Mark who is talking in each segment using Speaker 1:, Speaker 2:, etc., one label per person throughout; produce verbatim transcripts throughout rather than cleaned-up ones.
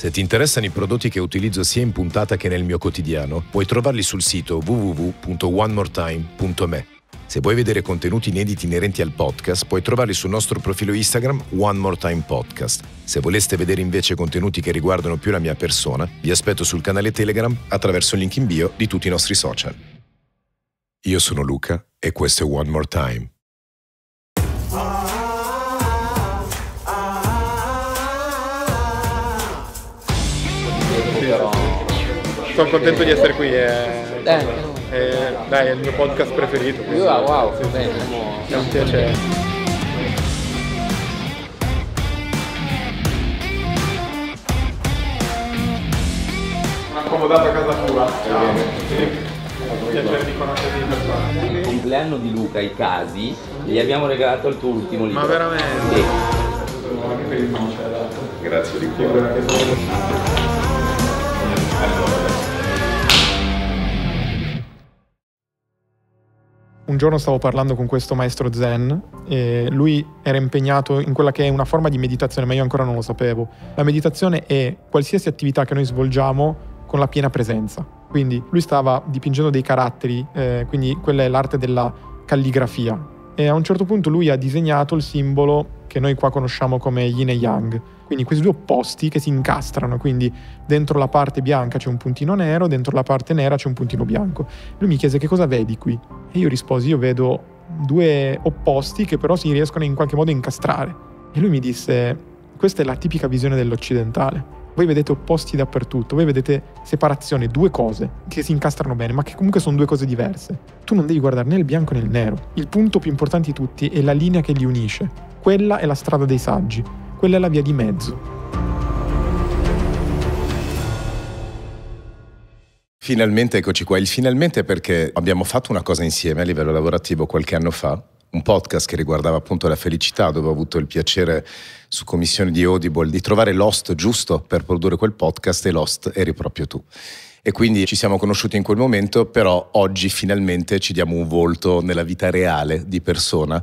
Speaker 1: Se ti interessano i prodotti che utilizzo sia in puntata che nel mio quotidiano, puoi trovarli sul sito w w w punto one more time punto me. Se vuoi vedere contenuti inediti inerenti al podcast, puoi trovarli sul nostro profilo Instagram One More Time Podcast. Se voleste vedere invece contenuti che riguardano più la mia persona, vi aspetto sul canale Telegram attraverso il link in bio di tutti i nostri social. Io sono Luca e questo è One More Time.
Speaker 2: Sono contento di essere qui. È,
Speaker 3: Eh,
Speaker 2: è, dai, è il mio podcast preferito.
Speaker 3: io, wow, wow,
Speaker 2: Sì,
Speaker 3: bene.
Speaker 2: è un piacere. Accomodato a casa tua. Ciao. Sì. Piacere di conoscerti in persona.
Speaker 3: Il compleanno di Luca, i casi, gli abbiamo regalato il tuo ultimo libro.
Speaker 2: Ma veramente?
Speaker 3: Sì.
Speaker 2: Anche per il nome.
Speaker 1: Grazie di cuore.
Speaker 2: Un giorno stavo parlando con questo maestro zen e lui era impegnato in quella che è una forma di meditazione, ma io ancora non lo sapevo. La meditazione è qualsiasi attività che noi svolgiamo con la piena presenza. Quindi lui stava dipingendo dei caratteri, eh, quindi quella è l'arte della calligrafia. E a un certo punto lui ha disegnato il simbolo che noi qua conosciamo come yin e yang. Quindi questi due opposti che si incastrano, quindi dentro la parte bianca c'è un puntino nero, dentro la parte nera c'è un puntino bianco. Lui mi chiese: che cosa vedi qui? E io risposi: io vedo due opposti che però si riescono in qualche modo a incastrare. E lui mi disse: questa è la tipica visione dell'occidentale. Voi vedete opposti dappertutto, voi vedete separazione, due cose che si incastrano bene, ma che comunque sono due cose diverse. Tu non devi guardare né il bianco né il nero. Il punto più importante di tutti è la linea che li unisce. Quella è la strada dei saggi, quella è la via di mezzo.
Speaker 1: Finalmente eccoci qua. Il finalmente perché abbiamo fatto una cosa insieme a livello lavorativo qualche anno fa, un podcast che riguardava appunto la felicità, dove ho avuto il piacere su commissione di Audible di trovare l'host giusto per produrre quel podcast, e l'host eri proprio tu. E quindi ci siamo conosciuti in quel momento, però oggi finalmente ci diamo un volto nella vita reale di persona.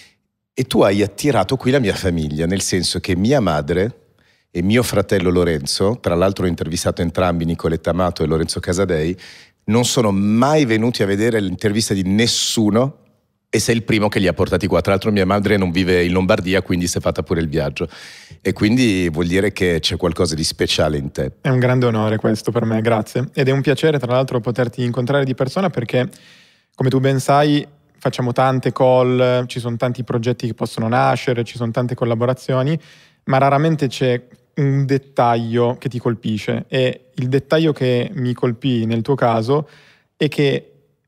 Speaker 1: E tu hai attirato qui la mia famiglia, nel senso che mia madre e mio fratello Lorenzo, tra l'altro ho intervistato entrambi, Nicoletta Amato e Lorenzo Casadei, non sono mai venuti a vedere l'intervista di nessuno, e sei il primo che li ha portati qua. Tra l'altro mia madre non vive in Lombardia, quindi si è fatta pure il viaggio. E quindi vuol dire che c'è qualcosa di speciale in te.
Speaker 2: È un grande onore questo per me, grazie. Ed è un piacere tra l'altro poterti incontrare di persona perché, come tu ben sai, facciamo tante call, ci sono tanti progetti che possono nascere, ci sono tante collaborazioni, ma raramente c'è un dettaglio che ti colpisce. E il dettaglio che mi colpì nel tuo caso è che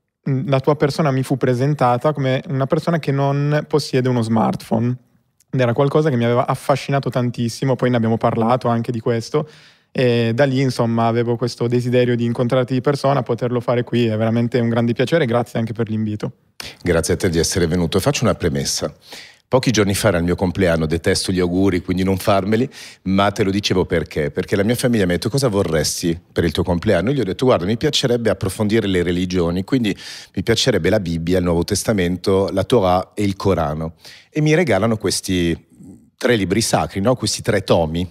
Speaker 2: la tua persona mi fu presentata come una persona che non possiede uno smartphone. Ed era qualcosa che mi aveva affascinato tantissimo, poi ne abbiamo parlato anche di questo, e da lì insomma avevo questo desiderio di incontrarti di persona, poterlo fare qui è veramente un grande piacere, grazie anche per l'invito.
Speaker 1: Grazie a te di essere venuto. Faccio una premessa. Pochi giorni fa era il mio compleanno, detesto gli auguri, quindi non farmeli, ma te lo dicevo perché? Perché la mia famiglia mi ha detto: cosa vorresti per il tuo compleanno? Io gli ho detto: guarda, mi piacerebbe approfondire le religioni, quindi mi piacerebbe la Bibbia, il Nuovo Testamento, la Torah e il Corano. E mi regalano questi tre libri sacri, no? Questi tre tomi.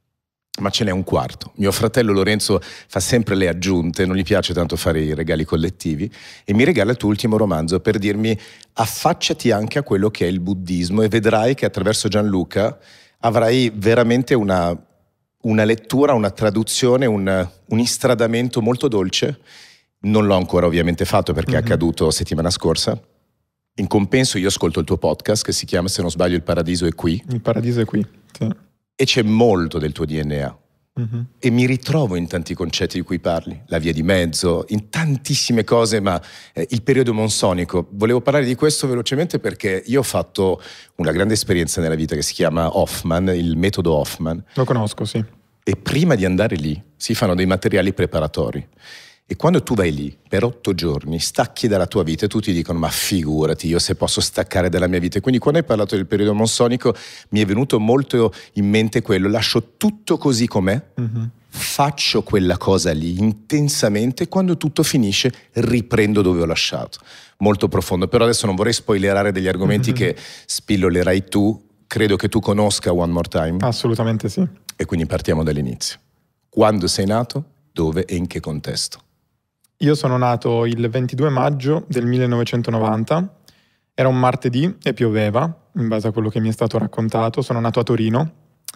Speaker 1: Ma ce n'è un quarto. Mio fratello Lorenzo fa sempre le aggiunte, non gli piace tanto fare i regali collettivi, e mi regala il tuo ultimo romanzo per dirmi: affacciati anche a quello che è il buddismo e vedrai che attraverso Gianluca avrai veramente una, una lettura, una traduzione, un, un istradamento molto dolce. Non l'ho ancora ovviamente fatto perché mm-hmm. è accaduto settimana scorsa. In compenso io ascolto il tuo podcast che si chiama, se non sbaglio, Il Paradiso è qui.
Speaker 2: Il Paradiso è qui, sì.
Speaker 1: E c'è molto del tuo D N A.
Speaker 2: Mm-hmm.
Speaker 1: E mi ritrovo in tanti concetti di cui parli, la via di mezzo, in tantissime cose, ma eh, il periodo monsonico. Volevo parlare di questo velocemente perché io ho fatto una grande esperienza nella vita che si chiama Hoffman, il metodo Hoffman.
Speaker 2: Lo conosco, sì.
Speaker 1: E prima di andare lì si fanno dei materiali preparatori. E quando tu vai lì per otto giorni, stacchi dalla tua vita e tutti dicono: ma figurati, io se posso staccare dalla mia vita. E quindi quando hai parlato del periodo monsonico mi è venuto molto in mente quello: lascio tutto così com'è, mm-hmm. faccio quella cosa lì intensamente e quando tutto finisce riprendo dove ho lasciato. Molto profondo, però adesso non vorrei spoilerare degli argomenti mm-hmm. che spillolerai tu. Credo che tu conosca One More Time.
Speaker 2: Assolutamente sì.
Speaker 1: E quindi partiamo dall'inizio. Quando sei nato, dove e in che contesto?
Speaker 2: Io sono nato il ventidue maggio del millenovecentonovanta, era un martedì e pioveva, in base a quello che mi è stato raccontato. Sono nato a Torino.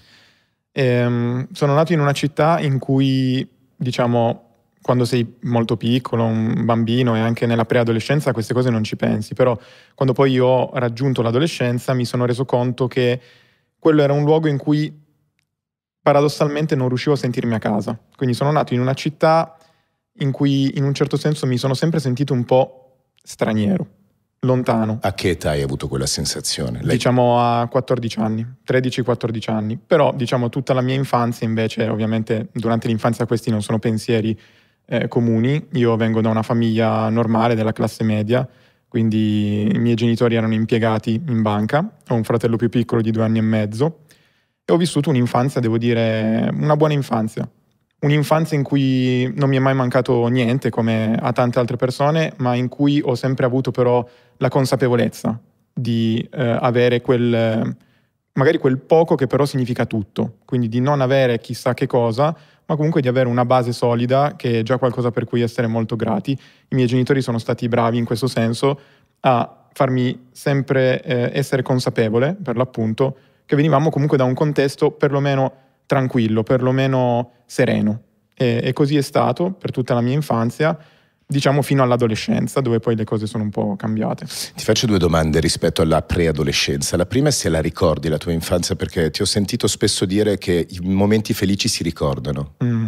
Speaker 2: E, sono nato in una città in cui, diciamo, quando sei molto piccolo, un bambino e anche nella preadolescenza queste cose non ci pensi, però quando poi ho raggiunto l'adolescenza mi sono reso conto che quello era un luogo in cui paradossalmente non riuscivo a sentirmi a casa. Quindi sono nato in una città in cui in un certo senso mi sono sempre sentito un po' straniero, lontano.
Speaker 1: A che età hai avuto quella sensazione? Lei...
Speaker 2: Diciamo a quattordici anni, tredici quattordici anni. Però diciamo tutta la mia infanzia invece, ovviamente durante l'infanzia questi non sono pensieri eh, comuni. Io vengo da una famiglia normale, della classe media, quindi i miei genitori erano impiegati in banca, ho un fratello più piccolo di due anni e mezzo e ho vissuto un'infanzia, devo dire, una buona infanzia. Un'infanzia in cui non mi è mai mancato niente, come a tante altre persone, ma in cui ho sempre avuto però la consapevolezza di eh, avere quel, magari quel poco che però significa tutto. Quindi di non avere chissà che cosa, ma comunque di avere una base solida, che è già qualcosa per cui essere molto grati. I miei genitori sono stati bravi in questo senso a farmi sempre eh, essere consapevole, per l'appunto, che venivamo comunque da un contesto perlomeno tranquillo, perlomeno sereno. E, e così è stato per tutta la mia infanzia, diciamo fino all'adolescenza, dove poi le cose sono un po' cambiate.
Speaker 1: Ti faccio due domande rispetto alla preadolescenza. La prima è se la ricordi la tua infanzia, perché ti ho sentito spesso dire che i momenti felici si ricordano.
Speaker 2: Mm.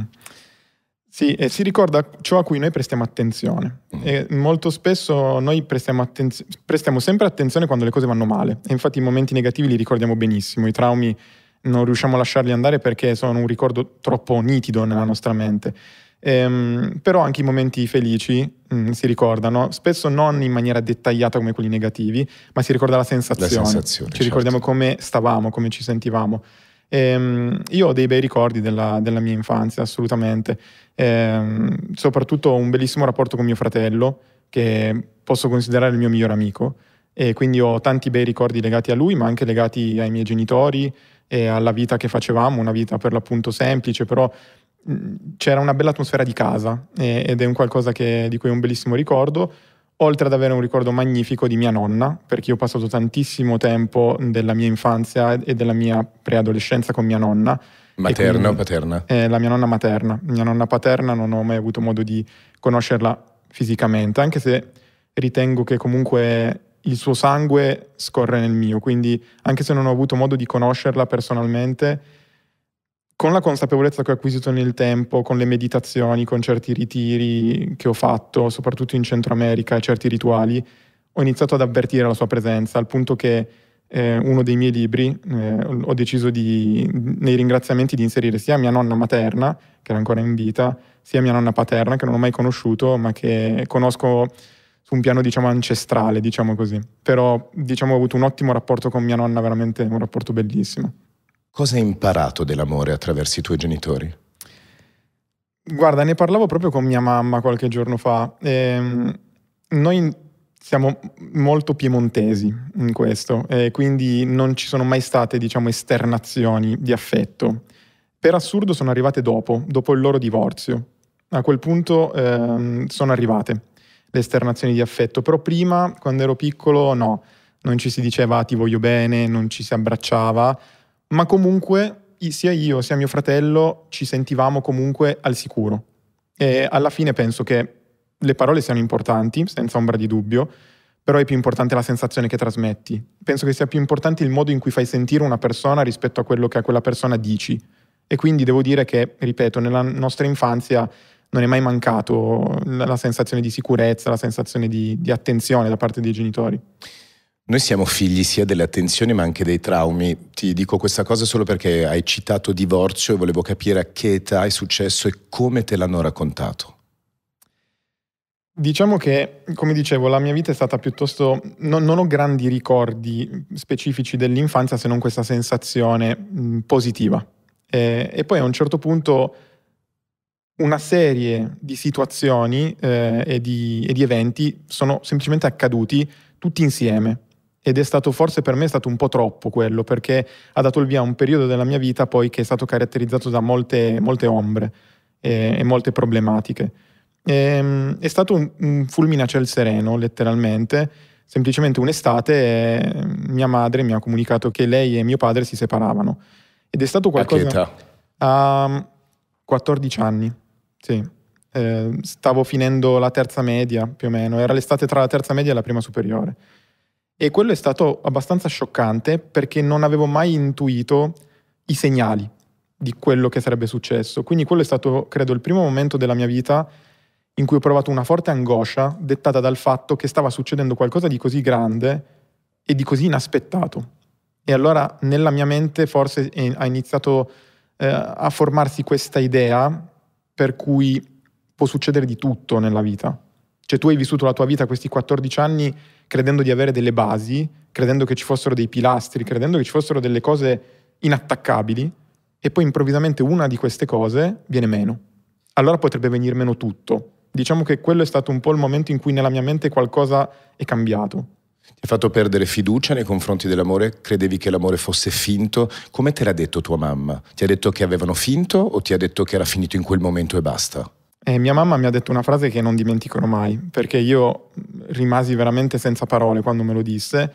Speaker 2: Sì, e si ricorda ciò a cui noi prestiamo attenzione. Mm. E molto spesso noi prestiamo, attenzio- prestiamo sempre attenzione quando le cose vanno male. E infatti i momenti negativi li ricordiamo benissimo, i traumi non riusciamo a lasciarli andare perché sono un ricordo troppo nitido nella nostra mente. Ehm, però anche i momenti felici mh, si ricordano, spesso non in maniera dettagliata come quelli negativi, ma si ricorda la sensazione.
Speaker 1: La sensazione,
Speaker 2: ci
Speaker 1: certo.
Speaker 2: Ricordiamo come stavamo, come ci sentivamo. Ehm, io ho dei bei ricordi della, della mia infanzia, assolutamente. Ehm, soprattutto ho un bellissimo rapporto con mio fratello, che posso considerare il mio migliore amico, e quindi ho tanti bei ricordi legati a lui, ma anche legati ai miei genitori e alla vita che facevamo, una vita per l'appunto semplice, però mh, c'era una bella atmosfera di casa e, ed è un qualcosa che, di cui ho un bellissimo ricordo, oltre ad avere un ricordo magnifico di mia nonna, perché io ho passato tantissimo tempo della mia infanzia e della mia preadolescenza con mia nonna.
Speaker 1: Materna
Speaker 2: quindi,
Speaker 1: o paterna?
Speaker 2: Eh, la mia nonna materna. Mia nonna paterna non ho mai avuto modo di conoscerla fisicamente, anche se ritengo che comunque il suo sangue scorre nel mio, quindi anche se non ho avuto modo di conoscerla personalmente, con la consapevolezza che ho acquisito nel tempo, con le meditazioni, con certi ritiri che ho fatto, soprattutto in Centro America, certi rituali, ho iniziato ad avvertire la sua presenza, al punto che eh, uno dei miei libri eh, ho deciso di, nei ringraziamenti di inserire sia mia nonna materna, che era ancora in vita, sia mia nonna paterna, che non ho mai conosciuto, ma che conosco su un piano, diciamo, ancestrale, diciamo così. Però, diciamo, ho avuto un ottimo rapporto con mia nonna, veramente un rapporto bellissimo.
Speaker 1: Cosa hai imparato dell'amore attraverso i tuoi genitori?
Speaker 2: Guarda, ne parlavo proprio con mia mamma qualche giorno fa. Ehm, noi siamo molto piemontesi in questo, e quindi non ci sono mai state, diciamo, esternazioni di affetto. Per assurdo sono arrivate dopo, dopo il loro divorzio. A quel punto ehm, sono arrivate le esternazioni di affetto, però prima, quando ero piccolo, no, non ci si diceva ti voglio bene, non ci si abbracciava, ma comunque sia io sia mio fratello ci sentivamo comunque al sicuro. E alla fine penso che le parole siano importanti, senza ombra di dubbio, però è più importante la sensazione che trasmetti. Penso che sia più importante il modo in cui fai sentire una persona rispetto a quello che a quella persona dici. E quindi devo dire che, ripeto, nella nostra infanzia non è mai mancato la sensazione di sicurezza, la sensazione di, di attenzione da parte dei genitori.
Speaker 1: Noi siamo figli sia delle attenzioni ma anche dei traumi. Ti dico questa cosa solo perché hai citato divorzio e volevo capire a che età è successo e come te l'hanno raccontato.
Speaker 2: Diciamo che, come dicevo, la mia vita è stata piuttosto... Non, non ho grandi ricordi specifici dell'infanzia se non questa sensazione mh, positiva. E, e poi a un certo punto una serie di situazioni eh, e, di, e di eventi sono semplicemente accaduti tutti insieme. ed è stato forse per me è stato un po' troppo quello, perché ha dato il via a un periodo della mia vita poi che è stato caratterizzato da molte, molte ombre e, e molte problematiche. E, è stato un, un fulmine a ciel sereno, letteralmente. Semplicemente un'estate eh, mia madre mi ha comunicato che lei e mio padre si separavano. Ed è stato qualcosa...
Speaker 1: A che età?
Speaker 2: A quattordici anni, sì. Eh, stavo finendo la terza media, più o meno. Era l'estate tra la terza media e la prima superiore. E quello è stato abbastanza scioccante perché non avevo mai intuito i segnali di quello che sarebbe successo. Quindi quello è stato, credo, il primo momento della mia vita in cui ho provato una forte angoscia dettata dal fatto che stava succedendo qualcosa di così grande e di così inaspettato. E allora nella mia mente forse ha iniziato eh, a formarsi questa idea per cui può succedere di tutto nella vita. Cioè tu hai vissuto la tua vita questi quattordici anni credendo di avere delle basi, credendo che ci fossero dei pilastri, credendo che ci fossero delle cose inattaccabili, e poi improvvisamente una di queste cose viene meno. Allora potrebbe venir meno tutto. Diciamo che quello è stato un po' il momento in cui nella mia mente qualcosa è cambiato.
Speaker 1: Ti ha fatto perdere fiducia nei confronti dell'amore? Credevi che l'amore fosse finto? Come te l'ha detto tua mamma? Ti ha detto che avevano finto o ti ha detto che era finito in quel momento e basta?
Speaker 2: E mia mamma mi ha detto una frase che non dimenticherò mai, perché io rimasi veramente senza parole quando me lo disse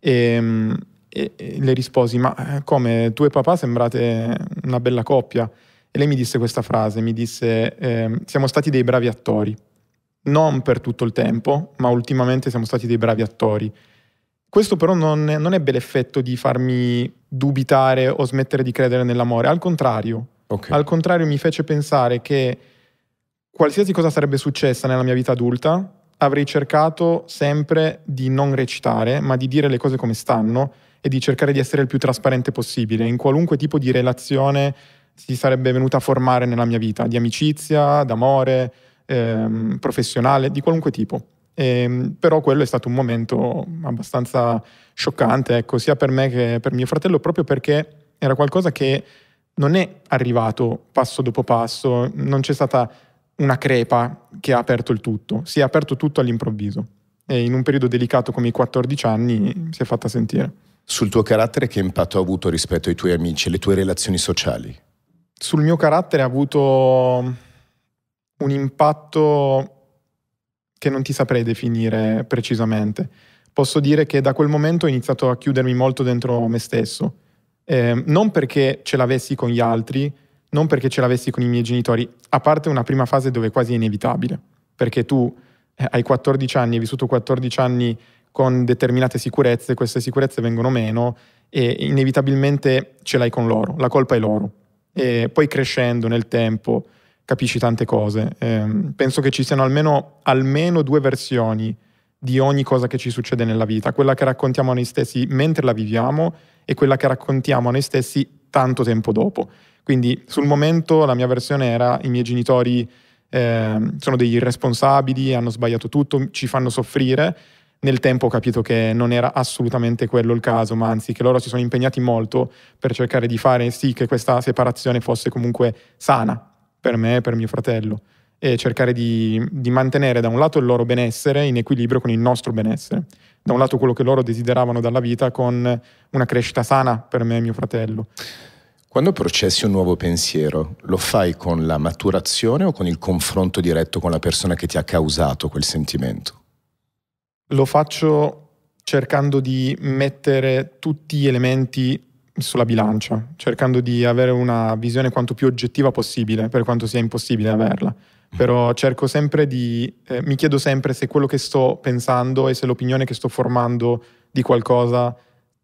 Speaker 2: e, e, e le risposi: ma come, tu e papà sembrate una bella coppia? E lei mi disse questa frase, mi disse eh, siamo stati dei bravi attori, non per tutto il tempo, ma ultimamente siamo stati dei bravi attori. Questo però non, non ebbe l'effetto di farmi dubitare o smettere di credere nell'amore, al contrario.
Speaker 1: Okay.
Speaker 2: Al contrario mi fece pensare che qualsiasi cosa sarebbe successa nella mia vita adulta, avrei cercato sempre di non recitare, ma di dire le cose come stanno e di cercare di essere il più trasparente possibile in qualunque tipo di relazione si sarebbe venuta a formare nella mia vita, di amicizia, d'amore, ehm, professionale, di qualunque tipo. E, però quello è stato un momento abbastanza scioccante, ecco, sia per me che per mio fratello, proprio perché era qualcosa che non è arrivato passo dopo passo, non c'è stata una crepa che ha aperto il tutto, si è aperto tutto all'improvviso e in un periodo delicato come i quattordici anni si è fatta sentire.
Speaker 1: Sul tuo carattere che impatto ha avuto rispetto ai tuoi amici e le tue relazioni sociali?
Speaker 2: Sul mio carattere ha avuto un impatto che non ti saprei definire precisamente. Posso dire che da quel momento ho iniziato a chiudermi molto dentro me stesso, eh, non perché ce l'avessi con gli altri, non perché ce l'avessi con i miei genitori, a parte una prima fase dove quasi è inevitabile, perché tu eh, hai quattordici anni, hai vissuto quattordici anni con determinate sicurezze, queste sicurezze vengono meno e inevitabilmente ce l'hai con loro, la colpa è loro. E poi crescendo nel tempo capisci tante cose. Eh, penso che ci siano almeno, almeno due versioni di ogni cosa che ci succede nella vita, quella che raccontiamo a noi stessi mentre la viviamo e quella che raccontiamo a noi stessi tanto tempo dopo. Quindi sul momento la mia versione era: i miei genitori eh, sono degli irresponsabili, hanno sbagliato tutto, ci fanno soffrire. Nel tempo ho capito che non era assolutamente quello il caso, ma anzi che loro si sono impegnati molto per cercare di fare sì che questa separazione fosse comunque sana per me e per mio fratello, e cercare di, di mantenere da un lato il loro benessere in equilibrio con il nostro benessere, da un lato quello che loro desideravano dalla vita con una crescita sana per me e mio fratello.
Speaker 1: Quando processi un nuovo pensiero, lo fai con la maturazione o con il confronto diretto con la persona che ti ha causato quel sentimento?
Speaker 2: Lo faccio cercando di mettere tutti gli elementi sulla bilancia, cercando di avere una visione quanto più oggettiva possibile, per quanto sia impossibile averla. Però cerco sempre di... Eh, mi chiedo sempre se quello che sto pensando e se l'opinione che sto formando di qualcosa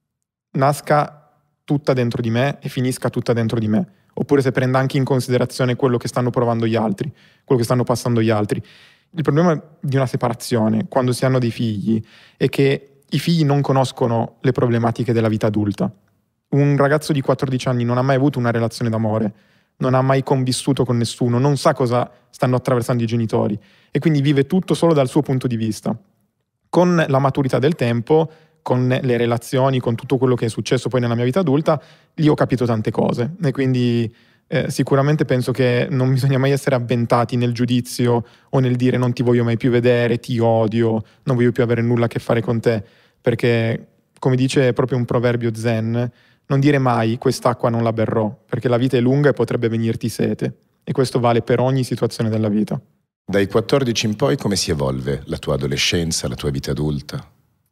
Speaker 2: nasca tutta dentro di me e finisca tutta dentro di me, oppure se prenda anche in considerazione quello che stanno provando gli altri, quello che stanno passando gli altri. Il problema di una separazione, quando si hanno dei figli, è che i figli non conoscono le problematiche della vita adulta. Un ragazzo di quattordici anni non ha mai avuto una relazione d'amore, non ha mai convissuto con nessuno, non sa cosa stanno attraversando i genitori e quindi vive tutto solo dal suo punto di vista. Con la maturità del tempo, con le relazioni, con tutto quello che è successo poi nella mia vita adulta, lì ho capito tante cose e quindi eh, sicuramente penso che non bisogna mai essere avventati nel giudizio o nel dire non ti voglio mai più vedere, ti odio, non voglio più avere nulla a che fare con te, perché come dice proprio un proverbio zen, non dire mai quest'acqua non la berrò, perché la vita è lunga e potrebbe venirti sete. E questo vale per ogni situazione della vita.
Speaker 1: Dai quattordici in poi come si evolve la tua adolescenza, la tua vita adulta?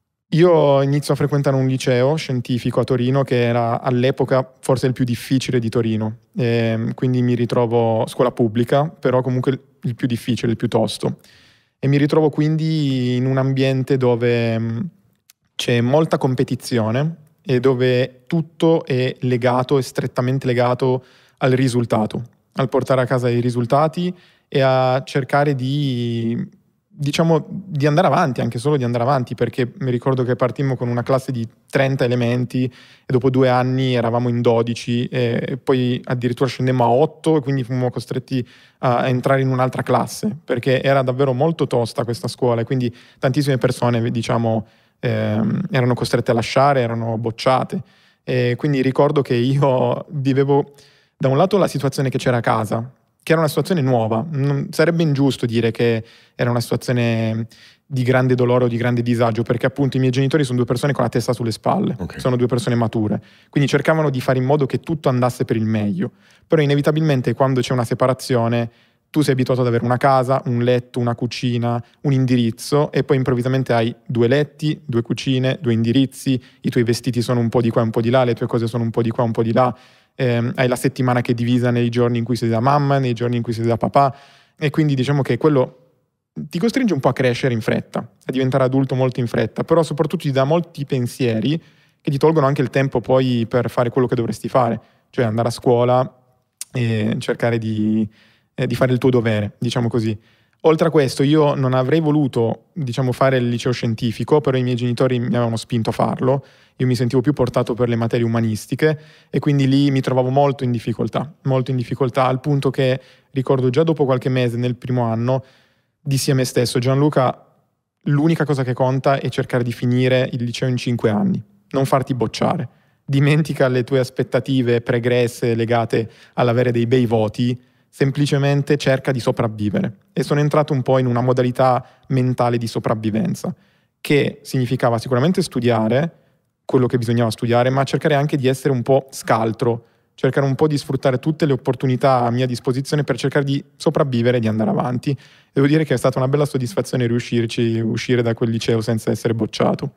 Speaker 2: Io inizio a frequentare un liceo scientifico a Torino che era all'epoca forse il più difficile di Torino, e quindi mi ritrovo scuola pubblica, però comunque il più difficile, il più tosto. E mi ritrovo quindi in un ambiente dove c'è molta competizione e dove tutto è legato, è strettamente legato al risultato, al portare a casa i risultati e a cercare di, diciamo, di andare avanti, anche solo di andare avanti, perché mi ricordo che partimmo con una classe di trenta elementi e dopo due anni eravamo in dodici e poi addirittura scendemmo a otto e quindi fummo costretti a entrare in un'altra classe, perché era davvero molto tosta questa scuola e quindi tantissime persone, diciamo, ehm, erano costrette a lasciare, erano bocciate. E quindi ricordo che io vivevo da un lato la situazione che c'era a casa, che era una situazione nuova. Non, sarebbe ingiusto dire che era una situazione di grande dolore o di grande disagio, perché appunto i miei genitori sono due persone con la testa sulle spalle, okay. Sono due persone mature, quindi cercavano di fare in modo che tutto andasse per il meglio. Però inevitabilmente quando c'è una separazione tu sei abituato ad avere una casa, un letto, una cucina, un indirizzo e poi improvvisamente hai due letti, due cucine, due indirizzi, i tuoi vestiti sono un po' di qua e un po' di là, le tue cose sono un po' di qua e un po' di là. Eh, hai la settimana che è divisa nei giorni in cui sei da mamma, nei giorni in cui sei da papà e quindi diciamo che quello ti costringe un po' a crescere in fretta, a diventare adulto molto in fretta, però soprattutto ti dà molti pensieri che ti tolgono anche il tempo poi per fare quello che dovresti fare, cioè andare a scuola e cercare di, eh, di fare il tuo dovere, diciamo così. Oltre a questo io non avrei voluto, diciamo, fare il liceo scientifico, però i miei genitori mi avevano spinto a farlo, io mi sentivo più portato per le materie umanistiche e quindi lì mi trovavo molto in difficoltà, molto in difficoltà al punto che ricordo già dopo qualche mese nel primo anno dissi a me stesso: Gianluca, l'unica cosa che conta è cercare di finire il liceo in cinque anni, non farti bocciare, dimentica le tue aspettative pregresse legate all'avere dei bei voti, semplicemente cerca di sopravvivere. E sono entrato un po' in una modalità mentale di sopravvivenza, che significava sicuramente studiare quello che bisognava studiare, ma cercare anche di essere un po' scaltro, cercare un po' di sfruttare tutte le opportunità a mia disposizione per cercare di sopravvivere e di andare avanti. Devo dire che è stata una bella soddisfazione riuscirci, uscire da quel liceo senza essere bocciato.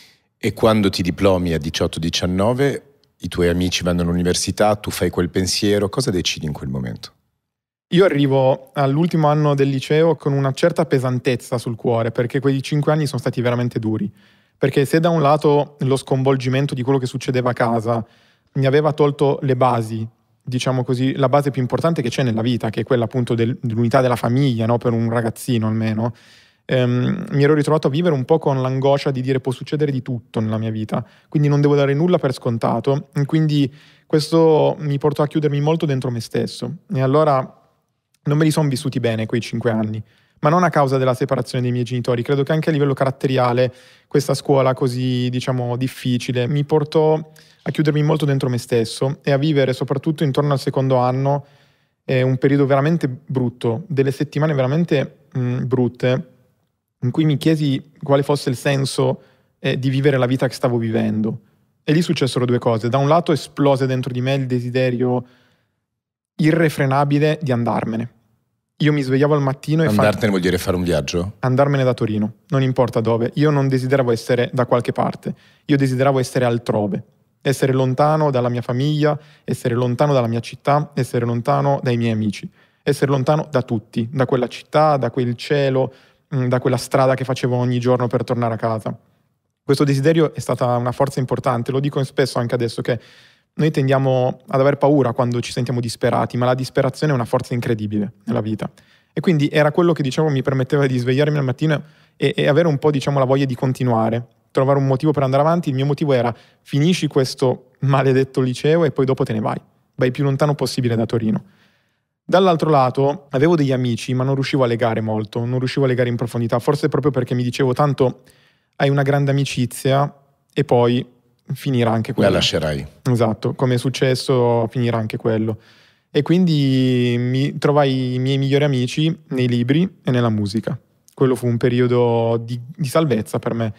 Speaker 1: E quando ti diplomi a diciotto diciannove, i tuoi amici vanno all'università, tu fai quel pensiero, cosa decidi in quel momento?
Speaker 2: Io arrivo all'ultimo anno del liceo con una certa pesantezza sul cuore, perché quei cinque anni sono stati veramente duri. Perché se da un lato lo sconvolgimento di quello che succedeva a casa mi aveva tolto le basi, diciamo così, la base più importante che c'è nella vita, che è quella appunto del, dell'unità della famiglia, no? Per un ragazzino almeno, ehm, mi ero ritrovato a vivere un po' con l'angoscia di dire può succedere di tutto nella mia vita, quindi non devo dare nulla per scontato, quindi questo mi portò a chiudermi molto dentro me stesso e allora non me li sono vissuti bene quei cinque anni. Ma non a causa della separazione dei miei genitori, credo che anche a livello caratteriale questa scuola così, diciamo, difficile mi portò a chiudermi molto dentro me stesso e a vivere soprattutto intorno al secondo anno eh, un periodo veramente brutto, delle settimane veramente mh, brutte, in cui mi chiesi quale fosse il senso eh, di vivere la vita che stavo vivendo. E lì successero due cose. Da un lato esplose dentro di me il desiderio irrefrenabile di andarmene. Io mi svegliavo al mattino e
Speaker 1: Andartene
Speaker 2: fa...
Speaker 1: vuol dire fare un viaggio?
Speaker 2: Andarmene da Torino, non importa dove. Io non desideravo essere da qualche parte, io desideravo essere altrove, essere lontano dalla mia famiglia, essere lontano dalla mia città, essere lontano dai miei amici, essere lontano da tutti, da quella città, da quel cielo, da quella strada che facevo ogni giorno per tornare a casa. Questo desiderio è stata una forza importante, lo dico spesso anche adesso che noi tendiamo ad aver paura quando ci sentiamo disperati, ma la disperazione è una forza incredibile nella vita. E quindi era quello che, diciamo, mi permetteva di svegliarmi al mattino e, e avere un po', diciamo, la voglia di continuare, trovare un motivo per andare avanti. Il mio motivo era: finisci questo maledetto liceo e poi dopo te ne vai. Vai il più lontano possibile da Torino. Dall'altro lato, avevo degli amici, ma non riuscivo a legare molto, non riuscivo a legare in profondità, forse proprio perché mi dicevo tanto hai una grande amicizia e poi finirà anche quello.
Speaker 1: La lascerai.
Speaker 2: Esatto, come è successo finirà anche quello. E quindi mi trovai i miei migliori amici nei libri e nella musica. Quello fu un periodo di, di salvezza per me,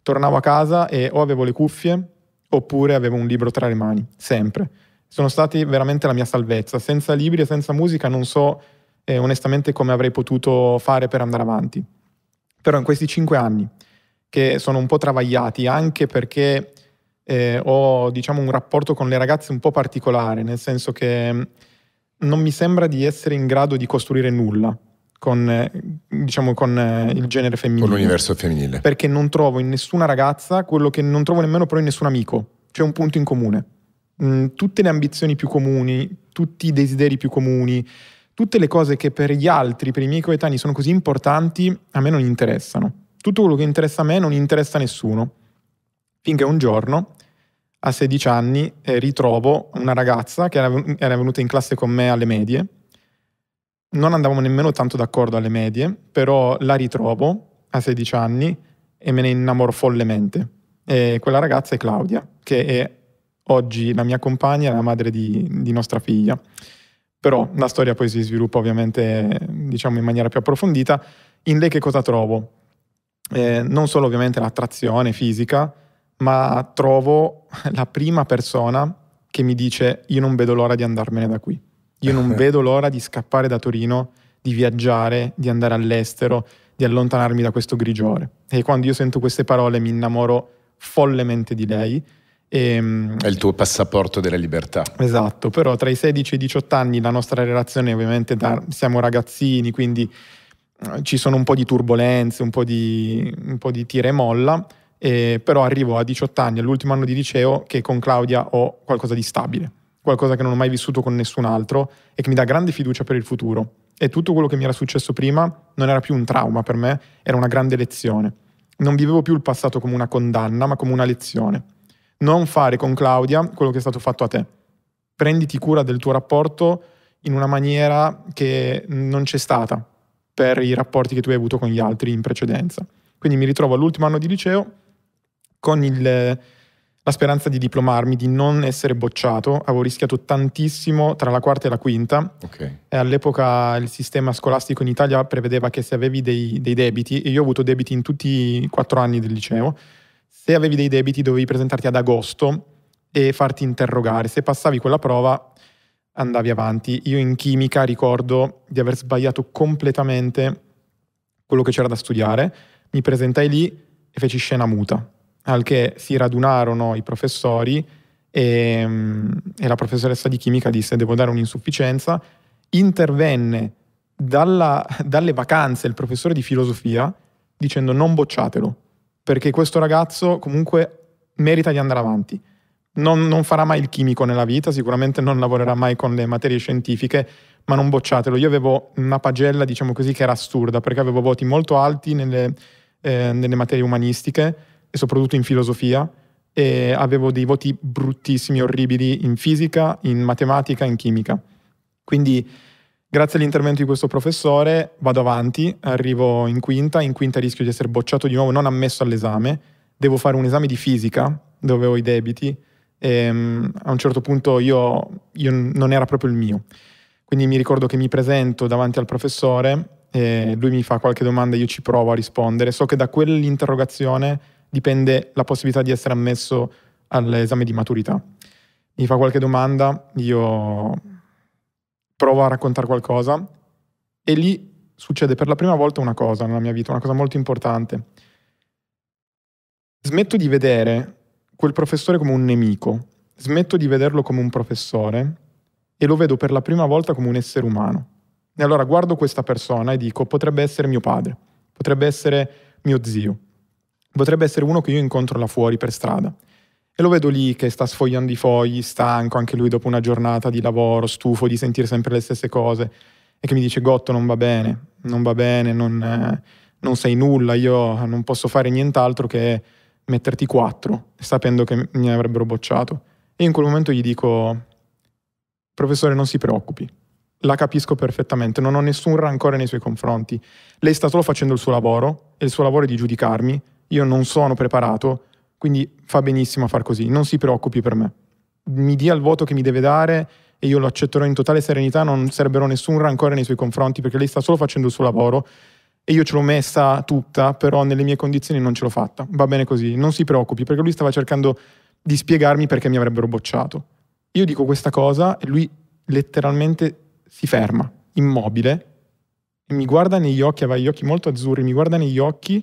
Speaker 2: tornavo a casa e o avevo le cuffie oppure avevo un libro tra le mani, sempre. Sono stati veramente la mia salvezza. Senza libri e senza musica non so eh, onestamente come avrei potuto fare per andare avanti. Però in questi cinque anni, che sono un po' travagliati, anche perché eh, ho, diciamo, un rapporto con le ragazze un po' particolare, nel senso che non mi sembra di essere in grado di costruire nulla con, eh, diciamo, con eh, il genere femminile.
Speaker 1: Con l'universo femminile.
Speaker 2: Perché non trovo in nessuna ragazza quello che non trovo nemmeno però in nessun amico. C'è un punto in comune. Mm, tutte le ambizioni più comuni, tutti i desideri più comuni, tutte le cose che per gli altri, per i miei coetanei sono così importanti, a me non interessano. Tutto quello che interessa a me non interessa a nessuno. Finché un giorno, a sedici anni, eh, ritrovo una ragazza che era, era venuta in classe con me alle medie. Non andavamo nemmeno tanto d'accordo alle medie, però la ritrovo a sedici anni e me ne innamoro follemente. E quella ragazza è Claudia, che è oggi la mia compagna e la madre di, di nostra figlia. Però la storia poi si sviluppa ovviamente, diciamo, in maniera più approfondita. In lei che cosa trovo? Eh, non solo ovviamente l'attrazione fisica, ma trovo la prima persona che mi dice: io non vedo l'ora di andarmene da qui. Io non vedo l'ora di scappare da Torino, di viaggiare, di andare all'estero, di allontanarmi da questo grigiore. E quando io sento queste parole mi innamoro follemente di lei. E,
Speaker 1: è il tuo passaporto della libertà.
Speaker 2: Esatto, però tra i sedici e i diciotto anni la nostra relazione ovviamente da, siamo ragazzini, quindi uh, ci sono un po' di turbolenze, un po' di, un po' di tira e molla, e, però arrivo a diciotto anni, all'ultimo anno di liceo, che con Claudia ho qualcosa di stabile, qualcosa che non ho mai vissuto con nessun altro e che mi dà grande fiducia per il futuro. E tutto quello che mi era successo prima non era più un trauma per me, era una grande lezione. Non vivevo più il passato come una condanna, ma come una lezione. Non fare con Claudia quello che è stato fatto a te. Prenditi cura del tuo rapporto in una maniera che non c'è stata per i rapporti che tu hai avuto con gli altri in precedenza. Quindi mi ritrovo all'ultimo anno di liceo con il, la speranza di diplomarmi, di non essere bocciato. Avevo rischiato tantissimo tra la quarta e la quinta.
Speaker 1: Okay.
Speaker 2: E all'epoca il sistema scolastico in Italia prevedeva che se avevi dei, dei debiti, e io ho avuto debiti in tutti i quattro anni del liceo, se avevi dei debiti dovevi presentarti ad agosto e farti interrogare. Se passavi quella prova andavi avanti. Io in chimica ricordo di aver sbagliato completamente quello che c'era da studiare. Mi presentai lì e feci scena muta, al che si radunarono i professori e, e la professoressa di chimica disse: devo dare un'insufficienza. Intervenne dalla, dalle vacanze il professore di filosofia dicendo: non bocciatelo, perché questo ragazzo comunque merita di andare avanti. Non, non farà mai il chimico nella vita, sicuramente non lavorerà mai con le materie scientifiche, ma non bocciatelo. Io avevo una pagella, diciamo così, che era assurda, perché avevo voti molto alti nelle, eh, nelle materie umanistiche e soprattutto in filosofia, e avevo dei voti bruttissimi, orribili in fisica, in matematica, in chimica. Quindi grazie all'intervento di questo professore vado avanti, arrivo in quinta, in quinta rischio di essere bocciato di nuovo, non ammesso all'esame, devo fare un esame di fisica dove ho i debiti e um, a un certo punto io, io non era proprio il mio. Quindi mi ricordo che mi presento davanti al professore e lui mi fa qualche domanda, io ci provo a rispondere. So che da quell'interrogazione dipende la possibilità di essere ammesso all'esame di maturità. Mi fa qualche domanda, io provo a raccontare qualcosa e lì succede per la prima volta una cosa nella mia vita, una cosa molto importante. Smetto di vedere quel professore come un nemico, smetto di vederlo come un professore e lo vedo per la prima volta come un essere umano. E allora guardo questa persona e dico: potrebbe essere mio padre, potrebbe essere mio zio, potrebbe essere uno che io incontro là fuori per strada. E lo vedo lì che sta sfogliando i fogli, stanco anche lui dopo una giornata di lavoro, stufo di sentire sempre le stesse cose, e che mi dice: Gotto, non va bene, non va bene, non, eh, non sei nulla, io non posso fare nient'altro che metterti quattro, sapendo che mi avrebbero bocciato. E in quel momento gli dico: professore, non si preoccupi, la capisco perfettamente, non ho nessun rancore nei suoi confronti. Lei sta solo facendo il suo lavoro, e il suo lavoro è di giudicarmi, io non sono preparato, quindi fa benissimo a far così, non si preoccupi per me. Mi dia il voto che mi deve dare e io lo accetterò in totale serenità, non sarebbero nessun rancore nei suoi confronti perché lei sta solo facendo il suo lavoro e io ce l'ho messa tutta, però nelle mie condizioni non ce l'ho fatta, va bene così, non si preoccupi, perché lui stava cercando di spiegarmi perché mi avrebbero bocciato. Io dico questa cosa e lui letteralmente si ferma, immobile, e mi guarda negli occhi, aveva gli occhi molto azzurri, mi guarda negli occhi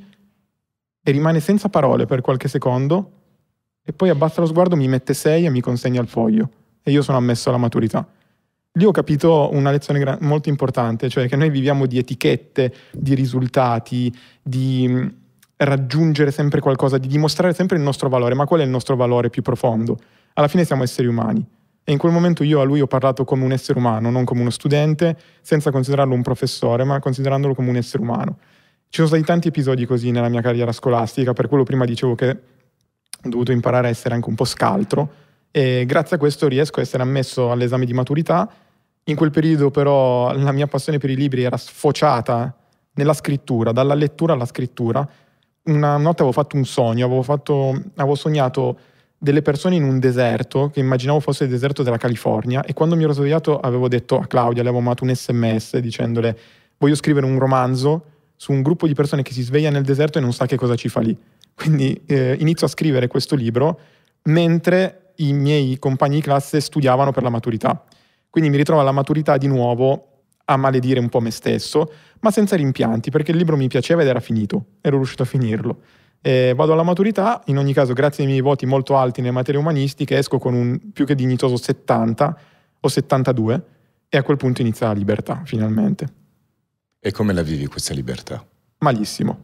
Speaker 2: e rimane senza parole per qualche secondo e poi abbassa lo sguardo, mi mette sei e mi consegna il foglio e io sono ammesso alla maturità. Lì ho capito una lezione gra- molto importante, cioè che noi viviamo di etichette, di risultati, di mh, raggiungere sempre qualcosa, di dimostrare sempre il nostro valore, ma qual è il nostro valore più profondo? Alla fine siamo esseri umani e in quel momento io a lui ho parlato come un essere umano, non come uno studente, senza considerarlo un professore, ma considerandolo come un essere umano. Ci sono stati tanti episodi così nella mia carriera scolastica, per quello prima dicevo che ho dovuto imparare a essere anche un po' scaltro e grazie a questo riesco a essere ammesso all'esame di maturità. In quel periodo però la mia passione per i libri era sfociata nella scrittura, dalla lettura alla scrittura. Una notte avevo fatto un sogno, avevo, fatto, avevo sognato delle persone in un deserto, che immaginavo fosse il deserto della California, e quando mi ero svegliato avevo detto a Claudia, le avevo mandato un sms dicendole voglio scrivere un romanzo su un gruppo di persone che si sveglia nel deserto e non sa che cosa ci fa lì. Quindi eh, inizio a scrivere questo libro mentre i miei compagni di classe studiavano per la maturità. Quindi mi ritrovo alla maturità di nuovo a maledire un po' me stesso, ma senza rimpianti, perché il libro mi piaceva ed era finito, ero riuscito a finirlo. E vado alla maturità, in ogni caso grazie ai miei voti molto alti nelle materie umanistiche esco con un più che dignitoso settanta o settantadue e a quel punto inizia la libertà, finalmente.
Speaker 1: E come la vivi questa libertà?
Speaker 2: Malissimo.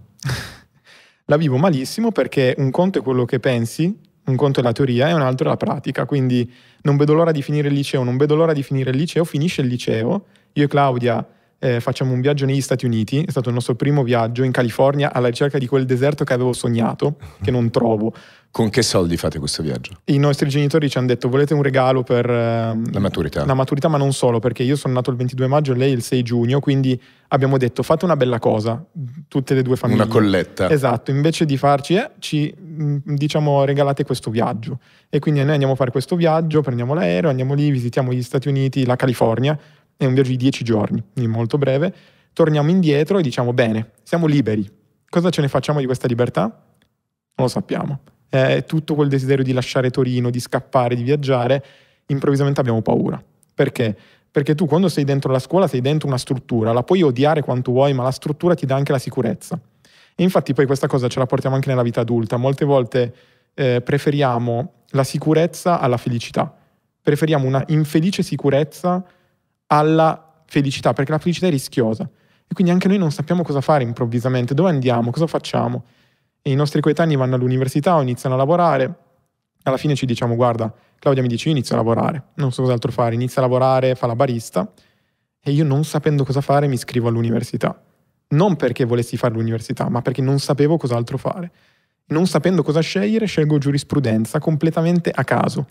Speaker 2: La vivo malissimo perché un conto è quello che pensi, un conto è la teoria e un altro è la pratica, quindi non vedo l'ora di finire il liceo, non vedo l'ora di finire il liceo, finisce il liceo, io e Claudia eh, facciamo un viaggio negli Stati Uniti, è stato il nostro primo viaggio in California alla ricerca di quel deserto che avevo sognato, che non trovo.
Speaker 1: Con che soldi fate questo viaggio?
Speaker 2: I nostri genitori ci hanno detto volete un regalo per eh,
Speaker 1: la maturità.
Speaker 2: La maturità, ma non solo, perché io sono nato il ventidue maggio e lei il sei giugno, quindi abbiamo detto fate una bella cosa, tutte le due famiglie.
Speaker 1: Una colletta.
Speaker 2: Esatto, invece di farci, eh, ci diciamo regalate questo viaggio. E quindi noi andiamo a fare questo viaggio, prendiamo l'aereo, andiamo lì, visitiamo gli Stati Uniti, la California, è un viaggio di dieci giorni, quindi molto breve, torniamo indietro e diciamo bene, siamo liberi, cosa ce ne facciamo di questa libertà? Non lo sappiamo. Eh, tutto quel desiderio di lasciare Torino, di scappare, di viaggiare, improvvisamente abbiamo paura. Perché? Perché tu quando sei dentro la scuola sei dentro una struttura, la puoi odiare quanto vuoi, ma la struttura ti dà anche la sicurezza. E infatti poi questa cosa ce la portiamo anche nella vita adulta. Molte volte eh, preferiamo la sicurezza alla felicità. Preferiamo una infelice sicurezza alla felicità, perché la felicità è rischiosa. E quindi anche noi non sappiamo cosa fare improvvisamente, dove andiamo, cosa facciamo. E i nostri coetanei vanno all'università o iniziano a lavorare, alla fine ci diciamo guarda, Claudia mi dice io inizio a lavorare, non so cos'altro fare, inizia a lavorare, fa la barista e io non sapendo cosa fare mi iscrivo all'università, non perché volessi fare l'università ma perché non sapevo cos'altro fare, non sapendo cosa scegliere scelgo giurisprudenza completamente a caso,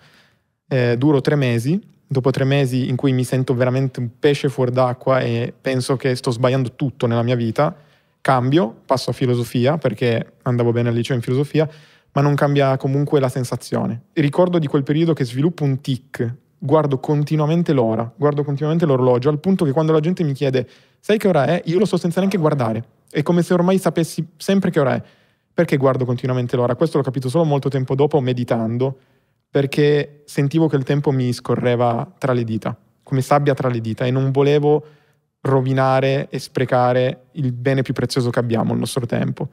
Speaker 2: eh, duro tre mesi, dopo tre mesi in cui mi sento veramente un pesce fuor d'acqua e penso che sto sbagliando tutto nella mia vita, cambio, passo a filosofia perché andavo bene al liceo in filosofia, ma non cambia comunque la sensazione. Ricordo di quel periodo che sviluppo un tic, guardo continuamente l'ora, guardo continuamente l'orologio, al punto che quando la gente mi chiede sai che ora è? Io lo so senza neanche guardare. È come se ormai sapessi sempre che ora è. Perché guardo continuamente l'ora? Questo l'ho capito solo molto tempo dopo, meditando, perché sentivo che il tempo mi scorreva tra le dita, come sabbia tra le dita, e non volevo rovinare e sprecare il bene più prezioso che abbiamo, il nostro tempo.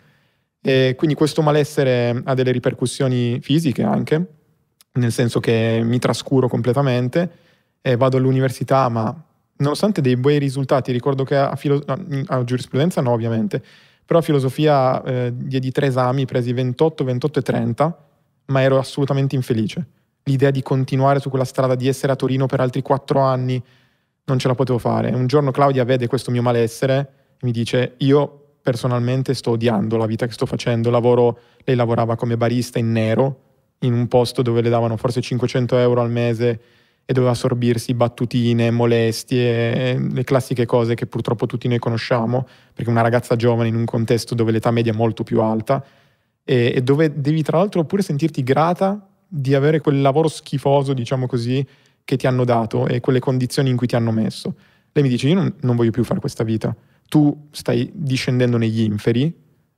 Speaker 2: E quindi questo malessere ha delle ripercussioni fisiche anche, nel senso che mi trascuro completamente e vado all'università, ma nonostante dei buoni risultati, ricordo che a, filo- a giurisprudenza no ovviamente, però a filosofia eh, diedi tre esami, presi ventotto, ventotto e trenta, ma ero assolutamente infelice. L'idea di continuare su quella strada, di essere a Torino per altri quattro anni, non ce la potevo fare. Un giorno Claudia vede questo mio malessere e mi dice io personalmente sto odiando la vita che sto facendo, lavoro, lei lavorava come barista in nero, in un posto dove le davano forse cinquecento euro al mese e doveva sorbirsi battutine, molestie, le classiche cose che purtroppo tutti noi conosciamo, perché una ragazza giovane in un contesto dove l'età media è molto più alta e, e dove devi tra l'altro pure sentirti grata di avere quel lavoro schifoso, diciamo così, che ti hanno dato e quelle condizioni in cui ti hanno messo. Lei mi dice io non, non voglio più fare questa vita, tu stai discendendo negli inferi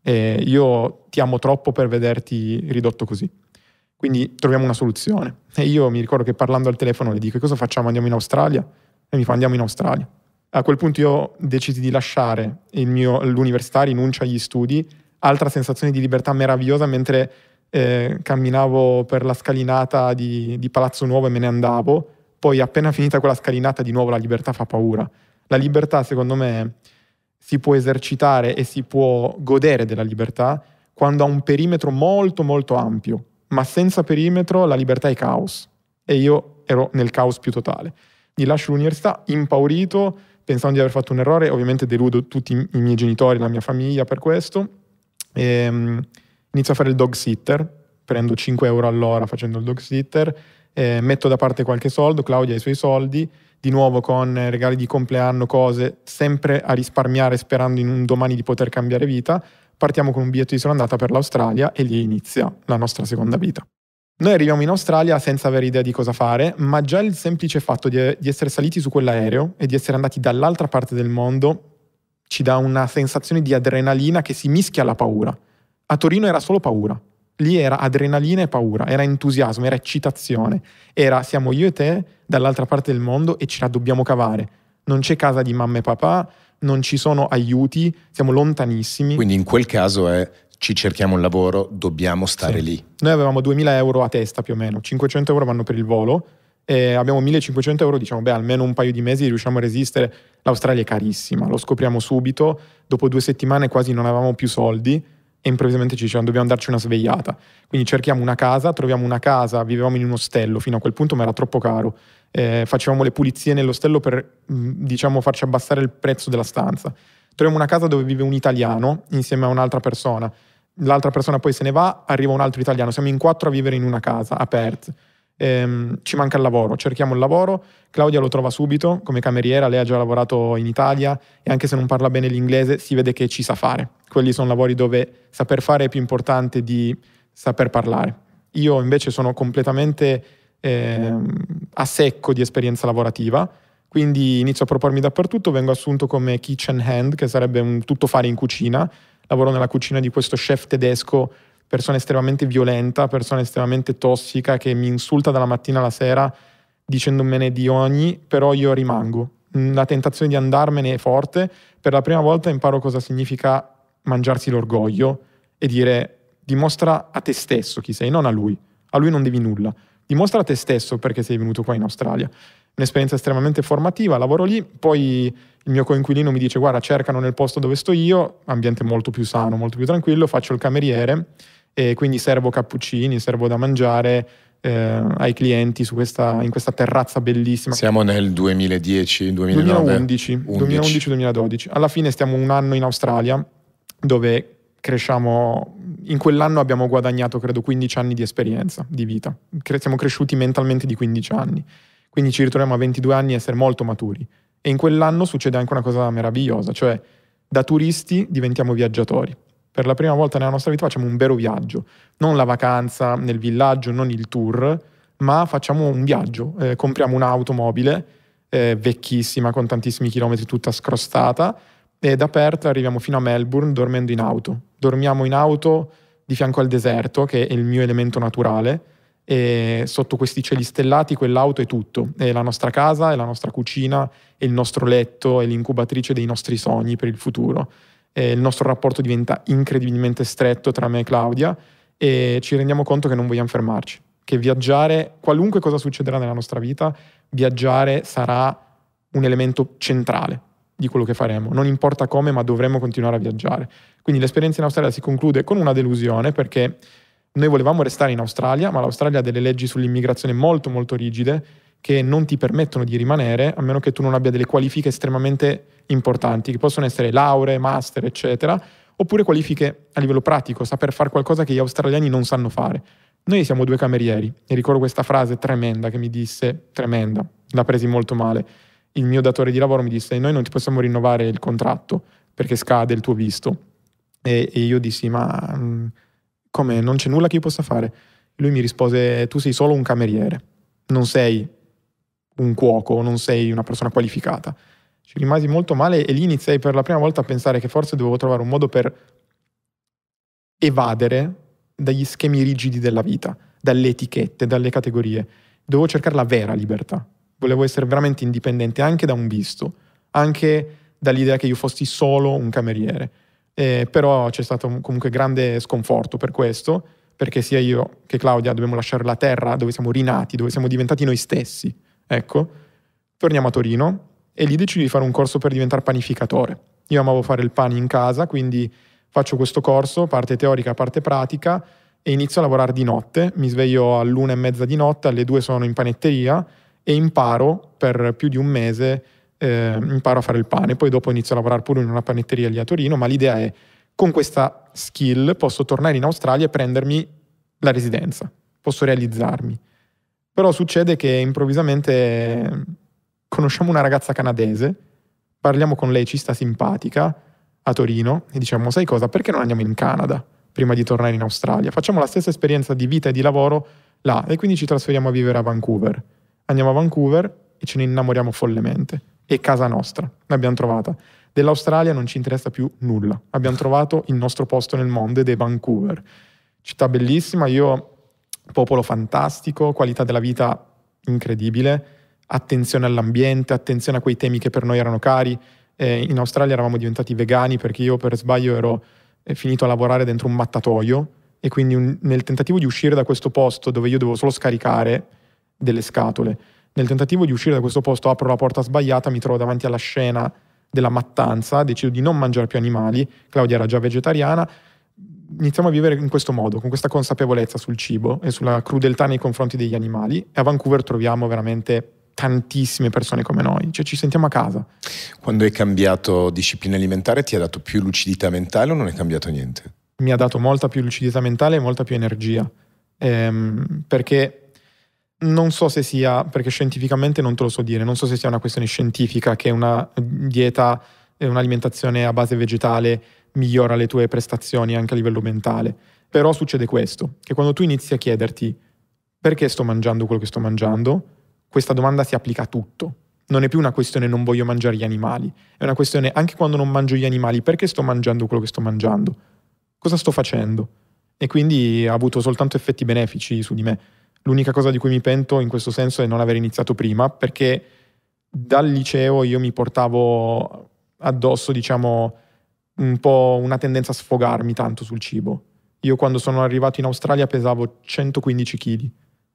Speaker 2: e io ti amo troppo per vederti ridotto così. Quindi troviamo una soluzione. E io mi ricordo che parlando al telefono le dico: cosa facciamo? Andiamo in Australia? E mi fa: andiamo in Australia. A quel punto io decisi di lasciare il mio, l'università, rinuncio agli studi, altra sensazione di libertà meravigliosa mentre eh, camminavo per la scalinata di, di Palazzo Nuovo e me ne andavo. Poi appena finita quella scalinata di nuovo la libertà fa paura. La libertà secondo me si può esercitare e si può godere della libertà quando ha un perimetro molto molto ampio, ma senza perimetro la libertà è caos e io ero nel caos più totale. Mi lascio l'università impaurito, pensando di aver fatto un errore, ovviamente deludo tutti i miei genitori, la mia famiglia per questo. E, um, inizio a fare il dog sitter, prendo cinque euro all'ora facendo il dog sitter, eh, metto da parte qualche soldo, Claudia ha i suoi soldi, di nuovo con regali di compleanno, cose, sempre a risparmiare sperando in un domani di poter cambiare vita. Partiamo con un biglietto di sola andata per l'Australia e lì inizia la nostra seconda vita. Noi arriviamo in Australia senza avere idea di cosa fare, ma già il semplice fatto di, di essere saliti su quell'aereo e di essere andati dall'altra parte del mondo ci dà una sensazione di adrenalina che si mischia alla paura. A Torino era solo paura. Lì era adrenalina e paura, era entusiasmo, era eccitazione. Era siamo io e te dall'altra parte del mondo e ce la dobbiamo cavare. Non c'è casa di mamma e papà, non ci sono aiuti, siamo lontanissimi.
Speaker 1: Quindi in quel caso è ci cerchiamo un lavoro, dobbiamo stare
Speaker 2: sì.
Speaker 1: lì.
Speaker 2: Noi avevamo duemila euro a testa più o meno, cinquecento euro vanno per il volo e abbiamo millecinquecento euro, diciamo beh almeno un paio di mesi riusciamo a resistere. L'Australia è carissima, lo scopriamo subito, dopo due settimane quasi non avevamo più soldi e improvvisamente ci dicevano dobbiamo darci una svegliata, quindi cerchiamo una casa, troviamo una casa, vivevamo in un ostello fino a quel punto ma era troppo caro, eh, facevamo le pulizie nell'ostello per diciamo farci abbassare il prezzo della stanza, troviamo una casa dove vive un italiano insieme a un'altra persona, l'altra persona poi se ne va, arriva un altro italiano, siamo in quattro a vivere in una casa a Perth. Ehm, ci manca il lavoro, cerchiamo il lavoro, Claudia lo trova subito come cameriera, lei ha già lavorato in Italia e anche se non parla bene l'inglese si vede che ci sa fare. Quelli sono lavori dove saper fare è più importante di saper parlare. Io invece sono completamente ehm, a secco di esperienza lavorativa, quindi inizio a propormi dappertutto, vengo assunto come kitchen hand, che sarebbe un tuttofare in cucina, lavoro nella cucina di questo chef tedesco, persona estremamente violenta, persona estremamente tossica che mi insulta dalla mattina alla sera dicendomene di ogni, però io rimango. La tentazione di andarmene è forte. Per la prima volta imparo cosa significa mangiarsi l'orgoglio e dire dimostra a te stesso chi sei, non a lui. A lui non devi nulla. Dimostra a te stesso perché sei venuto qua in Australia. Un'esperienza estremamente formativa, lavoro lì, poi il mio coinquilino mi dice guarda cercano nel posto dove sto io, ambiente molto più sano, molto più tranquillo, faccio il cameriere e quindi servo cappuccini, servo da mangiare eh, ai clienti su questa, in questa terrazza bellissima.
Speaker 1: Siamo nel duemiladieci, duemilanove?
Speaker 2: duemilaundici, duemilaundici duemiladodici. Alla fine stiamo un anno in Australia dove cresciamo, in quell'anno abbiamo guadagnato credo quindici anni di esperienza, di vita, siamo cresciuti mentalmente di quindici anni. Quindi ci ritroviamo a ventidue anni a essere molto maturi. E in quell'anno succede anche una cosa meravigliosa, cioè da turisti diventiamo viaggiatori. Per la prima volta nella nostra vita facciamo un vero viaggio. Non la vacanza nel villaggio, non il tour, ma facciamo un viaggio. Eh, compriamo un'automobile eh, vecchissima, con tantissimi chilometri, tutta scrostata, e da Perth arriviamo fino a Melbourne dormendo in auto. Dormiamo in auto di fianco al deserto, che è il mio elemento naturale, e sotto questi cieli stellati quell'auto è tutto, è la nostra casa, è la nostra cucina, è il nostro letto, è l'incubatrice dei nostri sogni per il futuro. E il nostro rapporto diventa incredibilmente stretto tra me e Claudia e ci rendiamo conto che non vogliamo fermarci, che viaggiare, qualunque cosa succederà nella nostra vita, viaggiare sarà un elemento centrale di quello che faremo, non importa come, ma dovremo continuare a viaggiare. Quindi l'esperienza in Australia si conclude con una delusione perché noi volevamo restare in Australia, ma l'Australia ha delle leggi sull'immigrazione molto molto rigide che non ti permettono di rimanere a meno che tu non abbia delle qualifiche estremamente importanti, che possono essere lauree, master, eccetera, oppure qualifiche a livello pratico, saper fare qualcosa che gli australiani non sanno fare. Noi siamo due camerieri e ricordo questa frase tremenda che mi disse, tremenda, l'ha presi molto male. Il mio datore di lavoro mi disse noi non ti possiamo rinnovare il contratto perché scade il tuo visto. E, e io dissi ma... Mh, come non c'è nulla che io possa fare? Lui mi rispose tu sei solo un cameriere, non sei un cuoco, non sei una persona qualificata. Ci rimasi molto male e lì iniziai per la prima volta a pensare che forse dovevo trovare un modo per evadere dagli schemi rigidi della vita, dalle etichette, dalle categorie. Dovevo cercare la vera libertà. Volevo essere veramente indipendente anche da un visto, anche dall'idea che io fossi solo un cameriere. Eh, però c'è stato comunque grande sconforto per questo, perché sia io che Claudia dobbiamo lasciare la terra dove siamo rinati, dove siamo diventati noi stessi. Ecco, torniamo a Torino e lì decido di fare un corso per diventare panificatore. Io amavo fare il pane in casa, quindi faccio questo corso, parte teorica, parte pratica, e inizio a lavorare di notte. Mi sveglio all'una e mezza di notte, alle due sono in panetteria e imparo per più di un mese, eh, imparo a fare il pane. Poi dopo inizio a lavorare pure in una panetteria lì a Torino, ma l'idea è, con questa skill posso tornare in Australia e prendermi la residenza, posso realizzarmi. Però succede che improvvisamente conosciamo una ragazza canadese, parliamo con lei, ci sta simpatica, a Torino, e diciamo, sai cosa, perché non andiamo in Canada prima di tornare in Australia? Facciamo la stessa esperienza di vita e di lavoro là, e quindi ci trasferiamo a vivere a Vancouver. Andiamo a Vancouver e ce ne innamoriamo follemente. È casa nostra, l'abbiamo trovata. Dell'Australia non ci interessa più nulla. Abbiamo trovato il nostro posto nel mondo ed è Vancouver. Città bellissima, io, popolo fantastico, qualità della vita incredibile, attenzione all'ambiente, attenzione a quei temi che per noi erano cari. Eh, in Australia eravamo diventati vegani perché io per sbaglio ero eh, finito a lavorare dentro un mattatoio e quindi un, nel tentativo di uscire da questo posto dove io dovevo solo scaricare delle scatole, nel tentativo di uscire da questo posto apro la porta sbagliata, mi trovo davanti alla scena della mattanza, decido di non mangiare più animali, Claudia era già vegetariana, iniziamo a vivere in questo modo, con questa consapevolezza sul cibo e sulla crudeltà nei confronti degli animali, e a Vancouver troviamo veramente tantissime persone come noi, cioè ci sentiamo a casa.
Speaker 1: Quando hai cambiato disciplina alimentare ti ha dato più lucidità mentale o non è cambiato niente?
Speaker 2: Mi ha dato molta più lucidità mentale e molta più energia, ehm, perché non so se sia, perché scientificamente non te lo so dire, non so se sia una questione scientifica che una dieta e un'alimentazione a base vegetale migliora le tue prestazioni anche a livello mentale, però succede questo, che quando tu inizi a chiederti perché sto mangiando quello che sto mangiando, questa domanda si applica a tutto. Non è più una questione non voglio mangiare gli animali, è una questione anche quando non mangio gli animali, perché sto mangiando quello che sto mangiando? Cosa sto facendo? E quindi ha avuto soltanto effetti benefici su di me. L'unica cosa di cui mi pento in questo senso è non aver iniziato prima, perché dal liceo io mi portavo addosso, diciamo, un po' una tendenza a sfogarmi tanto sul cibo. Io quando sono arrivato in Australia pesavo centoquindici chili.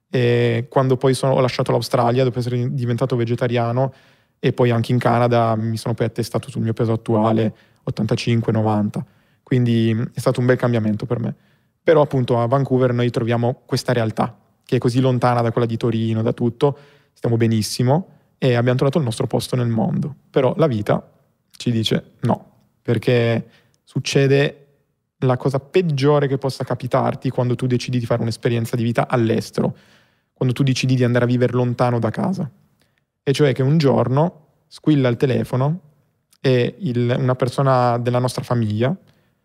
Speaker 2: E quando poi sono, ho lasciato l'Australia dopo essere diventato vegetariano e poi anche in Canada mi sono poi attestato sul mio peso attuale ottantacinque novanta, quindi è stato un bel cambiamento per me. Però appunto a Vancouver noi troviamo questa realtà che è così lontana da quella di Torino, da tutto, stiamo benissimo e abbiamo trovato il nostro posto nel mondo, però la vita ci dice no, perché succede la cosa peggiore che possa capitarti quando tu decidi di fare un'esperienza di vita all'estero, quando tu decidi di andare a vivere lontano da casa. E cioè che un giorno squilla il telefono e il, una persona della nostra famiglia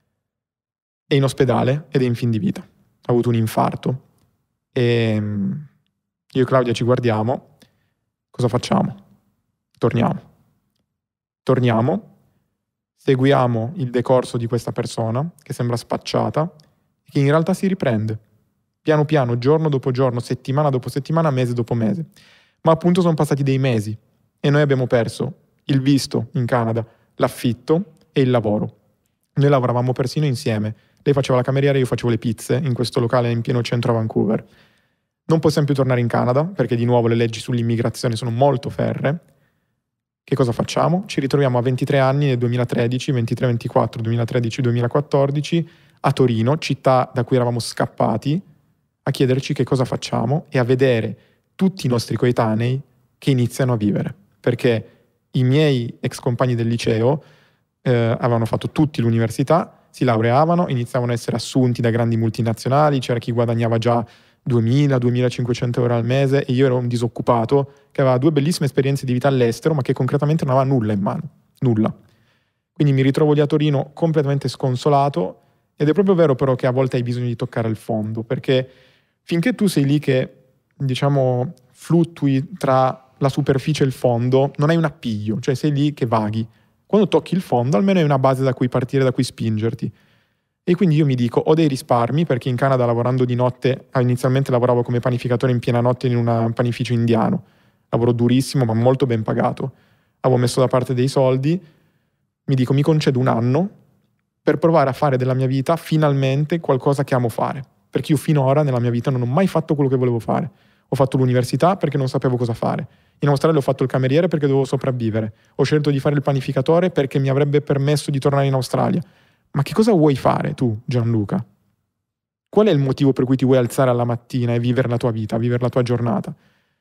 Speaker 2: è in ospedale ed è in fin di vita. Ha avuto un infarto. E io e Claudia ci guardiamo. Cosa facciamo? Torniamo. Torniamo, seguiamo il decorso di questa persona che sembra spacciata e che in realtà si riprende. Piano piano, giorno dopo giorno, settimana dopo settimana, mese dopo mese. Ma appunto sono passati dei mesi e noi abbiamo perso il visto in Canada, l'affitto e il lavoro. Noi lavoravamo persino insieme. Lei faceva la cameriera e io facevo le pizze in questo locale in pieno centro a Vancouver. Non possiamo più tornare in Canada perché di nuovo le leggi sull'immigrazione sono molto ferree. Che cosa facciamo? Ci ritroviamo a ventitré anni nel duemilatredici, ventitré ventiquattro, duemilatredici duemilaquattordici a Torino, città da cui eravamo scappati, a chiederci che cosa facciamo e a vedere tutti i nostri coetanei che iniziano a vivere. Perché i miei ex compagni del liceo eh, avevano fatto tutti l'università, si laureavano, iniziavano a essere assunti da grandi multinazionali, c'era chi guadagnava già duemila duemilacinquecento euro al mese e io ero un disoccupato che aveva due bellissime esperienze di vita all'estero ma che concretamente non aveva nulla in mano, nulla. Quindi mi ritrovo lì a Torino completamente sconsolato ed è proprio vero però che a volte hai bisogno di toccare il fondo, perché finché tu sei lì che, diciamo, fluttui tra la superficie e il fondo, non hai un appiglio, cioè sei lì che vaghi. Quando tocchi il fondo almeno hai una base da cui partire, da cui spingerti. E quindi io mi dico, ho dei risparmi, perché in Canada lavorando di notte, inizialmente lavoravo come panificatore in piena notte in un panificio indiano, lavoro durissimo ma molto ben pagato, avevo messo da parte dei soldi, mi dico mi concedo un anno per provare a fare della mia vita finalmente qualcosa che amo fare, perché io finora nella mia vita non ho mai fatto quello che volevo fare. Ho fatto l'università perché non sapevo cosa fare, in Australia ho fatto il cameriere perché dovevo sopravvivere, ho scelto di fare il panificatore perché mi avrebbe permesso di tornare in Australia. Ma che cosa vuoi fare tu, Gianluca? Qual è il motivo per cui ti vuoi alzare alla mattina e vivere la tua vita, vivere la tua giornata?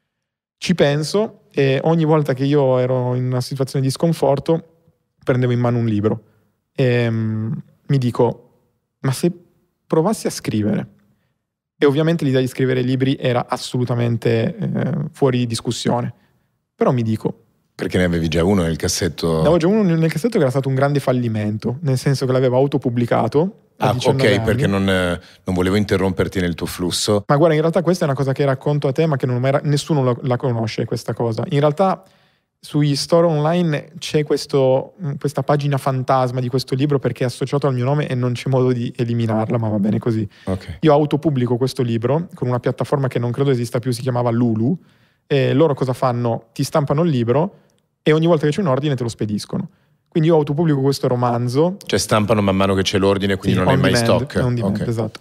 Speaker 2: Ci penso e ogni volta che io ero in una situazione di sconforto prendevo in mano un libro e um, mi dico, ma se provassi a scrivere? E ovviamente l'idea di scrivere libri era assolutamente eh, fuori discussione. Però mi dico,
Speaker 1: perché ne avevi già uno nel cassetto?
Speaker 2: Ne avevo già uno nel cassetto che era stato un grande fallimento, nel senso che l'avevo autopubblicato.
Speaker 1: Ah, ok, anni. Perché non, non volevo interromperti nel tuo flusso.
Speaker 2: Ma guarda, in realtà questa è una cosa che racconto a te, ma che non era, nessuno la, la conosce questa cosa. In realtà sugli store online c'è questo, questa pagina fantasma di questo libro perché è associato al mio nome e non c'è modo di eliminarla, ma va bene così.
Speaker 1: Okay.
Speaker 2: Io autopubblico questo libro con una piattaforma che non credo esista più, si chiamava Lulu, e loro cosa fanno? Ti stampano il libro e ogni volta che c'è un ordine te lo spediscono. Quindi io autopubblico questo romanzo.
Speaker 1: Cioè stampano man mano che c'è l'ordine, quindi sì, non hai mai
Speaker 2: demand,
Speaker 1: stock.
Speaker 2: On demand,
Speaker 1: okay.
Speaker 2: Esatto.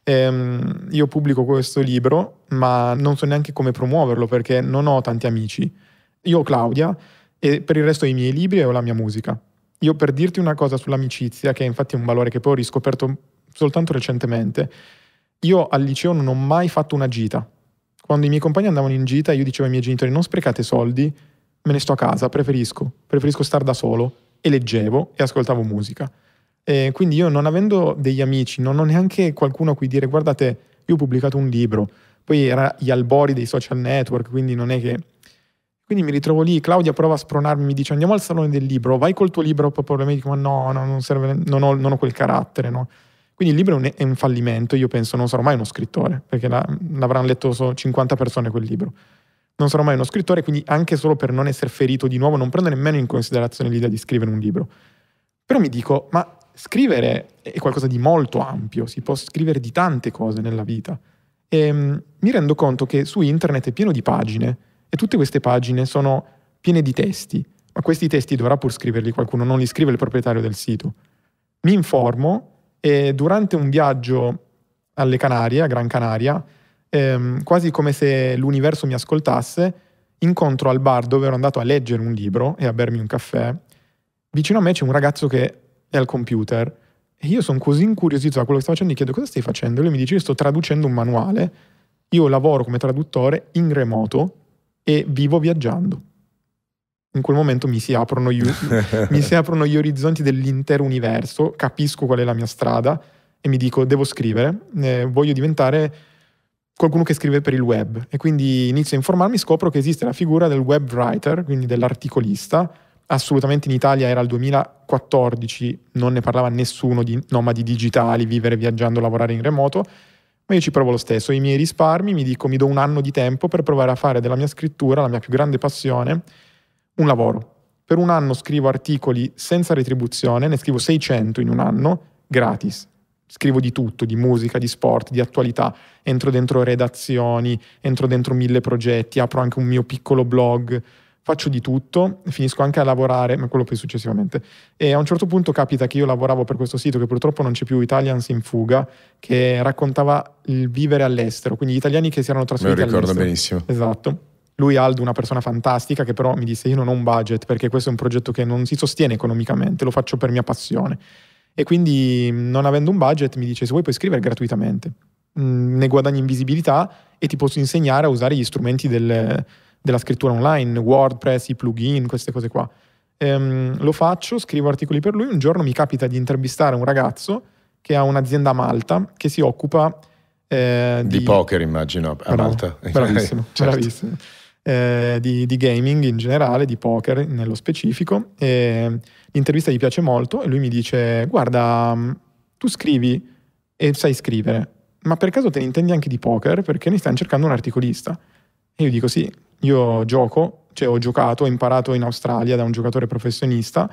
Speaker 2: Ehm, io pubblico questo libro, ma non so neanche come promuoverlo perché non ho tanti amici. Io ho Claudia e per il resto ho i miei libri e ho la mia musica. Io per dirti una cosa sull'amicizia, che è infatti un valore che poi ho riscoperto soltanto recentemente, io al liceo non ho mai fatto una gita. Quando i miei compagni andavano in gita io dicevo ai miei genitori non sprecate soldi, me ne sto a casa, preferisco, preferisco star da solo, e leggevo e ascoltavo musica. E quindi io non avendo degli amici, non ho neanche qualcuno a cui dire guardate, io ho pubblicato un libro, poi era gli albori dei social network, quindi non è che... Quindi mi ritrovo lì, Claudia prova a spronarmi, mi dice andiamo al salone del libro, vai col tuo libro, poi mi dico ma no, no non, serve, non, ho, non ho quel carattere, no? Quindi il libro è un, è un fallimento, io penso non sarò mai uno scrittore, perché la, l'avranno letto solo cinquanta persone quel libro. Non sarò mai uno scrittore, quindi anche solo per non essere ferito di nuovo, non prendo nemmeno in considerazione l'idea di scrivere un libro. Però mi dico, ma scrivere è qualcosa di molto ampio, si può scrivere di tante cose nella vita. E um, mi rendo conto che su internet è pieno di pagine, e tutte queste pagine sono piene di testi, ma questi testi dovrà pur scriverli qualcuno, non li scrive il proprietario del sito. Mi informo e durante un viaggio alle Canarie, a Gran Canaria, ehm, quasi come se l'universo mi ascoltasse, incontro al bar dove ero andato a leggere un libro e a bermi un caffè. Vicino a me c'è un ragazzo che è al computer e io sono così incuriosito da quello che sta facendo, gli chiedo cosa stai facendo? Lui mi dice io sto traducendo un manuale, io lavoro come traduttore in remoto e vivo viaggiando. In quel momento mi si aprono gli, mi si aprono gli orizzonti dell'intero universo, capisco qual è la mia strada e mi dico devo scrivere, eh, voglio diventare qualcuno che scrive per il web, e quindi inizio a informarmi, scopro che esiste la figura del web writer, quindi dell'articolista. Assolutamente in Italia era il duemilaquattordici, non ne parlava nessuno di nomadi digitali, vivere viaggiando, lavorare in remoto, ma io ci provo lo stesso. I miei risparmi, mi dico mi do un anno di tempo per provare a fare della mia scrittura, la mia più grande passione, un lavoro. Per un anno scrivo articoli senza retribuzione, ne scrivo seicento in un anno, gratis. Scrivo di tutto, di musica, di sport, di attualità, entro dentro redazioni, entro dentro mille progetti, apro anche un mio piccolo blog, faccio di tutto, finisco anche a lavorare, ma quello poi successivamente. E a un certo punto capita che io lavoravo per questo sito che purtroppo non c'è più, Italians in Fuga, che raccontava il vivere all'estero, quindi gli italiani che si erano trasferiti all'estero. Me lo ricordo
Speaker 1: benissimo.
Speaker 2: Esatto. Lui, Aldo, una persona fantastica, che però mi disse io non ho un budget perché questo è un progetto che non si sostiene economicamente, lo faccio per mia passione. E quindi non avendo un budget mi dice se vuoi puoi scrivere gratuitamente, mm, ne guadagni in visibilità e ti posso insegnare a usare gli strumenti del, della scrittura online, WordPress, i plugin, queste cose qua. Ehm, lo faccio, scrivo articoli per lui. Un giorno mi capita di intervistare un ragazzo che ha un'azienda a Malta che si occupa eh, di,
Speaker 1: di poker, immagino, a
Speaker 2: Bravo,
Speaker 1: Malta.
Speaker 2: Bravissimo,
Speaker 1: certo.
Speaker 2: bravissimo. Eh, di, di gaming in generale, di poker nello specifico, e l'intervista gli piace molto e lui mi dice guarda, tu scrivi e sai scrivere, ma per caso te ne intendi anche di poker? Perché noi stiamo cercando un articolista. E io dico sì, io gioco, cioè ho giocato, ho imparato in Australia da un giocatore professionista,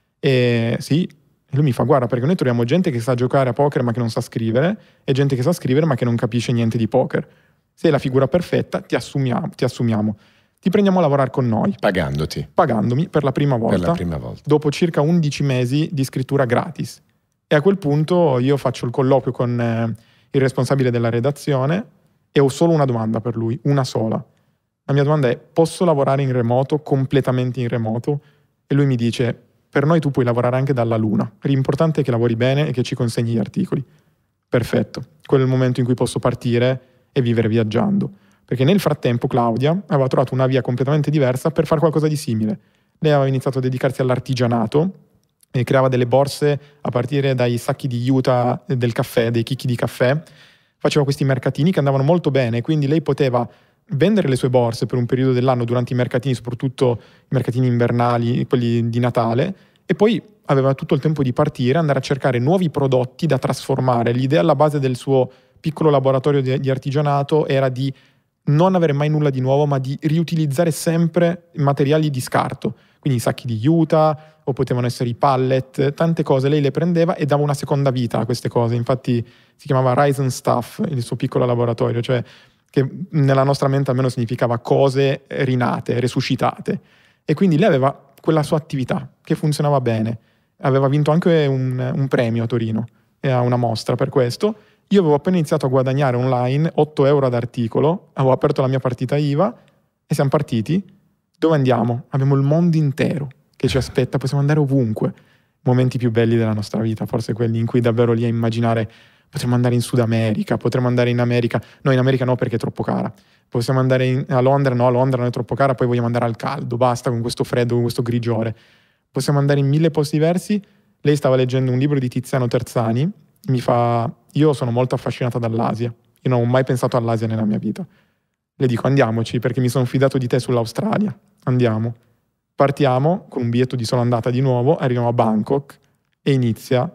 Speaker 2: e sì, e lui mi fa guarda perché noi troviamo gente che sa giocare a poker ma che non sa scrivere e gente che sa scrivere ma che non capisce niente di poker. Sei la figura perfetta, ti assumiamo, ti assumiamo. Ti prendiamo a lavorare con noi.
Speaker 1: Pagandoti.
Speaker 2: Pagandomi per la prima volta.
Speaker 1: Per la prima volta.
Speaker 2: Dopo circa undici mesi di scrittura gratis. E a quel punto io faccio il colloquio con eh, il responsabile della redazione e ho solo una domanda per lui, una sola. La mia domanda è: posso lavorare in remoto, completamente in remoto? E lui mi dice: per noi tu puoi lavorare anche dalla luna. L'importante è che lavori bene e che ci consegni gli articoli. Perfetto. Quello è il momento in cui posso partire e vivere viaggiando. Perché nel frattempo Claudia aveva trovato una via completamente diversa per fare qualcosa di simile. Lei aveva iniziato a dedicarsi all'artigianato e creava delle borse a partire dai sacchi di juta del caffè, dei chicchi di caffè. Faceva questi mercatini che andavano molto bene, quindi lei poteva vendere le sue borse per un periodo dell'anno durante i mercatini, soprattutto i mercatini invernali, quelli di Natale, e poi aveva tutto il tempo di partire, andare a cercare nuovi prodotti da trasformare. L'idea alla base del suo piccolo laboratorio di, di artigianato era di non avere mai nulla di nuovo, ma di riutilizzare sempre materiali di scarto, quindi i sacchi di juta, o potevano essere i pallet, tante cose. Lei le prendeva e dava una seconda vita a queste cose. Infatti si chiamava Rise and Stuff, il suo piccolo laboratorio, cioè che nella nostra mente almeno significava cose rinate, resuscitate. E quindi lei aveva quella sua attività che funzionava bene. Aveva vinto anche un, un premio a Torino, e a una mostra per questo. Io avevo appena iniziato a guadagnare online otto euro ad articolo, avevo aperto la mia partita I V A e siamo partiti. Dove andiamo? Abbiamo il mondo intero che ci aspetta, possiamo andare ovunque. Momenti più belli della nostra vita, forse quelli in cui davvero lì a immaginare potremmo andare in Sud America, potremmo andare in America. No, in America no, perché è troppo cara. Possiamo andare in, a Londra, no, a Londra non è troppo cara, poi vogliamo andare al caldo, basta con questo freddo, con questo grigiore. Possiamo andare in mille posti diversi. Lei stava leggendo un libro di Tiziano Terzani, mi fa: io sono molto affascinata dall'Asia, io non ho mai pensato all'Asia nella mia vita. Le dico: andiamoci, perché mi sono fidato di te sull'Australia, andiamo. Partiamo con un biglietto di sola andata di nuovo, arriviamo a Bangkok e inizia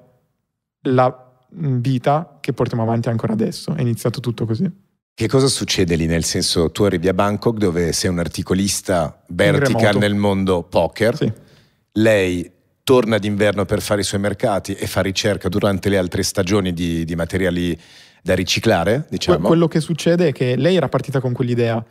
Speaker 2: la vita che portiamo avanti ancora adesso. È iniziato tutto così.
Speaker 1: Che cosa succede lì? Nel senso, tu arrivi a Bangkok dove sei un articolista vertical nel mondo poker,
Speaker 2: sì.
Speaker 1: Lei torna d'inverno per fare i suoi mercati e fa ricerca durante le altre stagioni di, di materiali da riciclare, diciamo.
Speaker 2: Quello che succede è che lei era partita con quell'idea,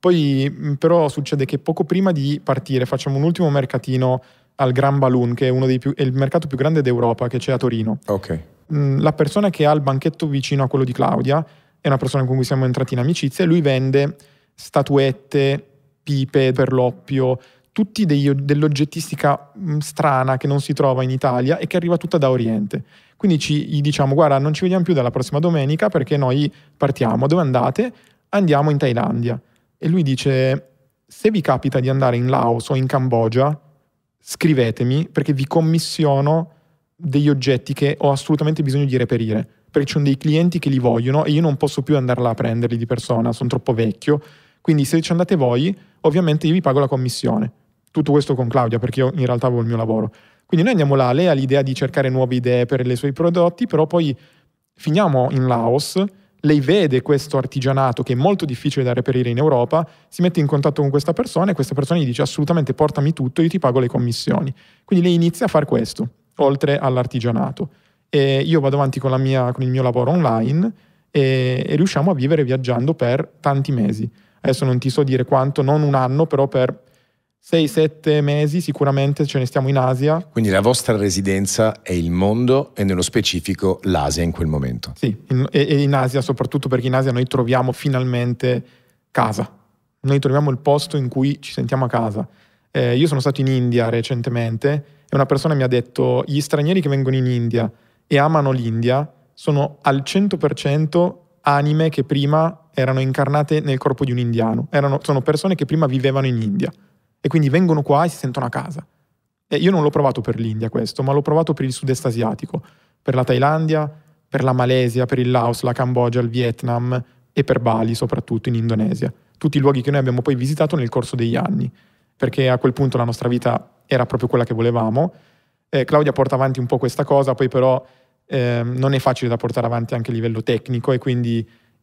Speaker 2: poi però succede che poco prima di partire facciamo un ultimo mercatino al Gran Balloon, che è uno dei più, è il mercato più grande d'Europa, che c'è a Torino.
Speaker 1: Ok.
Speaker 2: La persona che ha il banchetto vicino a quello di Claudia è una persona con cui siamo entrati in amicizia e lui vende statuette, pipe per l'oppio, tutti degli, dell'oggettistica strana che non si trova in Italia e che arriva tutta da Oriente. Quindi ci, gli diciamo: guarda, non ci vediamo più dalla prossima domenica perché noi partiamo. Dove andate? Andiamo in Thailandia. E lui dice: se vi capita di andare in Laos o in Cambogia, scrivetemi perché vi commissiono degli oggetti che ho assolutamente bisogno di reperire, perché ci sono dei clienti che li vogliono e io non posso più andare là a prenderli di persona, sono troppo vecchio. Quindi se ci andate voi, ovviamente io vi pago la commissione. Tutto questo con Claudia, perché io in realtà avevo il mio lavoro. Quindi noi andiamo là, lei ha l'idea di cercare nuove idee per i suoi prodotti, però poi finiamo in Laos, lei vede questo artigianato che è molto difficile da reperire in Europa, si mette in contatto con questa persona e questa persona gli dice: assolutamente portami tutto, io ti pago le commissioni. Quindi lei inizia a fare questo, oltre all'artigianato. E io vado avanti con, la mia, con il mio lavoro online e, e riusciamo a vivere viaggiando per tanti mesi. Adesso non ti so dire quanto, non un anno, però per sei sette mesi sicuramente ce ne stiamo in Asia.
Speaker 1: Quindi la vostra residenza è il mondo e nello specifico l'Asia in quel momento.
Speaker 2: Sì, in, e, e in Asia soprattutto, perché in Asia noi troviamo finalmente casa. Noi troviamo il posto in cui ci sentiamo a casa. Eh, io sono stato in India recentemente e una persona mi ha detto: gli stranieri che vengono in India e amano l'India sono al cento per cento anime che prima erano incarnate nel corpo di un indiano. Erano, sono persone che prima vivevano in India e quindi vengono qua e si sentono a casa. E io non l'ho provato per l'India questo, ma l'ho provato per il sud-est asiatico, per la Thailandia, per la Malesia, per il Laos, la Cambogia, il Vietnam e per Bali, soprattutto in Indonesia. Tutti i luoghi che noi abbiamo poi visitato nel corso degli anni, perché a quel punto la nostra vita era proprio quella che volevamo. Eh, Claudia porta avanti un po' questa cosa, poi però eh, non è facile da portare avanti anche a livello tecnico e quindi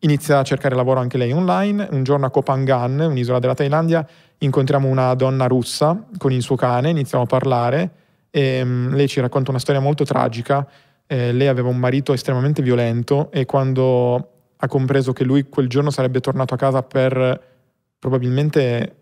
Speaker 2: inizia a cercare lavoro anche lei online. Un giorno a Koh Phangan, un'isola della Thailandia, incontriamo una donna russa con il suo cane, iniziamo a parlare e um, lei ci racconta una storia molto tragica. Eh, lei aveva un marito estremamente violento e quando ha compreso che lui quel giorno sarebbe tornato a casa per probabilmente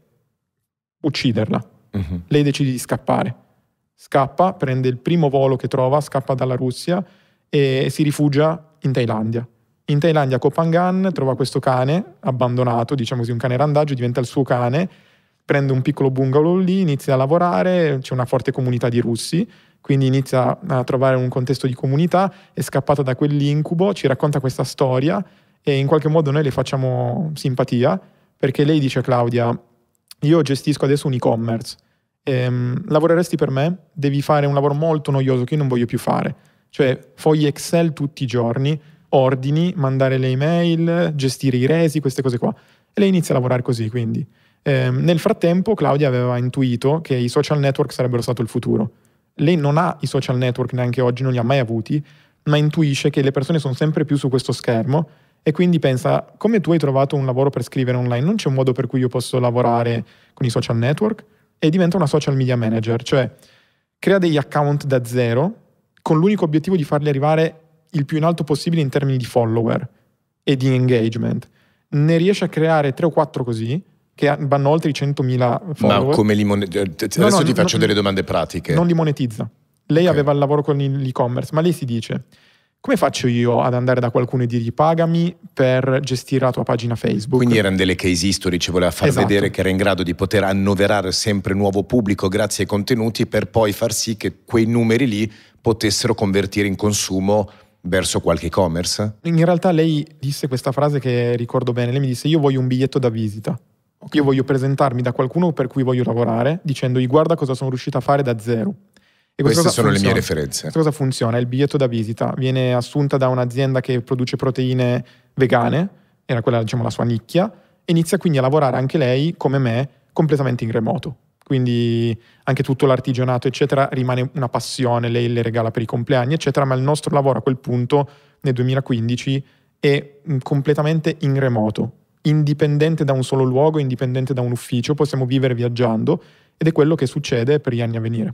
Speaker 2: ucciderla, uh-huh. lei decide di scappare. Scappa, prende il primo volo che trova, scappa dalla Russia e si rifugia in Thailandia. In Thailandia, a Koh Phangan, trova questo cane abbandonato, diciamo così, un cane randaggio, diventa il suo cane, prende un piccolo bungalow lì, inizia a lavorare, c'è una forte comunità di russi, quindi inizia a trovare un contesto di comunità, è scappata da quell'incubo, ci racconta questa storia e in qualche modo noi le facciamo simpatia, perché lei dice a Claudia: io gestisco adesso un e-commerce, ehm, lavoreresti per me? Devi fare un lavoro molto noioso che io non voglio più fare, cioè fogli Excel tutti i giorni, ordini, mandare le email, gestire i resi, queste cose qua. E lei inizia a lavorare così, quindi. Eh, nel frattempo Claudia aveva intuito che i social network sarebbero stato il futuro. Lei non ha i social network neanche oggi, non li ha mai avuti, ma intuisce che le persone sono sempre più su questo schermo e quindi pensa: come tu hai trovato un lavoro per scrivere online, non c'è un modo per cui io posso lavorare con i social network? E diventa una social media manager, cioè crea degli account da zero con l'unico obiettivo di farli arrivare il più in alto possibile in termini di follower e di engagement. Ne riesce a creare tre o quattro così, che vanno oltre i centomila follower.
Speaker 1: Ma come li monetizza? Adesso
Speaker 2: no, no,
Speaker 1: ti faccio
Speaker 2: no,
Speaker 1: delle domande pratiche.
Speaker 2: Non li monetizza. Lei
Speaker 1: okay.
Speaker 2: aveva il lavoro con l'e-commerce, ma lei si dice: come faccio io ad andare da qualcuno e dirgli pagami per gestire la tua pagina Facebook?
Speaker 1: Quindi erano delle case history, ci voleva far
Speaker 2: esatto.
Speaker 1: vedere che era in grado di poter annoverare sempre nuovo pubblico grazie ai contenuti, per poi far sì che quei numeri lì potessero convertire in consumo verso qualche e-commerce?
Speaker 2: In realtà lei disse questa frase che ricordo bene. Lei mi disse: io voglio un biglietto da visita. Okay. Io voglio presentarmi da qualcuno per cui voglio lavorare, dicendogli: guarda cosa sono riuscito a fare da zero. E
Speaker 1: queste sono
Speaker 2: funziona.
Speaker 1: le mie referenze.
Speaker 2: Questa cosa funziona, il biglietto da visita. Viene assunta da un'azienda che produce proteine vegane, era quella, diciamo, la sua nicchia, e inizia quindi a lavorare anche lei, come me, completamente in remoto. Quindi anche tutto l'artigianato, eccetera, rimane una passione, lei le regala per i compleanni, eccetera, ma il nostro lavoro a quel punto, nel duemilaquindici, è completamente in remoto, indipendente da un solo luogo, indipendente da un ufficio, possiamo vivere viaggiando, ed è quello che succede per gli anni a venire.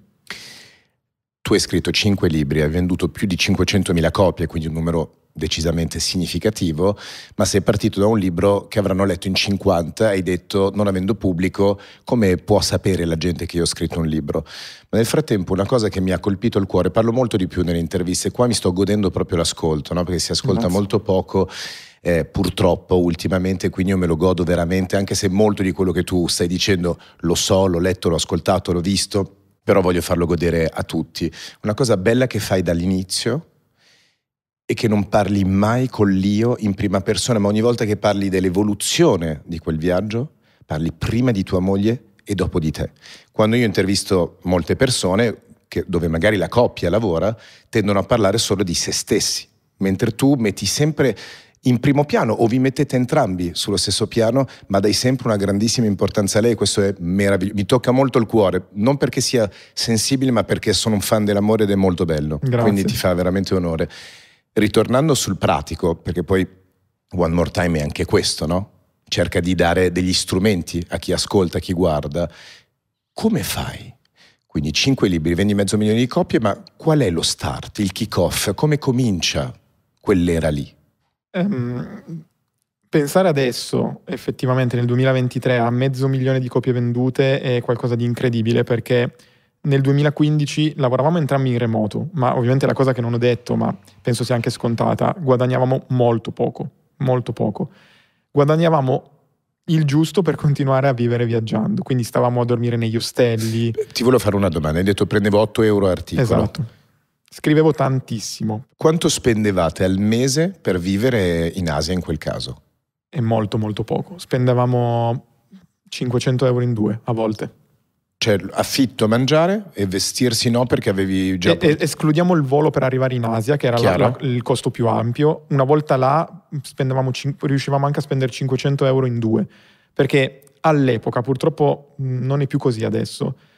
Speaker 1: Tu hai scritto cinque libri, hai venduto più di cinquecentomila copie, quindi un numero decisamente significativo, ma sei partito da un libro che avranno letto in cinquanta, hai detto: non avendo pubblico, come può sapere la gente che io ho scritto un libro? Ma nel frattempo una cosa che mi ha colpito il cuore, parlo molto di più nelle interviste, qua mi sto godendo proprio l'ascolto, no? Perché si ascolta
Speaker 2: Grazie.
Speaker 1: molto poco, eh, purtroppo ultimamente, quindi io me lo godo veramente, anche se molto di quello che tu stai dicendo lo so, l'ho letto, l'ho ascoltato, l'ho visto, però voglio farlo godere a tutti. Una cosa bella che fai dall'inizio e che non parli mai con l'io in prima persona, ma ogni volta che parli dell'evoluzione di quel viaggio, parli prima di tua moglie e dopo di te. Quando io intervisto molte persone, che, dove magari la coppia lavora, tendono a parlare solo di se stessi, mentre tu metti sempre in primo piano, o vi mettete entrambi sullo stesso piano, ma dai sempre una grandissima importanza a lei. Questo è meraviglioso, mi tocca molto il cuore, non perché sia sensibile, ma perché sono un fan dell'amore ed è molto bello.
Speaker 2: Grazie.
Speaker 1: Quindi ti fa veramente onore. Ritornando sul pratico, perché poi One More Time è anche questo, no? Cerca di dare degli strumenti a chi ascolta, a chi guarda. Come fai? Quindi cinque libri, vendi mezzo milione di copie, ma qual è lo start, il kick-off? Come comincia quell'era lì?
Speaker 2: Um, pensare adesso, effettivamente nel duemilaventitré, a mezzo milione di copie vendute è qualcosa di incredibile, perché nel duemilaquindici lavoravamo entrambi in remoto, ma ovviamente la cosa che non ho detto, ma penso sia anche scontata, guadagnavamo molto poco, molto poco. Guadagnavamo il giusto per continuare a vivere viaggiando, quindi stavamo a dormire negli ostelli.
Speaker 1: Ti volevo fare una domanda, hai detto prendevo otto euro articolo.
Speaker 2: Esatto, scrivevo tantissimo.
Speaker 1: Quanto spendevate al mese per vivere in Asia in quel caso?
Speaker 2: È molto molto poco, spendevamo cinquecento euro in due a volte.
Speaker 1: Cioè affitto, mangiare e vestirsi no, perché avevi già...
Speaker 2: E, escludiamo il volo per arrivare in Asia, che era la, la, il costo più ampio. Una volta là spendevamo, riuscivamo anche a spendere cinquecento euro in due, perché all'epoca, purtroppo non è più così adesso,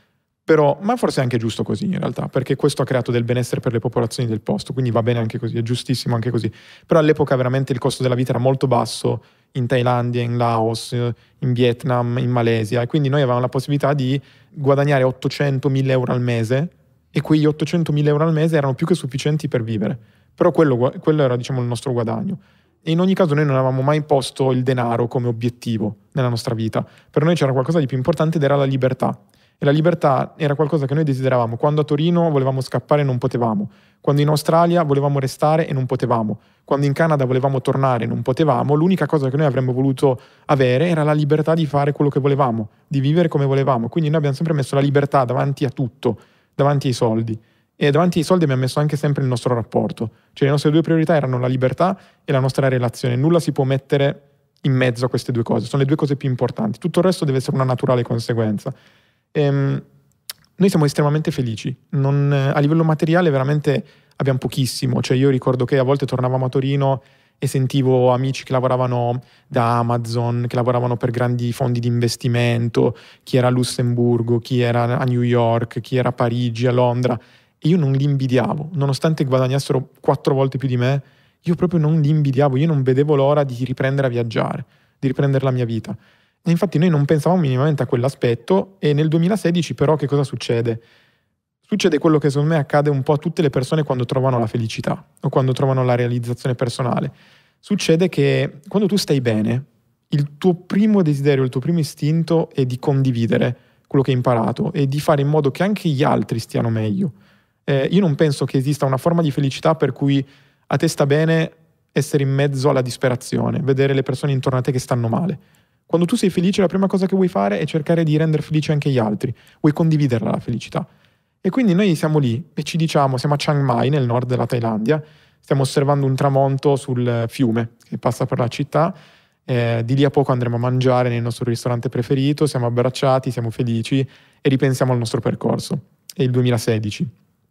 Speaker 2: Però, ma forse è anche giusto così in realtà, perché questo ha creato del benessere per le popolazioni del posto, quindi va bene anche così, è giustissimo anche così. Però all'epoca veramente il costo della vita era molto basso in Thailandia, in Laos, in Vietnam, in Malesia, e quindi noi avevamo la possibilità di guadagnare ottocentomila euro al mese, e quegli ottocentomila euro al mese erano più che sufficienti per vivere. Però quello, quello era, diciamo, il nostro guadagno. E in ogni caso noi non avevamo mai posto il denaro come obiettivo nella nostra vita. Per noi c'era qualcosa di più importante ed era la libertà. E la libertà era qualcosa che noi desideravamo. Quando a Torino volevamo scappare non potevamo. Quando in Australia volevamo restare e non potevamo. Quando in Canada volevamo tornare e non potevamo. L'unica cosa che noi avremmo voluto avere era la libertà di fare quello che volevamo, di vivere come volevamo. Quindi noi abbiamo sempre messo la libertà davanti a tutto, davanti ai soldi. E davanti ai soldi abbiamo messo anche sempre il nostro rapporto. Cioè le nostre due priorità erano la libertà e la nostra relazione. Nulla si può mettere in mezzo a queste due cose. Sono le due cose più importanti. Tutto il resto deve essere una naturale conseguenza. Ehm, noi siamo estremamente felici. Non, a livello materiale veramente abbiamo pochissimo. Cioè io ricordo che a volte tornavamo a Torino e sentivo amici che lavoravano da Amazon, che lavoravano per grandi fondi di investimento, chi era a Lussemburgo, chi era a New York, chi era a Parigi, a Londra. E io non li invidiavo, nonostante guadagnassero quattro volte più di me, io proprio non li invidiavo, io non vedevo l'ora di riprendere a viaggiare, di riprendere la mia vita. E infatti noi non pensavamo minimamente a quell'aspetto, e nel duemilasedici però che cosa succede? Succede quello che secondo me accade un po' a tutte le persone quando trovano la felicità o quando trovano la realizzazione personale. Succede che quando tu stai bene, il tuo primo desiderio, il tuo primo istinto è di condividere quello che hai imparato e di fare in modo che anche gli altri stiano meglio. Eh, io non penso che esista una forma di felicità per cui a te sta bene essere in mezzo alla disperazione, vedere le persone intorno a te che stanno male. Quando tu sei felice, la prima cosa che vuoi fare è cercare di rendere felici anche gli altri, vuoi condividerla la felicità. E quindi noi siamo lì e ci diciamo, siamo a Chiang Mai, nel nord della Thailandia, stiamo osservando un tramonto sul fiume che passa per la città, eh, di lì a poco andremo a mangiare nel nostro ristorante preferito, siamo abbracciati, siamo felici e ripensiamo al nostro percorso. È il duemilasedici.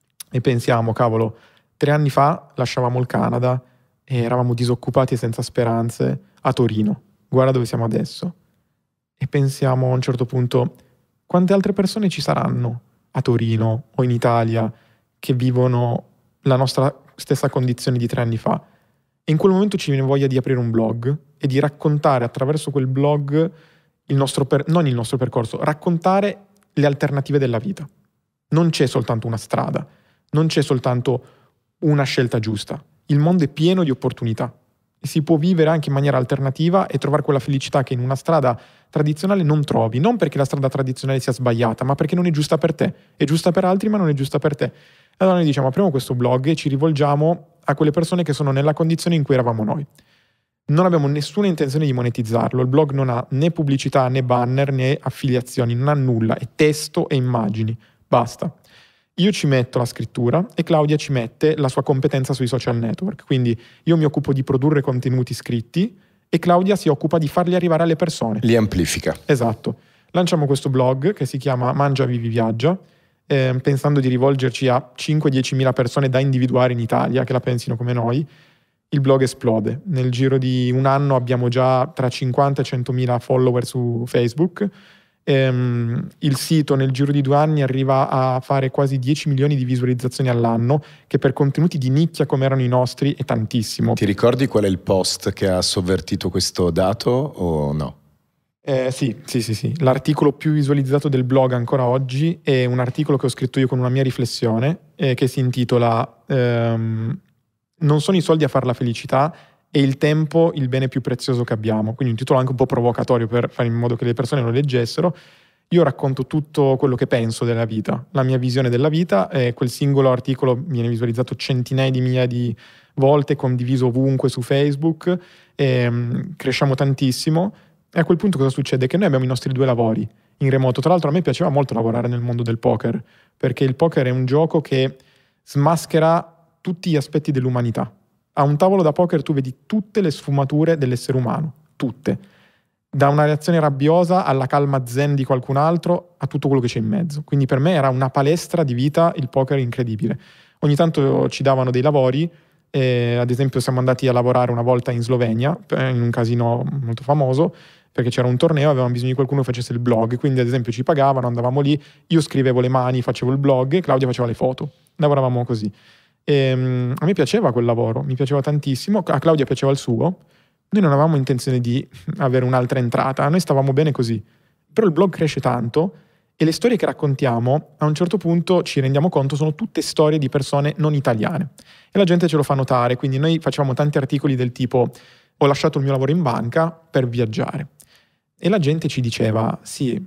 Speaker 2: E pensiamo, cavolo, tre anni fa lasciavamo il Canada e eravamo disoccupati e senza speranze a Torino. Guarda dove siamo adesso. E pensiamo a un certo punto, quante altre persone ci saranno a Torino o in Italia che vivono la nostra stessa condizione di tre anni fa? E in quel momento ci viene voglia di aprire un blog e di raccontare attraverso quel blog il nostro per- non il nostro percorso, raccontare le alternative della vita. Non c'è soltanto una strada, non c'è soltanto una scelta giusta. Il mondo è pieno di opportunità e si può vivere anche in maniera alternativa e trovare quella felicità che in una strada tradizionale non trovi, non perché la strada tradizionale sia sbagliata, ma perché non è giusta per te. È giusta per altri, ma non è giusta per te. Allora noi diciamo, apriamo questo blog e ci rivolgiamo a quelle persone che sono nella condizione in cui eravamo noi. Non abbiamo nessuna intenzione di monetizzarlo, il blog non ha né pubblicità, né banner, né affiliazioni, non ha nulla, è testo e immagini, basta. Io ci metto la scrittura e Claudia ci mette la sua competenza sui social network, quindi io mi occupo di produrre contenuti scritti e Claudia si occupa di farli arrivare alle persone.
Speaker 1: Li amplifica.
Speaker 2: Esatto. Lanciamo questo blog che si chiama Mangia, Vivi, Viaggia, eh, pensando di rivolgerci a cinque dieci mila persone da individuare in Italia che la pensino come noi. Il blog esplode. Nel giro di un anno abbiamo già tra cinquanta e centomila follower su Facebook. Ehm, il sito nel giro di due anni arriva a fare quasi dieci milioni di visualizzazioni all'anno, che per contenuti di nicchia come erano i nostri è tantissimo.
Speaker 1: Ti ricordi qual è il post che ha sovvertito questo dato o no?
Speaker 2: Eh, sì, sì, sì, sì. L'articolo più visualizzato del blog ancora oggi è un articolo che ho scritto io con una mia riflessione eh, che si intitola ehm, Non sono i soldi a far la felicità, è il tempo il bene più prezioso che abbiamo. Quindi un titolo anche un po' provocatorio per fare in modo che le persone lo leggessero. Io racconto tutto quello che penso della vita, la mia visione della vita, e quel singolo articolo viene visualizzato centinaia di migliaia di volte, condiviso ovunque su Facebook, e, um, cresciamo tantissimo. E a quel punto cosa succede? Che noi abbiamo i nostri due lavori in remoto. Tra l'altro a me piaceva molto lavorare nel mondo del poker, perché il poker è un gioco che smaschera tutti gli aspetti dell'umanità. A un tavolo da poker tu vedi tutte le sfumature dell'essere umano, tutte. Da una reazione rabbiosa alla calma zen di qualcun altro a tutto quello che c'è in mezzo. Quindi per me era una palestra di vita il poker incredibile. Ogni tanto ci davano dei lavori E, ad esempio siamo andati a lavorare una volta in Slovenia, in un casino molto famoso, perché c'era un torneo, avevamo bisogno di qualcuno che facesse il blog, quindi ad esempio ci pagavano, andavamo lì, io scrivevo le mani, facevo il blog e Claudia faceva le foto, lavoravamo così. E, um, a me piaceva quel lavoro, mi piaceva tantissimo, a Claudia piaceva il suo, noi non avevamo intenzione di avere un'altra entrata, noi stavamo bene così, però il blog cresce tanto e le storie che raccontiamo a un certo punto ci rendiamo conto sono tutte storie di persone non italiane e la gente ce lo fa notare, quindi noi facevamo tanti articoli del tipo ho lasciato il mio lavoro in banca per viaggiare e la gente ci diceva sì,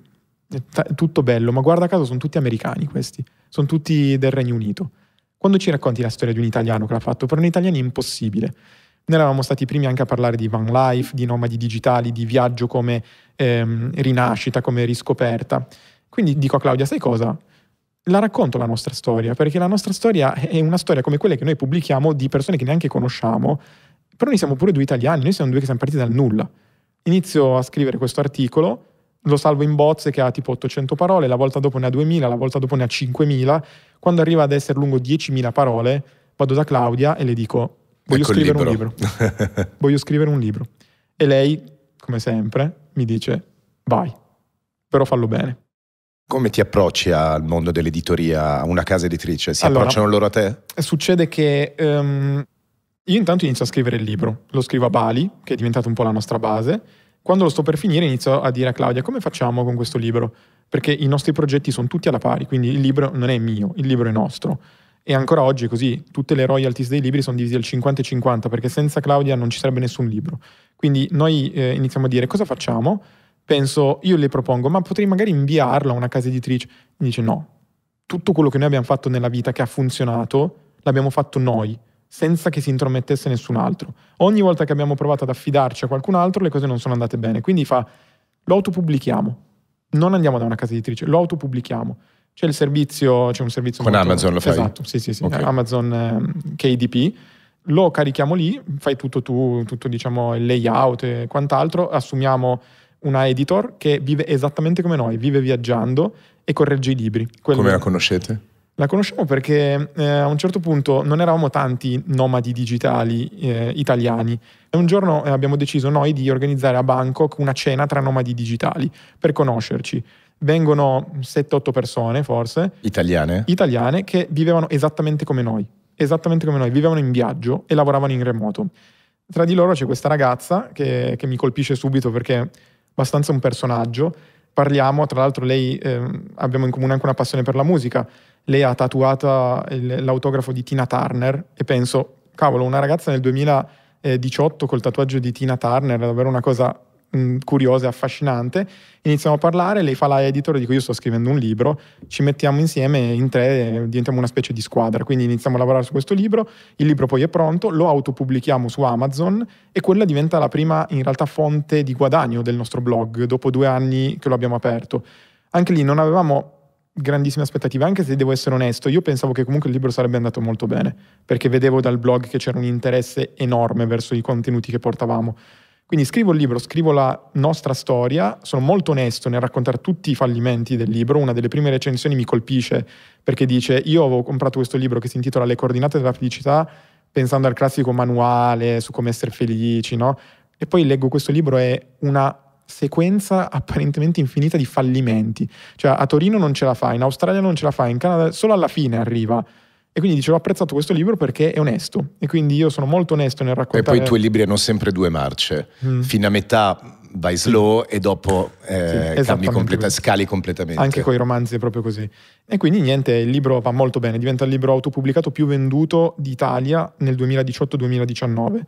Speaker 2: è tutto bello, ma guarda caso sono tutti americani questi, sono tutti del Regno Unito. Quando ci racconti la storia di un italiano che l'ha fatto, per noi italiani è impossibile. Noi eravamo stati i primi anche a parlare di van life, di nomadi digitali, di viaggio come ehm, rinascita, come riscoperta. Quindi dico a Claudia, sai cosa? La racconto la nostra storia, perché la nostra storia è una storia come quelle che noi pubblichiamo di persone che neanche conosciamo, però noi siamo pure due italiani, noi siamo due che siamo partiti dal nulla. Inizio a scrivere questo articolo, lo salvo in bozze che ha tipo ottocento parole, la volta dopo ne ha duemila, la volta dopo ne ha cinquemila, quando arriva ad essere lungo diecimila parole, vado da Claudia e le dico voglio
Speaker 1: ecco
Speaker 2: scrivere
Speaker 1: libro.
Speaker 2: un libro, voglio scrivere un libro. E lei, come sempre, mi dice vai, però fallo bene.
Speaker 1: Come ti approcci al mondo dell'editoria, a una casa editrice? Si
Speaker 2: allora,
Speaker 1: approcciano loro a te?
Speaker 2: Succede che um, io intanto inizio a scrivere il libro, lo scrivo a Bali, che è diventato un po' la nostra base. Quando lo sto per finire inizio a dire a Claudia come facciamo con questo libro, perché i nostri progetti sono tutti alla pari, quindi il libro non è mio, il libro è nostro. E ancora oggi è così, tutte le royalties dei libri sono divise al cinquanta e cinquanta, perché senza Claudia non ci sarebbe nessun libro. Quindi noi eh, iniziamo a dire cosa facciamo? Penso, io le propongo, ma potrei magari inviarlo a una casa editrice. Mi dice no, tutto quello che noi abbiamo fatto nella vita che ha funzionato, l'abbiamo fatto noi, senza che si intromettesse nessun altro. Ogni volta che abbiamo provato ad affidarci a qualcun altro, le cose non sono andate bene. Quindi fa, lo autopubblichiamo. Non andiamo da una casa editrice, lo autopubblichiamo. C'è il servizio, c'è un servizio
Speaker 1: con
Speaker 2: molto,
Speaker 1: Amazon lo fai?
Speaker 2: Esatto, sì, sì, sì,
Speaker 1: okay.
Speaker 2: Amazon eh, K D P. Lo carichiamo lì, fai tutto tu, tutto diciamo il layout e quant'altro, assumiamo una editor che vive esattamente come noi, vive viaggiando e corregge i libri. Quello...
Speaker 1: Come la conoscete?
Speaker 2: La conosciamo perché eh, a un certo punto non eravamo tanti nomadi digitali eh, italiani e un giorno eh, abbiamo deciso noi di organizzare a Bangkok una cena tra nomadi digitali per conoscerci. Vengono sette otto persone forse.
Speaker 1: Italiane?
Speaker 2: Italiane che vivevano esattamente come noi, esattamente come noi, vivevano in viaggio e lavoravano in remoto. Tra di loro c'è questa ragazza che, che mi colpisce subito perché è abbastanza un personaggio. Parliamo, tra l'altro lei, eh, abbiamo in comune anche una passione per la musica. Lei ha tatuato il, l'autografo di Tina Turner e penso, cavolo, una ragazza nel duemiladiciotto col tatuaggio di Tina Turner è davvero una cosa mh, curiosa e affascinante. Iniziamo a parlare, lei fa la editor, dico io sto scrivendo un libro, ci mettiamo insieme in tre e diventiamo una specie di squadra, quindi iniziamo a lavorare su questo libro, il libro poi è pronto, lo autopubblichiamo su Amazon e quella diventa la prima in realtà fonte di guadagno del nostro blog dopo due anni che lo abbiamo aperto. Anche lì non avevamo grandissime aspettative, anche se devo essere onesto, io pensavo che comunque il libro sarebbe andato molto bene, perché vedevo dal blog che c'era un interesse enorme verso i contenuti che portavamo. Quindi scrivo il libro, scrivo la nostra storia, sono molto onesto nel raccontare tutti i fallimenti del libro. Una delle prime recensioni mi colpisce perché dice: io avevo comprato questo libro che si intitola Le coordinate della felicità pensando al classico manuale su come essere felici, no? E poi leggo questo libro e una sequenza apparentemente infinita di fallimenti. Cioè a Torino non ce la fa, in Australia non ce la fa, in Canada solo alla fine arriva. E quindi dicevo, ho apprezzato questo libro perché è onesto. E quindi io sono molto onesto nel raccontare.
Speaker 1: E poi i tuoi libri hanno sempre due marce. Mm. Fino a metà vai slow sì. e dopo eh, sì, cambi completa- scali completamente.
Speaker 2: Anche con i romanzi è proprio così. E quindi niente, il libro va molto bene. Diventa il libro autopubblicato più venduto d'Italia nel duemiladiciotto duemiladiciannove.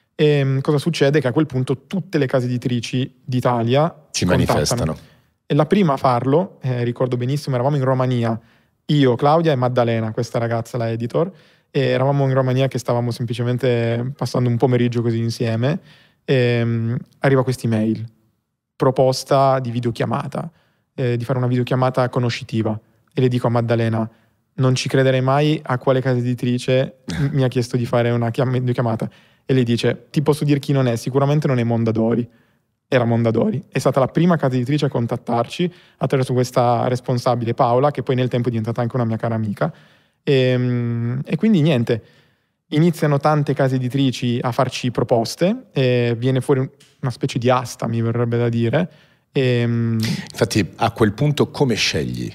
Speaker 2: E cosa succede? Che a quel punto tutte le case editrici d'Italia
Speaker 1: ci manifestano.
Speaker 2: E la prima a farlo, eh, ricordo benissimo, eravamo in Romania, io, Claudia e Maddalena, questa ragazza, la editor, e eravamo in Romania che stavamo semplicemente passando un pomeriggio così insieme, e um, arriva questa email, proposta di videochiamata, eh, di fare una videochiamata conoscitiva, e le dico a Maddalena, non ci crederei mai a quale casa editrice mi ha chiesto di fare una chiam- videochiamata. E lei dice, ti posso dire chi non è, sicuramente non è Mondadori. Era Mondadori. È stata la prima casa editrice a contattarci attraverso questa responsabile Paola, che poi nel tempo è diventata anche una mia cara amica. E, e quindi niente, Iniziano tante case editrici a farci proposte, e viene fuori una specie di asta, mi verrebbe da dire. E,
Speaker 1: infatti a quel punto come scegli?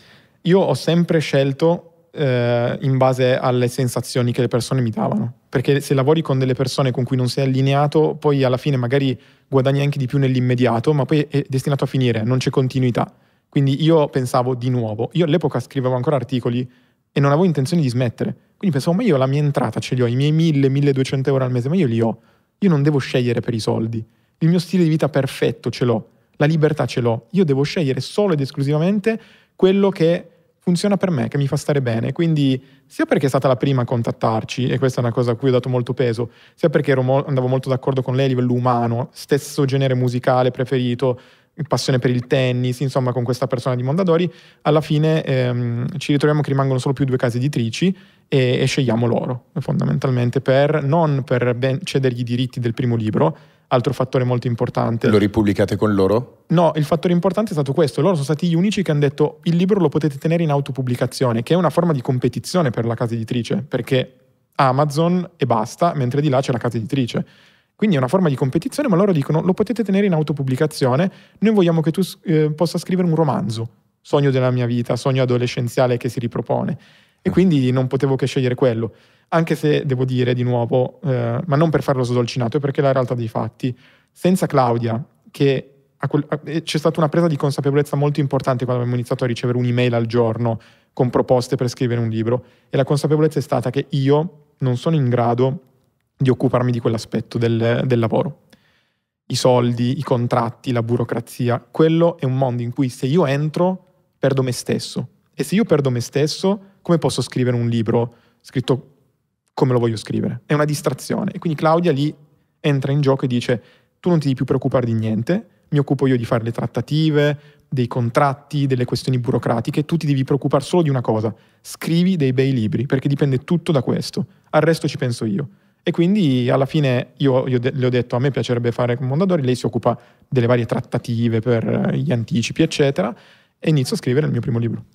Speaker 2: Io ho sempre scelto eh, in base alle sensazioni che le persone mi davano, perché se lavori con delle persone con cui non sei allineato, poi alla fine magari guadagni anche di più nell'immediato, ma poi è destinato a finire, non c'è continuità. Quindi io pensavo di nuovo, io all'epoca scrivevo ancora articoli e non avevo intenzione di smettere. Quindi pensavo, ma io la mia entrata ce li ho, i miei mille milleduecento euro al mese, ma io li ho. Io non devo scegliere per i soldi. Il mio stile di vita perfetto ce l'ho, la libertà ce l'ho. Io devo scegliere solo ed esclusivamente quello che funziona per me, che mi fa stare bene. Quindi sia perché è stata la prima a contattarci, e questa è una cosa a cui ho dato molto peso, sia perché ero mo- andavo molto d'accordo con lei a livello umano, stesso genere musicale preferito, passione per il tennis, insomma con questa persona di Mondadori, alla fine ehm, ci ritroviamo che rimangono solo più due case editrici e, e scegliamo loro, fondamentalmente, per non per ben cedergli i diritti del primo libro, altro fattore molto importante.
Speaker 1: Lo ripubblicate con loro?
Speaker 2: No, il fattore importante è stato questo, loro sono stati gli unici che hanno detto il libro lo potete tenere in autopubblicazione, che è una forma di competizione per la casa editrice, perché Amazon e basta, mentre di là c'è la casa editrice. Quindi è una forma di competizione, ma loro dicono lo potete tenere in autopubblicazione, noi vogliamo che tu eh, possa scrivere un romanzo, sogno della mia vita, sogno adolescenziale che si ripropone. E quindi non potevo che scegliere quello, anche se devo dire di nuovo, eh, ma non per farlo sdolcinato, è perché è la realtà dei fatti. Senza Claudia, che a quel, a, c'è stata una presa di consapevolezza molto importante quando abbiamo iniziato a ricevere un'email al giorno con proposte per scrivere un libro, e la consapevolezza è stata che io non sono in grado di occuparmi di quell'aspetto del, del lavoro. I soldi, i contratti, la burocrazia, quello è un mondo in cui se io entro perdo me stesso, e se io perdo me stesso come posso scrivere un libro scritto come lo voglio scrivere? È una distrazione. E quindi Claudia lì entra in gioco e dice tu non ti devi più preoccupare di niente, mi occupo io di fare le trattative, dei contratti, delle questioni burocratiche, tu ti devi preoccupare solo di una cosa, scrivi dei bei libri, perché dipende tutto da questo, al resto ci penso io. E quindi alla fine io, io de- le ho detto a me piacerebbe fare con Mondadori, lei si occupa delle varie trattative per gli anticipi eccetera, e inizio a scrivere il mio primo libro.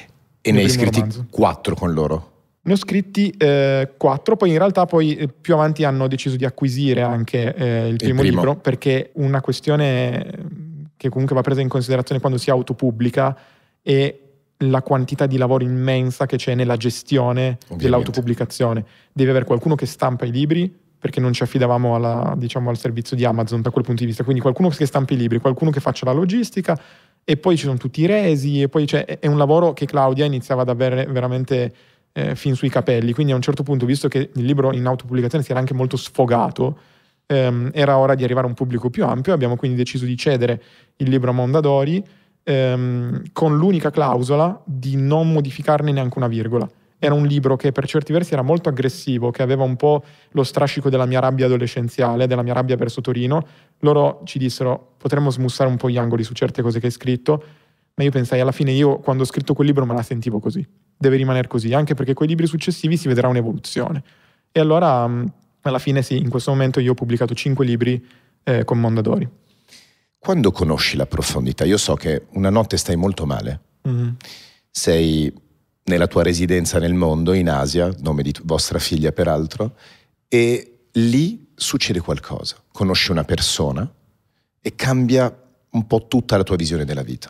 Speaker 1: E ne hai scritti quattro con loro?
Speaker 2: Ne ho scritti eh, quattro, poi in realtà poi eh, più avanti hanno deciso di acquisire anche eh, il, primo il primo libro, perché una questione che comunque va presa in considerazione quando si autopubblica è la quantità di lavoro immensa che c'è nella gestione Ovviamente. dell'autopubblicazione. Deve avere qualcuno che stampa i libri, perché non ci affidavamo alla, diciamo, al servizio di Amazon da quel punto di vista, quindi qualcuno che stampa i libri, qualcuno che faccia la logistica, e poi ci sono tutti i resi, e poi c'è, è un lavoro che Claudia iniziava ad avere veramente eh, fin sui capelli, quindi a un certo punto, visto che il libro in autopubblicazione si era anche molto sfogato, ehm, era ora di arrivare a un pubblico più ampio, abbiamo quindi deciso di cedere il libro a Mondadori ehm, con l'unica clausola di non modificarne neanche una virgola. Era un libro che per certi versi era molto aggressivo, che aveva un po' lo strascico della mia rabbia adolescenziale, della mia rabbia verso Torino. Loro ci dissero potremmo smussare un po' gli angoli su certe cose che hai scritto, ma io pensai alla fine, io quando ho scritto quel libro me la sentivo così, deve rimanere così, anche perché con i libri successivi si vedrà un'evoluzione. E allora alla fine sì, in questo momento io ho pubblicato cinque libri eh, con Mondadori.
Speaker 1: Quando conosci la profondità? Io so che una notte stai molto male, mm-hmm. sei nella tua residenza nel mondo, in Asia, nome di vostra figlia peraltro, e lì succede qualcosa, conosci una persona e cambia un po' tutta la tua visione della vita.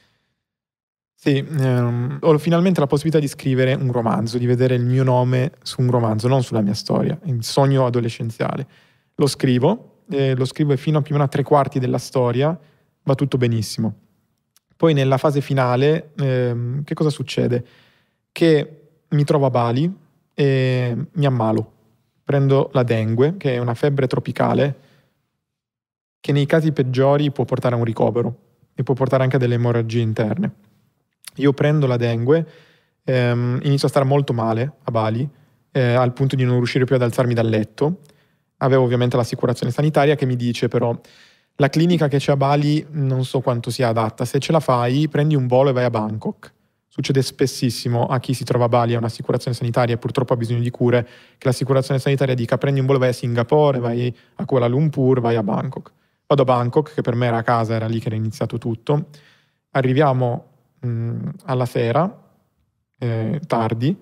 Speaker 2: Sì, ehm, ho finalmente la possibilità di scrivere un romanzo, di vedere il mio nome su un romanzo, non sulla mia storia, il sogno adolescenziale. Lo scrivo, eh, lo scrivo e fino a più o meno a tre quarti della storia va tutto benissimo. Poi nella fase finale, ehm, che cosa succede? Che mi trovo a Bali e mi ammalo. Prendo la dengue, che è una febbre tropicale che nei casi peggiori può portare a un ricovero e può portare anche a delle emorragie interne. Io prendo la dengue, ehm, inizio a stare molto male a Bali, eh, al punto di non riuscire più ad alzarmi dal letto. Avevo ovviamente l'assicurazione sanitaria che mi dice però la clinica che c'è a Bali non so quanto sia adatta, se ce la fai prendi un volo e vai a Bangkok. Succede spessissimo a chi si trova a Bali e ha un'assicurazione sanitaria e purtroppo ha bisogno di cure, che l'assicurazione sanitaria dica prendi un volo, vai a Singapore, vai a Kuala Lumpur, vai a Bangkok. Vado a Bangkok, che per me era a casa, era lì che era iniziato tutto. Arriviamo mh, alla sera, eh, tardi,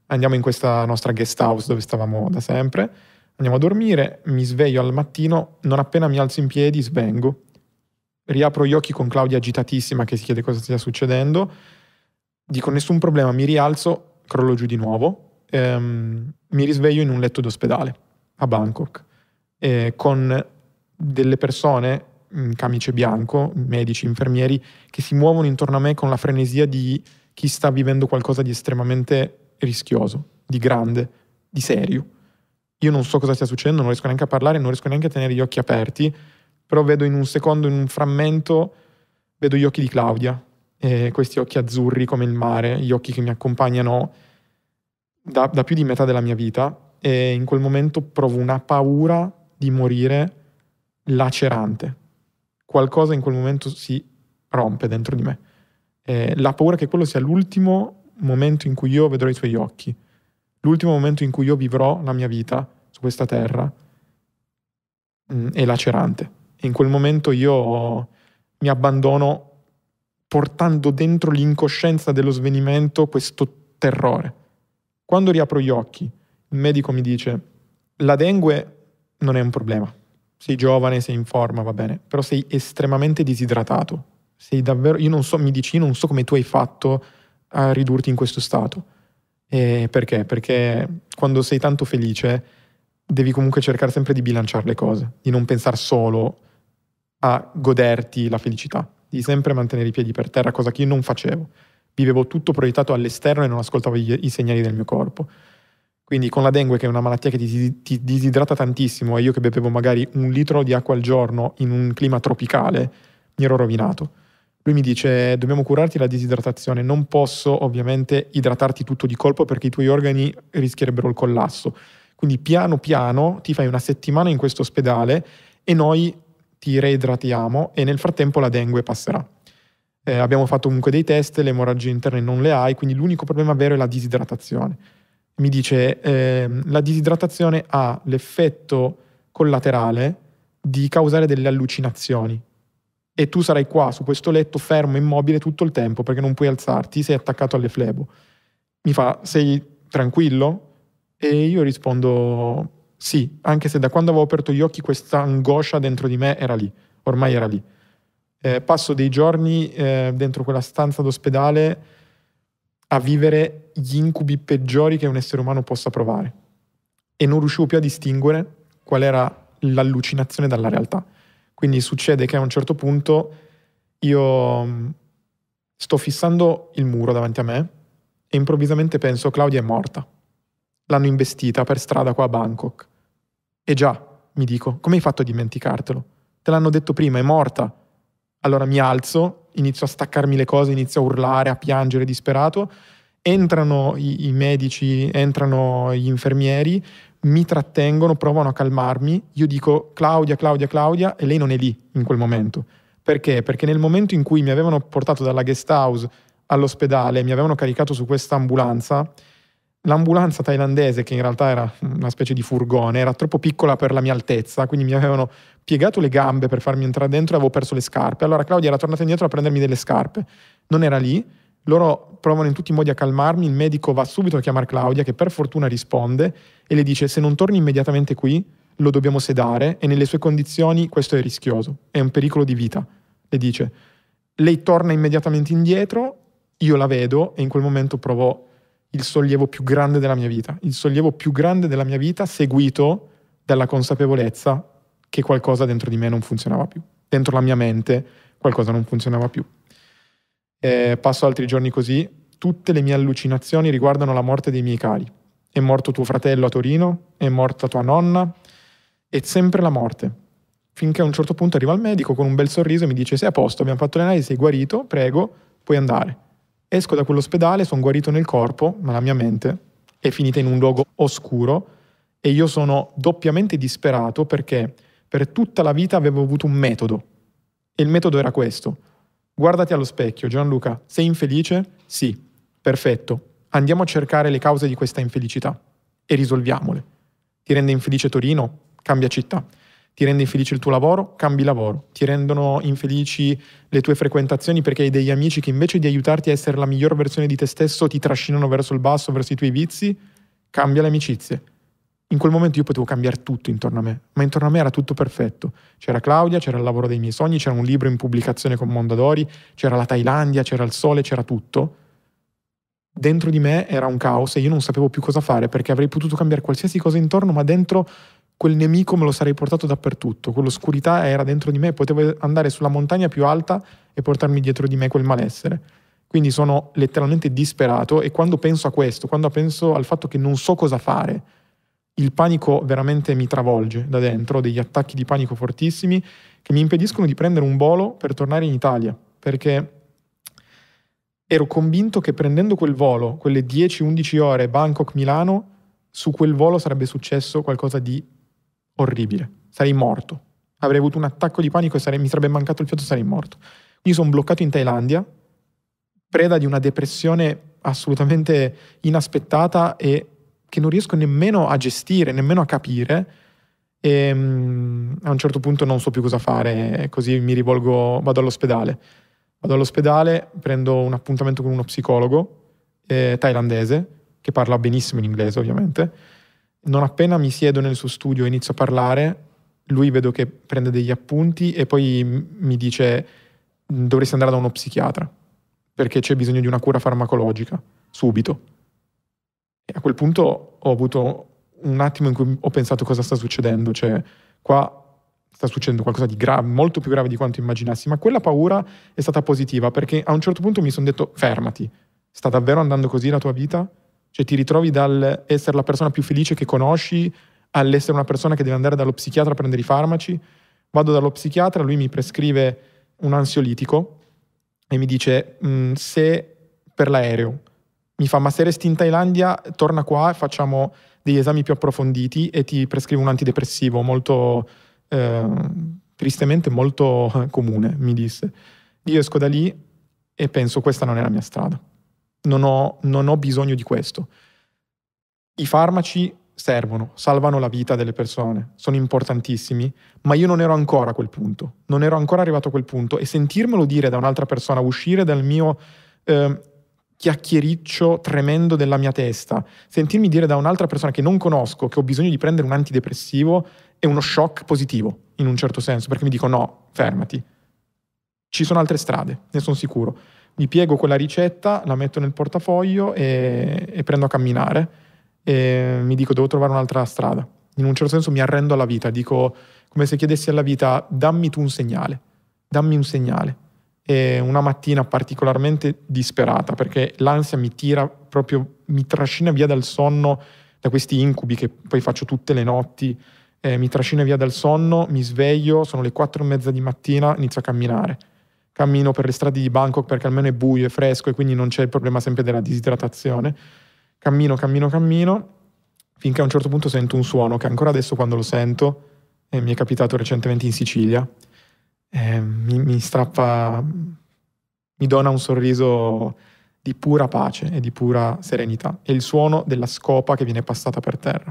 Speaker 2: andiamo in questa nostra guest house dove stavamo da sempre, andiamo a dormire, mi sveglio al mattino, non appena mi alzo in piedi svengo, riapro gli occhi con Claudia agitatissima che si chiede cosa stia succedendo, dico nessun problema, mi rialzo, crollo giù di nuovo, ehm, mi risveglio in un letto d'ospedale a Bangkok eh, con delle persone in camice bianco, medici, infermieri, che si muovono intorno a me con la frenesia di chi sta vivendo qualcosa di estremamente rischioso, di grande, di serio. Io non so cosa stia succedendo, non riesco neanche a parlare, non riesco neanche a tenere gli occhi aperti, però vedo in un secondo, in un frammento, vedo gli occhi di Claudia, e questi occhi azzurri come il mare, gli occhi che mi accompagnano da, da più di metà della mia vita, e in quel momento provo una paura di morire lacerante. Qualcosa in quel momento si rompe dentro di me. Eh, la paura che quello sia l'ultimo momento in cui io vedrò i suoi occhi, l'ultimo momento in cui io vivrò la mia vita su questa terra, mh, è lacerante. E in quel momento io mi abbandono portando dentro l'incoscienza dello svenimento questo terrore. Quando riapro gli occhi, il medico mi dice: la dengue non è un problema, sei giovane, sei in forma, va bene, però sei estremamente disidratato. Sei davvero, io non so, mi dici, io non so come tu hai fatto a ridurti in questo stato. E perché? Perché quando sei tanto felice devi comunque cercare sempre di bilanciare le cose, di non pensare solo a goderti la felicità, di sempre mantenere i piedi per terra, cosa che io non facevo. Vivevo tutto proiettato all'esterno e non ascoltavo i, i segnali del mio corpo. Quindi con la dengue, che è una malattia che ti, ti disidrata tantissimo, e io che bevevo magari un litro di acqua al giorno in un clima tropicale, mi ero rovinato. Lui mi dice: dobbiamo curarti la disidratazione, non posso ovviamente idratarti tutto di colpo perché i tuoi organi rischierebbero il collasso. Quindi piano piano ti fai una settimana in questo ospedale e noi ti reidratiamo e nel frattempo la dengue passerà. Eh, abbiamo fatto comunque dei test, le emorragie interne non le hai, quindi l'unico problema vero è la disidratazione. Mi dice: eh, la disidratazione ha l'effetto collaterale di causare delle allucinazioni e tu sarai qua su questo letto fermo, immobile tutto il tempo perché non puoi alzarti, sei attaccato alle flebo. Mi fa: sei tranquillo? E io rispondo sì, anche se da quando avevo aperto gli occhi questa angoscia dentro di me era lì, ormai era lì. Eh, passo dei giorni eh, dentro quella stanza d'ospedale a vivere gli incubi peggiori che un essere umano possa provare e non riuscivo più a distinguere qual era l'allucinazione dalla realtà. Quindi succede che a un certo punto io sto fissando il muro davanti a me e improvvisamente penso: Claudia è morta, l'hanno investita per strada qua a Bangkok. E già, mi dico, come hai fatto a dimenticartelo? Te l'hanno detto prima, è morta. Allora mi alzo, inizio a staccarmi le cose, inizio a urlare, a piangere disperato. Entrano i, i medici, entrano gli infermieri, mi trattengono, provano a calmarmi. Io dico Claudia, Claudia, Claudia, e lei non è lì in quel momento. Perché? Perché nel momento in cui mi avevano portato dalla guest house all'ospedale, mi avevano caricato su questa ambulanza, l'ambulanza thailandese, che in realtà era una specie di furgone, era troppo piccola per la mia altezza, quindi mi avevano piegato le gambe per farmi entrare dentro e avevo perso le scarpe. Allora Claudia era tornata indietro a prendermi delle scarpe. Non era lì. Loro provano in tutti i modi a calmarmi, il medico va subito a chiamare Claudia, che per fortuna risponde e le dice: se non torni immediatamente qui lo dobbiamo sedare e nelle sue condizioni questo è rischioso, è un pericolo di vita. Le dice. Lei torna immediatamente indietro, io la vedo e in quel momento provo il sollievo più grande della mia vita, il sollievo più grande della mia vita seguito dalla consapevolezza che qualcosa dentro di me non funzionava più, dentro la mia mente qualcosa non funzionava più. Eh, passo altri giorni così, tutte le mie allucinazioni riguardano la morte dei miei cari. È morto tuo fratello a Torino, è morta tua nonna, è sempre la morte. Finché a un certo punto arriva il medico con un bel sorriso e mi dice: sei a posto, abbiamo fatto le analisi, sei guarito, prego, puoi andare. Esco da quell'ospedale, sono guarito nel corpo, ma la mia mente è finita in un luogo oscuro e io sono doppiamente disperato perché per tutta la vita avevo avuto un metodo e il metodo era questo: guardati allo specchio, Gianluca, sei infelice? Sì, perfetto, andiamo a cercare le cause di questa infelicità e risolviamole. Ti rende infelice Torino? Cambia città. Ti rende infelice il tuo lavoro? Cambi lavoro. Ti rendono infelici le tue frequentazioni perché hai degli amici che invece di aiutarti a essere la miglior versione di te stesso ti trascinano verso il basso, verso i tuoi vizi? Cambia le amicizie. In quel momento io potevo cambiare tutto intorno a me, ma intorno a me era tutto perfetto. C'era Claudia, c'era il lavoro dei miei sogni, c'era un libro in pubblicazione con Mondadori, c'era la Thailandia, c'era il sole, c'era tutto. Dentro di me era un caos e io non sapevo più cosa fare perché avrei potuto cambiare qualsiasi cosa intorno, ma dentro quel nemico me lo sarei portato dappertutto. Quell'oscurità era dentro di me, potevo andare sulla montagna più alta e portarmi dietro di me quel malessere. Quindi sono letteralmente disperato e quando penso a questo, quando penso al fatto che non so cosa fare, il panico veramente mi travolge da dentro, degli attacchi di panico fortissimi che mi impediscono di prendere un volo per tornare in Italia, perché ero convinto che prendendo quel volo, quelle dieci undici ore Bangkok-Milano, su quel volo sarebbe successo qualcosa di orribile. Sarei morto. Avrei avuto un attacco di panico e sarei, mi sarebbe mancato il fiato e sarei morto. Quindi sono bloccato in Thailandia, preda di una depressione assolutamente inaspettata e che non riesco nemmeno a gestire, nemmeno a capire. E um, a un certo punto non so più cosa fare, così mi rivolgo, vado all'ospedale. Vado all'ospedale, prendo un appuntamento con uno psicologo eh, thailandese, che parla benissimo in inglese ovviamente. Non appena mi siedo nel suo studio e inizio a parlare, lui vedo che prende degli appunti e poi mi dice dovresti andare da uno psichiatra perché c'è bisogno di una cura farmacologica, subito. E a quel punto ho avuto un attimo in cui ho pensato cosa sta succedendo, cioè qua sta succedendo qualcosa di grave, molto più grave di quanto immaginassi, ma quella paura è stata positiva perché a un certo punto mi sono detto fermati, sta davvero andando così la tua vita? Cioè ti ritrovi dall'essere la persona più felice che conosci all'essere una persona che deve andare dallo psichiatra a prendere i farmaci. Vado dallo psichiatra, lui mi prescrive un ansiolitico e mi dice se per l'aereo mi fa ma se resti in Thailandia torna qua e facciamo degli esami più approfonditi e ti prescrivo un antidepressivo molto eh, tristemente molto comune, mi disse. Io esco da lì e penso questa non è la mia strada. Non ho, non ho bisogno di questo. I farmaci servono, salvano la vita delle persone, sono importantissimi, ma io non ero ancora a quel punto, non ero ancora arrivato a quel punto e sentirmelo dire da un'altra persona, uscire dal mio eh, chiacchiericcio tremendo della mia testa, sentirmi dire da un'altra persona che non conosco che ho bisogno di prendere un antidepressivo è uno shock positivo, in un certo senso, perché mi dico no, fermati, ci sono altre strade, ne sono sicuro. Mi piego quella ricetta, la metto nel portafoglio e, e prendo a camminare e mi dico devo trovare un'altra strada. In un certo senso mi arrendo alla vita, dico come se chiedessi alla vita dammi tu un segnale, dammi un segnale. E una mattina particolarmente disperata perché l'ansia mi tira proprio, mi trascina via dal sonno, da questi incubi che poi faccio tutte le notti, eh, mi trascina via dal sonno, mi sveglio, sono le quattro e mezza di mattina, inizio a camminare. Cammino per le strade di Bangkok perché almeno è buio, è fresco e quindi non c'è il problema sempre della disidratazione. Cammino, cammino, cammino, finché a un certo punto sento un suono che ancora adesso quando lo sento, e mi è capitato recentemente in Sicilia, eh, mi, mi strappa, mi dona un sorriso di pura pace e di pura serenità. È il suono della scopa che viene passata per terra.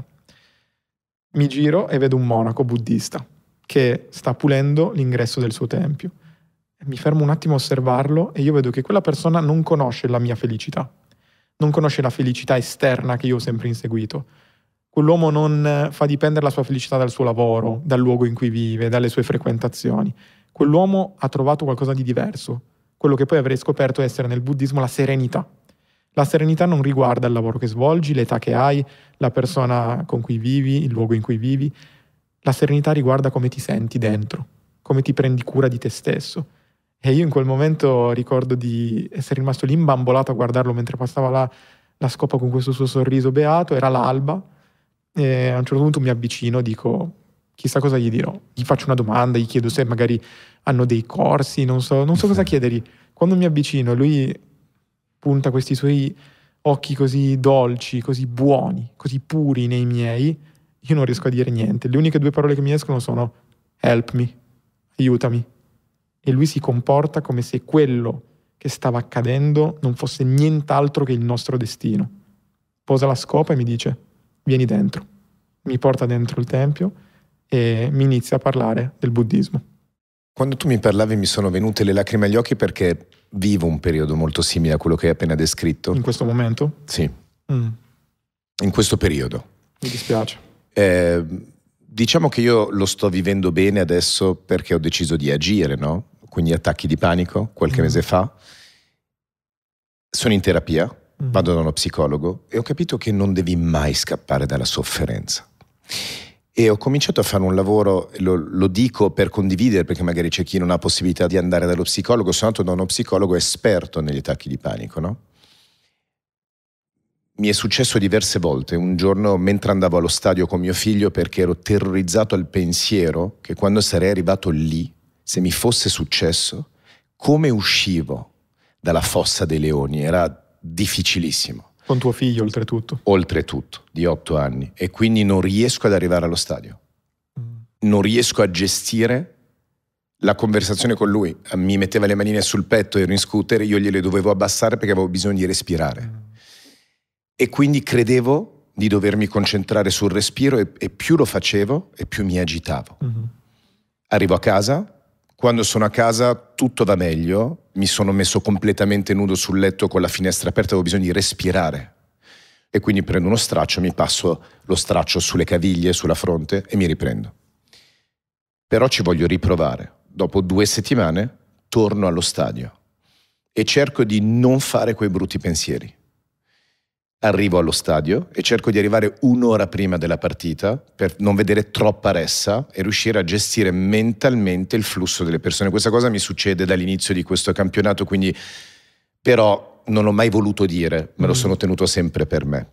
Speaker 2: Mi giro e vedo un monaco buddista che sta pulendo l'ingresso del suo tempio. Mi fermo un attimo a osservarlo e io vedo che quella persona non conosce la mia felicità, non conosce la felicità esterna che io ho sempre inseguito. Quell'uomo non fa dipendere la sua felicità dal suo lavoro, dal luogo in cui vive, dalle sue frequentazioni. Quell'uomo ha trovato qualcosa di diverso, quello che poi avrei scoperto essere nel buddismo la serenità. La serenità non riguarda il lavoro che svolgi, l'età che hai, la persona con cui vivi, il luogo in cui vivi. La serenità riguarda come ti senti dentro, come ti prendi cura di te stesso. E io in quel momento ricordo di essere rimasto lì imbambolato a guardarlo mentre passava la, la scopa con questo suo sorriso beato, era l'alba, e a un certo punto mi avvicino, dico chissà cosa gli dirò, gli faccio una domanda, gli chiedo se magari hanno dei corsi, non so, non so cosa chiedergli. Quando mi avvicino lui punta questi suoi occhi così dolci, così buoni, così puri nei miei, io non riesco a dire niente, le uniche due parole che mi escono sono help me, aiutami. E lui si comporta come se quello che stava accadendo non fosse nient'altro che il nostro destino. Posa la scopa e mi dice, vieni dentro. Mi porta dentro il tempio e mi inizia a parlare del buddismo.
Speaker 1: Quando tu mi parlavi mi sono venute le lacrime agli occhi perché vivo un periodo molto simile a quello che hai appena descritto.
Speaker 2: In questo momento?
Speaker 1: Sì,
Speaker 2: Mm.
Speaker 1: in questo periodo.
Speaker 2: Mi dispiace.
Speaker 1: Eh, diciamo che io lo sto vivendo bene adesso perché ho deciso di agire, no? Quindi attacchi di panico qualche
Speaker 2: Mm.
Speaker 1: mese fa. Sono in terapia,
Speaker 2: Mm.
Speaker 1: vado da uno psicologo e ho capito che non devi mai scappare dalla sofferenza. E ho cominciato a fare un lavoro, lo, lo dico per condividere perché magari c'è chi non ha possibilità di andare dallo psicologo. Sono andato da uno psicologo esperto negli attacchi di panico, no? Mi è successo diverse volte, un giorno mentre andavo allo stadio con mio figlio perché ero terrorizzato al pensiero che quando sarei arrivato lì, se mi fosse successo, come uscivo dalla fossa dei leoni, era difficilissimo.
Speaker 2: Con tuo figlio oltretutto.
Speaker 1: Oltretutto, di otto anni, e quindi non riesco ad arrivare allo stadio.
Speaker 2: Mm.
Speaker 1: Non riesco a gestire la conversazione con lui. Mi metteva le manine sul petto, ero in scooter, io gliele dovevo abbassare perché avevo bisogno di respirare.
Speaker 2: Mm.
Speaker 1: E quindi credevo di dovermi concentrare sul respiro e, e più lo facevo e più mi agitavo.
Speaker 2: Mm.
Speaker 1: Arrivo a casa, quando sono a casa tutto va meglio, mi sono messo completamente nudo sul letto con la finestra aperta, avevo bisogno di respirare. E quindi prendo uno straccio, mi passo lo straccio sulle caviglie, sulla fronte e mi riprendo. Però ci voglio riprovare. Dopo due settimane torno allo stadio e cerco di non fare quei brutti pensieri. Arrivo allo stadio e cerco di arrivare un'ora prima della partita per non vedere troppa ressa e riuscire a gestire mentalmente il flusso delle persone. Questa cosa mi succede dall'inizio di questo campionato, quindi però non l'ho mai voluto dire, me lo sono tenuto sempre per me.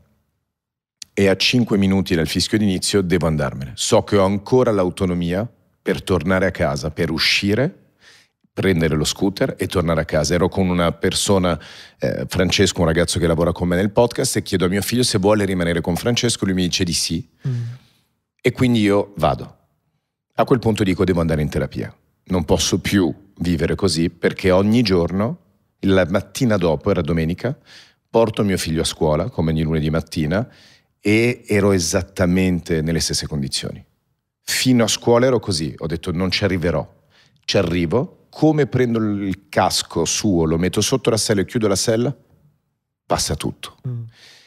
Speaker 1: E a cinque minuti dal fischio d'inizio devo andarmene. So che ho ancora l'autonomia per tornare a casa, per uscire, prendere lo scooter e tornare a casa. Ero con una persona, eh, Francesco, un ragazzo che lavora con me nel podcast, e chiedo a mio figlio se vuole rimanere con Francesco, lui mi dice di sì.
Speaker 2: Mm.
Speaker 1: E quindi io vado. A quel punto dico devo andare in terapia. Non posso più vivere così perché ogni giorno, la mattina dopo, era domenica, porto mio figlio a scuola come ogni lunedì mattina e ero esattamente nelle stesse condizioni. Fino a scuola ero così, ho detto non ci arriverò. Ci arrivo. Come prendo il casco suo, lo metto sotto la sella e chiudo la sella, passa tutto.
Speaker 2: Mm.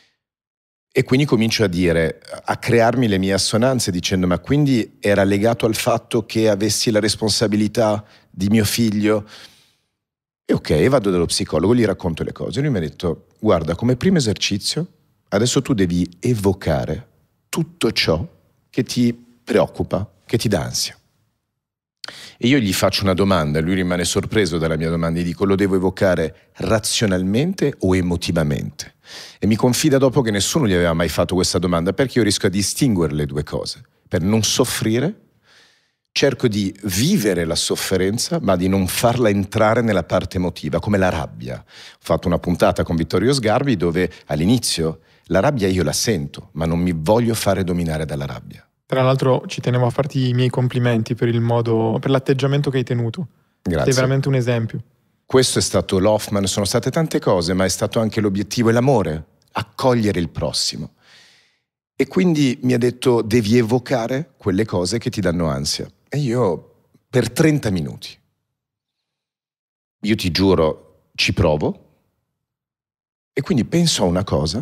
Speaker 1: E quindi comincio a dire, a crearmi le mie assonanze dicendo ma quindi era legato al fatto che avessi la responsabilità di mio figlio? E ok, vado dallo psicologo, gli racconto le cose. Lui mi ha detto, guarda, come primo esercizio, adesso tu devi evocare tutto ciò che ti preoccupa, che ti dà ansia. E io gli faccio una domanda, lui rimane sorpreso dalla mia domanda, gli dico lo devo evocare razionalmente o emotivamente? E mi confida dopo che nessuno gli aveva mai fatto questa domanda perché io riesco a distinguere le due cose. Per non soffrire cerco di vivere la sofferenza ma di non farla entrare nella parte emotiva, come la rabbia. Ho fatto una puntata con Vittorio Sgarbi dove all'inizio la rabbia io la sento ma non mi voglio fare dominare dalla rabbia.
Speaker 2: Tra l'altro ci tenevo a farti i miei complimenti per il modo, per l'atteggiamento che hai tenuto.
Speaker 1: Grazie.
Speaker 2: Sei veramente un esempio.
Speaker 1: Questo è stato l'Hoffman, sono state tante cose, ma è stato anche l'obiettivo e l'amore, accogliere il prossimo. E quindi mi ha detto devi evocare quelle cose che ti danno ansia. E io per trenta minuti, io ti giuro, ci provo e quindi penso a una cosa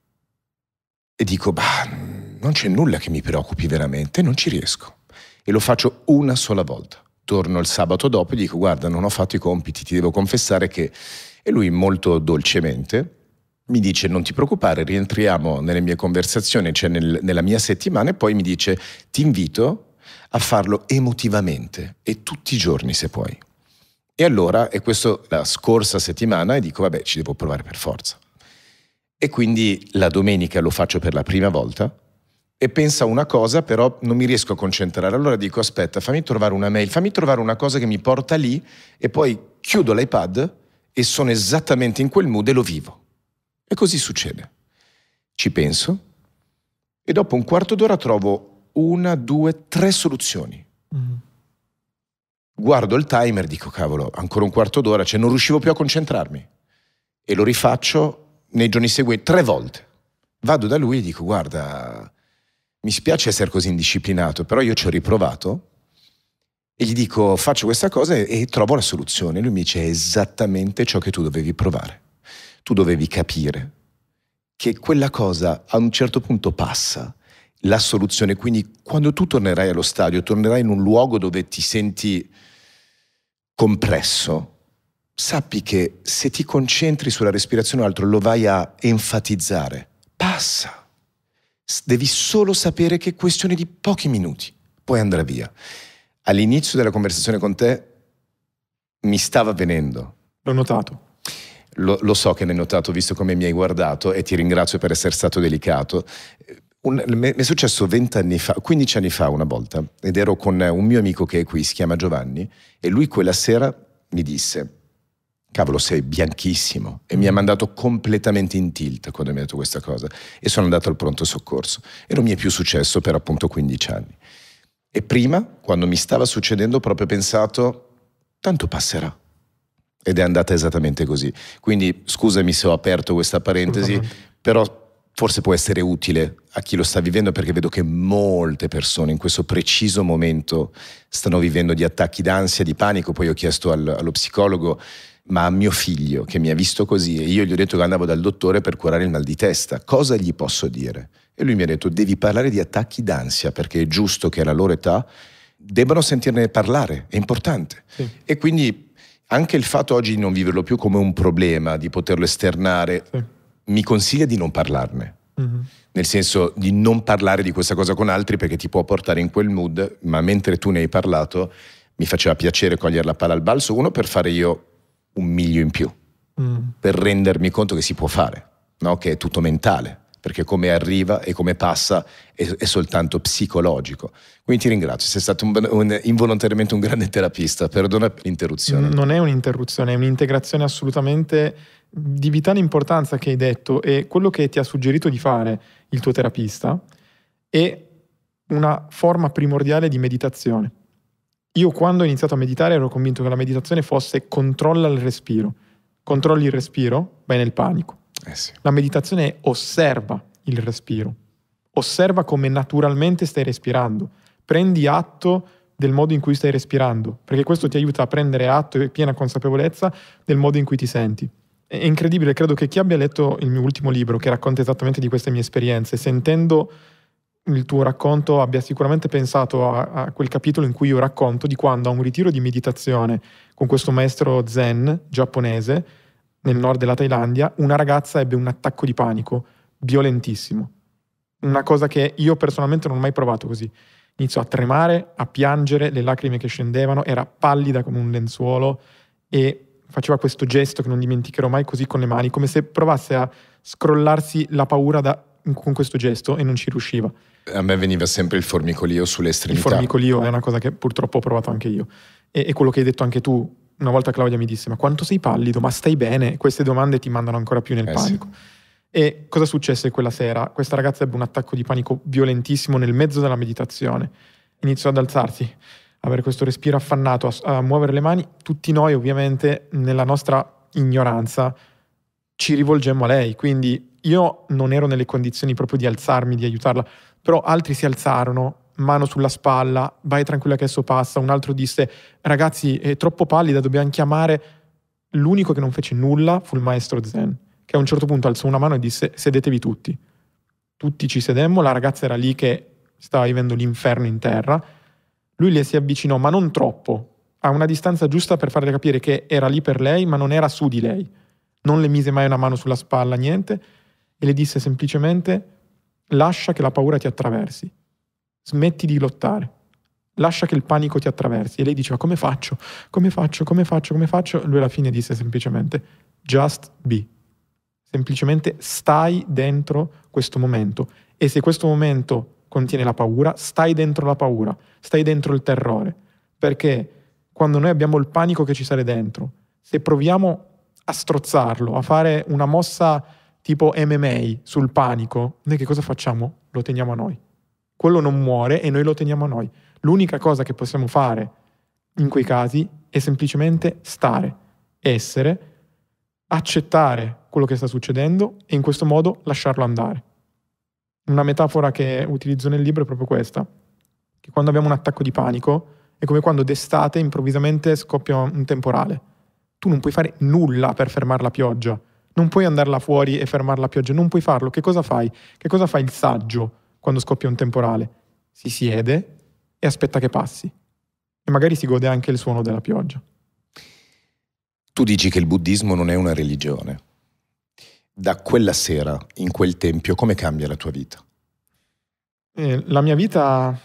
Speaker 1: e dico, bah, non c'è nulla che mi preoccupi veramente, non ci riesco. E lo faccio una sola volta. Torno il sabato dopo e dico, guarda, non ho fatto i compiti, ti devo confessare che... E lui molto dolcemente mi dice, non ti preoccupare, rientriamo nelle mie conversazioni, cioè nel, nella mia settimana, e poi mi dice, ti invito a farlo emotivamente e tutti i giorni se puoi. E allora, e questo la scorsa settimana, e dico, vabbè, ci devo provare per forza. E quindi la domenica lo faccio per la prima volta, e pensa una cosa, però non mi riesco a concentrare. Allora dico, aspetta, fammi trovare una mail, fammi trovare una cosa che mi porta lì e poi chiudo l'iPad e sono esattamente in quel mood e lo vivo. E così succede. Ci penso e dopo un quarto d'ora trovo una, due, tre soluzioni.
Speaker 2: Mm.
Speaker 1: Guardo il timer, dico, cavolo, ancora un quarto d'ora, cioè non riuscivo più a concentrarmi. E lo rifaccio nei giorni seguenti, tre volte. Vado da lui e dico, guarda... mi spiace essere così indisciplinato, però io ci ho riprovato e gli dico faccio questa cosa e, e trovo la soluzione. Lui mi dice è esattamente ciò che tu dovevi provare. Tu dovevi capire che quella cosa a un certo punto passa, la soluzione, quindi quando tu tornerai allo stadio, tornerai in un luogo dove ti senti compresso, sappi che se ti concentri sulla respirazione o altro lo vai a enfatizzare, passa. Devi solo sapere che è questione di pochi minuti, poi andrà via. All'inizio della conversazione con te mi stava avvenendo.
Speaker 2: L'ho notato.
Speaker 1: Lo, lo so che l'hai notato visto come mi hai guardato e ti ringrazio per essere stato delicato. Un, mi è successo vent'anni fa, quindici anni fa una volta, ed ero con un mio amico che è qui, si chiama Giovanni, e lui quella sera mi disse cavolo sei bianchissimo, e mi ha mandato completamente in tilt quando mi ha detto questa cosa e sono andato al pronto soccorso e non mi è più successo per appunto quindici anni. E prima, quando mi stava succedendo, ho proprio pensato tanto passerà, ed è andata esattamente così. Quindi scusami se ho aperto questa parentesi, però forse può essere utile a chi lo sta vivendo, perché vedo che molte persone in questo preciso momento stanno vivendo di attacchi d'ansia, di panico. Poi ho chiesto al, allo psicologo, ma a mio figlio che mi ha visto così, e io gli ho detto che andavo dal dottore per curare il mal di testa, cosa gli posso dire? E lui mi ha detto devi parlare di attacchi d'ansia, perché è giusto che alla loro età debbano sentirne parlare, è importante. Sì. E quindi anche il fatto oggi di non viverlo più come un problema, di poterlo esternare, sì, mi consiglia di non parlarne. Mm-hmm. Nel senso di non parlare di questa cosa con altri, perché ti può portare in quel mood, ma mentre tu ne hai parlato mi faceva piacere cogliere la palla al balzo, uno per fare io un miglio in più, mm. per rendermi conto che si può fare, no? Che è tutto mentale, perché come arriva e come passa è, è soltanto psicologico. Quindi ti ringrazio, sei stato un, un, involontariamente un grande terapista, perdona per l'interruzione.
Speaker 2: Non è un'interruzione, è un'integrazione assolutamente di vitale importanza che hai detto, e quello che ti ha suggerito di fare il tuo terapista è una forma primordiale di meditazione. Io quando ho iniziato a meditare ero convinto che la meditazione fosse controlla il respiro. Controlli il respiro, vai nel panico.
Speaker 1: Eh sì.
Speaker 2: La meditazione è osserva il respiro. Osserva come naturalmente stai respirando. Prendi atto del modo in cui stai respirando, perché questo ti aiuta a prendere atto e piena consapevolezza del modo in cui ti senti. È incredibile, credo che chi abbia letto il mio ultimo libro, che racconta esattamente di queste mie esperienze, sentendo il tuo racconto abbia sicuramente pensato a, a quel capitolo in cui io racconto di quando a un ritiro di meditazione con questo maestro zen giapponese nel nord della Thailandia una ragazza ebbe un attacco di panico violentissimo, una cosa che io personalmente non ho mai provato così. Iniziò a tremare, a piangere, le lacrime che scendevano, era pallida come un lenzuolo e faceva questo gesto che non dimenticherò mai, così con le mani, come se provasse a scrollarsi la paura da, con questo gesto, e non ci riusciva.
Speaker 1: A me veniva sempre il formicolio sulle estremità.
Speaker 2: Il formicolio è una cosa che purtroppo ho provato anche io. E, e quello che hai detto anche tu, una volta Claudia mi disse, ma quanto sei pallido, ma stai bene? Queste domande ti mandano ancora più nel
Speaker 1: eh
Speaker 2: panico.
Speaker 1: Sì.
Speaker 2: E cosa successe quella sera? Questa ragazza ebbe un attacco di panico violentissimo nel mezzo della meditazione. Iniziò ad alzarsi, avere questo respiro affannato, a, a muovere le mani. Tutti noi ovviamente nella nostra ignoranza ci rivolgemmo a lei, quindi io non ero nelle condizioni proprio di alzarmi, di aiutarla, però altri si alzarono, mano sulla spalla, vai tranquilla che adesso passa. Un altro disse, ragazzi è troppo pallida, dobbiamo chiamare. L'unico che non fece nulla fu il maestro zen, che a un certo punto alzò una mano e disse, sedetevi tutti. Tutti ci sedemmo, la ragazza era lì che stava vivendo l'inferno in terra. Lui le si avvicinò, ma non troppo, a una distanza giusta per farle capire che era lì per lei, ma non era su di lei. Non le mise mai una mano sulla spalla, niente, e le disse semplicemente, lascia che la paura ti attraversi, smetti di lottare, lascia che il panico ti attraversi. E lei diceva, come faccio, come faccio, come faccio, come faccio? Lui alla fine disse semplicemente, just be. Semplicemente stai dentro questo momento, e se questo momento contiene la paura, stai dentro la paura, stai dentro il terrore, perché quando noi abbiamo il panico che ci sale dentro, se proviamo a strozzarlo, a fare una mossa tipo M M A sul panico, noi che cosa facciamo? Lo teniamo a noi. Quello non muore e noi lo teniamo a noi. L'unica cosa che possiamo fare in quei casi è semplicemente stare, essere, accettare quello che sta succedendo e in questo modo lasciarlo andare. Una metafora che utilizzo nel libro è proprio questa, che quando abbiamo un attacco di panico è come quando d'estate improvvisamente scoppia un temporale. Tu non puoi fare nulla per fermare la pioggia, non puoi andare là fuori e fermare la pioggia, non puoi farlo. Che cosa fai? Che cosa fa il saggio quando scoppia un temporale? Si siede e aspetta che passi. E magari si gode anche il suono della pioggia.
Speaker 1: Tu dici che il buddismo non è una religione. Da quella sera, in quel tempio, come cambia la tua vita?
Speaker 2: Eh, la mia vita...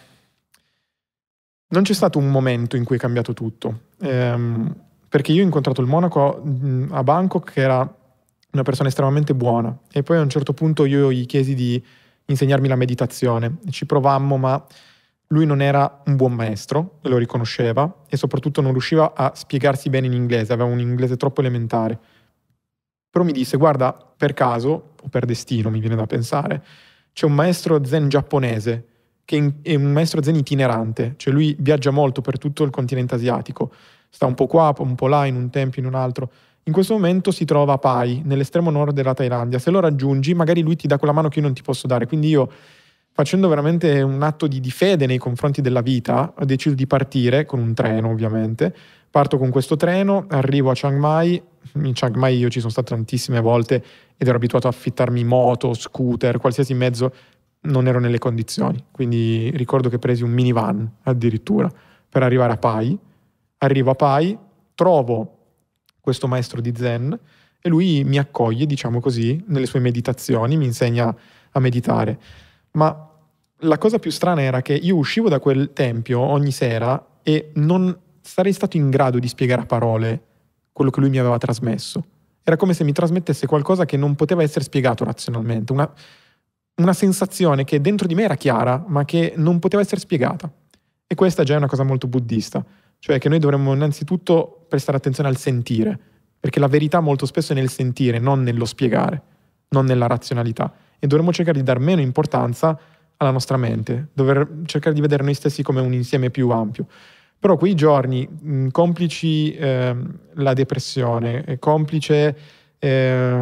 Speaker 2: Non c'è stato un momento in cui è cambiato tutto. Ehm, perché io ho incontrato il monaco mh, a Bangkok, che era una persona estremamente buona. E poi a un certo punto io gli chiesi di insegnarmi la meditazione. Ci provammo, ma lui non era un buon maestro, lo riconosceva, e soprattutto non riusciva a spiegarsi bene in inglese, aveva un inglese troppo elementare. Però mi disse, guarda, per caso, o per destino mi viene da pensare, c'è un maestro zen giapponese, che è un maestro zen itinerante, cioè lui viaggia molto per tutto il continente asiatico, sta un po' qua, un po' là, in un tempio, in un altro. In questo momento si trova a Pai, nell'estremo nord della Thailandia. Se lo raggiungi, magari lui ti dà quella mano che io non ti posso dare. Quindi io, facendo veramente un atto di, di fede nei confronti della vita, ho deciso di partire, con un treno ovviamente. Parto con questo treno, arrivo a Chiang Mai. In Chiang Mai io ci sono stato tantissime volte ed ero abituato a affittarmi moto, scooter, qualsiasi mezzo. Non ero nelle condizioni. Quindi ricordo che presi un minivan addirittura per arrivare a Pai. Arrivo a Pai, trovo questo maestro di Zen e lui mi accoglie, diciamo così, nelle sue meditazioni, mi insegna a meditare. Ma la cosa più strana era che io uscivo da quel tempio ogni sera e non sarei stato in grado di spiegare a parole quello che lui mi aveva trasmesso. Era come se mi trasmettesse qualcosa che non poteva essere spiegato razionalmente, una, una sensazione che dentro di me era chiara, ma che non poteva essere spiegata. E questa già è una cosa molto buddista, cioè che noi dovremmo innanzitutto prestare attenzione al sentire, perché la verità molto spesso è nel sentire, non nello spiegare, non nella razionalità. E dovremmo cercare di dar meno importanza alla nostra mente, dover cercare di vedere noi stessi come un insieme più ampio. Però quei giorni, mh, complici eh, la depressione, complice eh,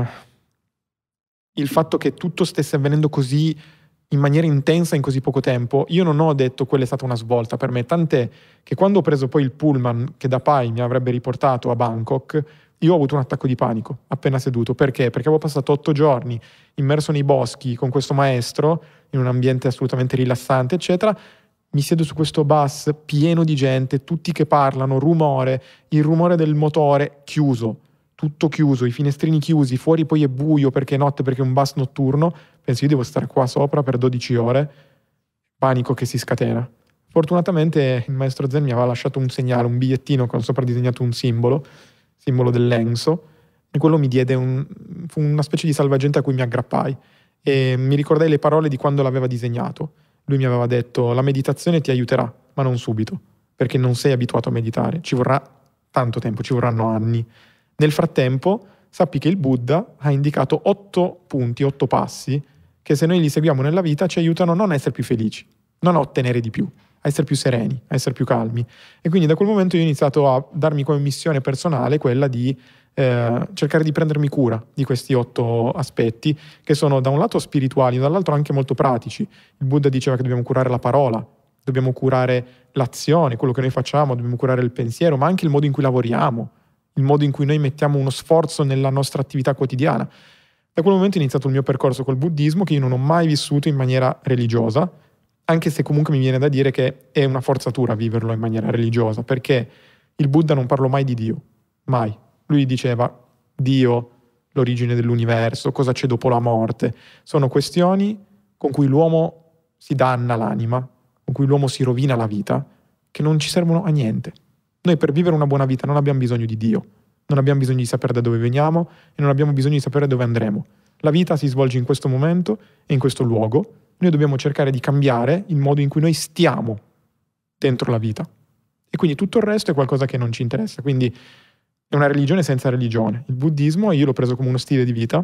Speaker 2: il fatto che tutto stesse avvenendo così in maniera intensa in così poco tempo, io non ho detto quella è stata una svolta per me, tant'è che quando ho preso poi il pullman che da Pai mi avrebbe riportato a Bangkok, io ho avuto un attacco di panico appena seduto. Perché? Perché avevo passato otto giorni immerso nei boschi con questo maestro, in un ambiente assolutamente rilassante, eccetera. Mi siedo su questo bus pieno di gente, tutti che parlano, rumore, il rumore del motore chiuso, tutto chiuso, i finestrini chiusi, fuori poi è buio perché è notte, perché è un bus notturno. Penso io devo stare qua sopra per dodici ore, panico che si scatena. Fortunatamente il maestro Zen mi aveva lasciato un segnale, un bigliettino con sopra disegnato un simbolo, simbolo dell'Enso, e quello mi diede un, fu una specie di salvagente a cui mi aggrappai e mi ricordai le parole di quando l'aveva disegnato. Lui mi aveva detto: la meditazione ti aiuterà, ma non subito, perché non sei abituato a meditare, ci vorrà tanto tempo, ci vorranno anni. Nel frattempo sappi che il Buddha ha indicato otto punti, otto passi che se noi li seguiamo nella vita ci aiutano non a essere più felici, non a ottenere di più, a essere più sereni, a essere più calmi. E quindi da quel momento io ho iniziato a darmi come missione personale quella di eh, cercare di prendermi cura di questi otto aspetti, che sono da un lato spirituali, dall'altro anche molto pratici. Il Buddha diceva che dobbiamo curare la parola, dobbiamo curare l'azione, quello che noi facciamo, dobbiamo curare il pensiero, ma anche il modo in cui lavoriamo, il modo in cui noi mettiamo uno sforzo nella nostra attività quotidiana. Da quel momento è iniziato il mio percorso col buddismo, che io non ho mai vissuto in maniera religiosa, anche se comunque mi viene da dire che è una forzatura viverlo in maniera religiosa, perché il Buddha non parlò mai di Dio, mai. Lui diceva Dio, l'origine dell'universo, cosa c'è dopo la morte. Sono questioni con cui l'uomo si danna l'anima, con cui l'uomo si rovina la vita, che non ci servono a niente. Noi per vivere una buona vita non abbiamo bisogno di Dio, non abbiamo bisogno di sapere da dove veniamo e non abbiamo bisogno di sapere dove andremo. La vita si svolge in questo momento e in questo luogo. Noi dobbiamo cercare di cambiare il modo in cui noi stiamo dentro la vita. E quindi tutto il resto è qualcosa che non ci interessa. Quindi è una religione senza religione. Il buddismo io l'ho preso come uno stile di vita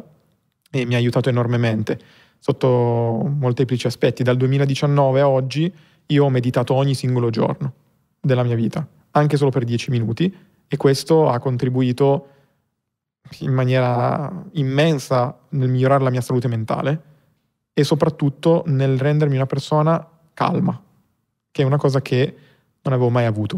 Speaker 2: e mi ha aiutato enormemente sotto molteplici aspetti. Dal duemiladiciannove a oggi io ho meditato ogni singolo giorno della mia vita, anche solo per dieci minuti, e questo ha contribuito in maniera immensa nel migliorare la mia salute mentale, e soprattutto nel rendermi una persona calma, che è una cosa che non avevo mai avuto.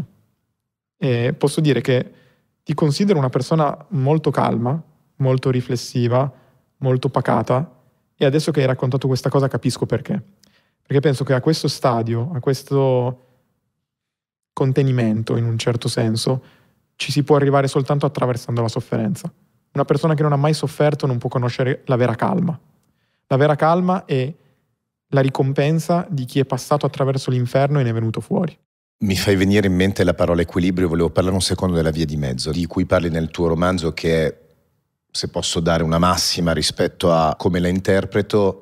Speaker 2: E posso dire che ti considero una persona molto calma, molto riflessiva, molto pacata, e adesso che hai raccontato questa cosa capisco perché. Perché penso che a questo stadio, a questo contenimento in un certo senso, ci si può arrivare soltanto attraversando la sofferenza. Una persona che non ha mai sofferto non può conoscere la vera calma. La vera calma è la ricompensa di chi è passato attraverso l'inferno e ne è venuto fuori.
Speaker 1: Mi fai venire in mente la parola equilibrio, volevo parlare un secondo della via di mezzo, di cui parli nel tuo romanzo, che è, se posso dare una massima rispetto a come la interpreto,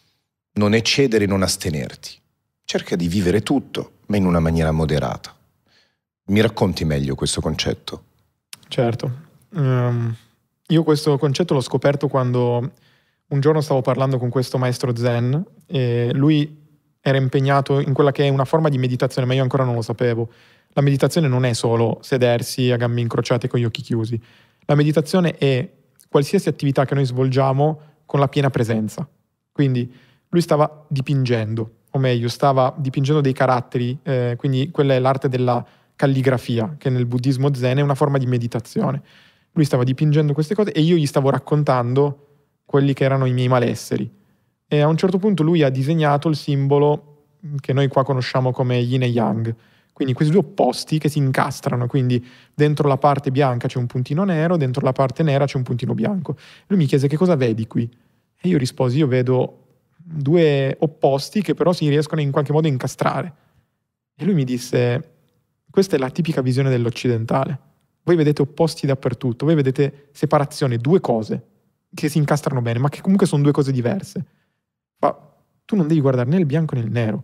Speaker 1: non eccedere e non astenerti. Cerca di vivere tutto, ma in una maniera moderata. Mi racconti meglio questo concetto?
Speaker 2: Certo. Um, io questo concetto l'ho scoperto quando un giorno stavo parlando con questo maestro zen e lui era impegnato in quella che è una forma di meditazione, ma io ancora non lo sapevo. La meditazione non è solo sedersi a gambe incrociate con gli occhi chiusi. La meditazione è qualsiasi attività che noi svolgiamo con la piena presenza. Quindi lui stava dipingendo, o meglio, stava dipingendo dei caratteri, eh, quindi quella è l'arte della calligrafia, che nel buddismo zen è una forma di meditazione. Lui stava dipingendo queste cose e io gli stavo raccontando quelli che erano i miei malesseri. E a un certo punto lui ha disegnato il simbolo che noi qua conosciamo come yin e yang, quindi questi due opposti che si incastrano, quindi dentro la parte bianca c'è un puntino nero, dentro la parte nera c'è un puntino bianco. Lui mi chiese: che cosa vedi qui? E io risposi: io vedo due opposti che però si riescono in qualche modo a incastrare. E lui mi disse: questa è la tipica visione dell'occidentale. Voi vedete opposti dappertutto, voi vedete separazione, due cose che si incastrano bene, ma che comunque sono due cose diverse. Ma tu non devi guardare né il bianco né il nero.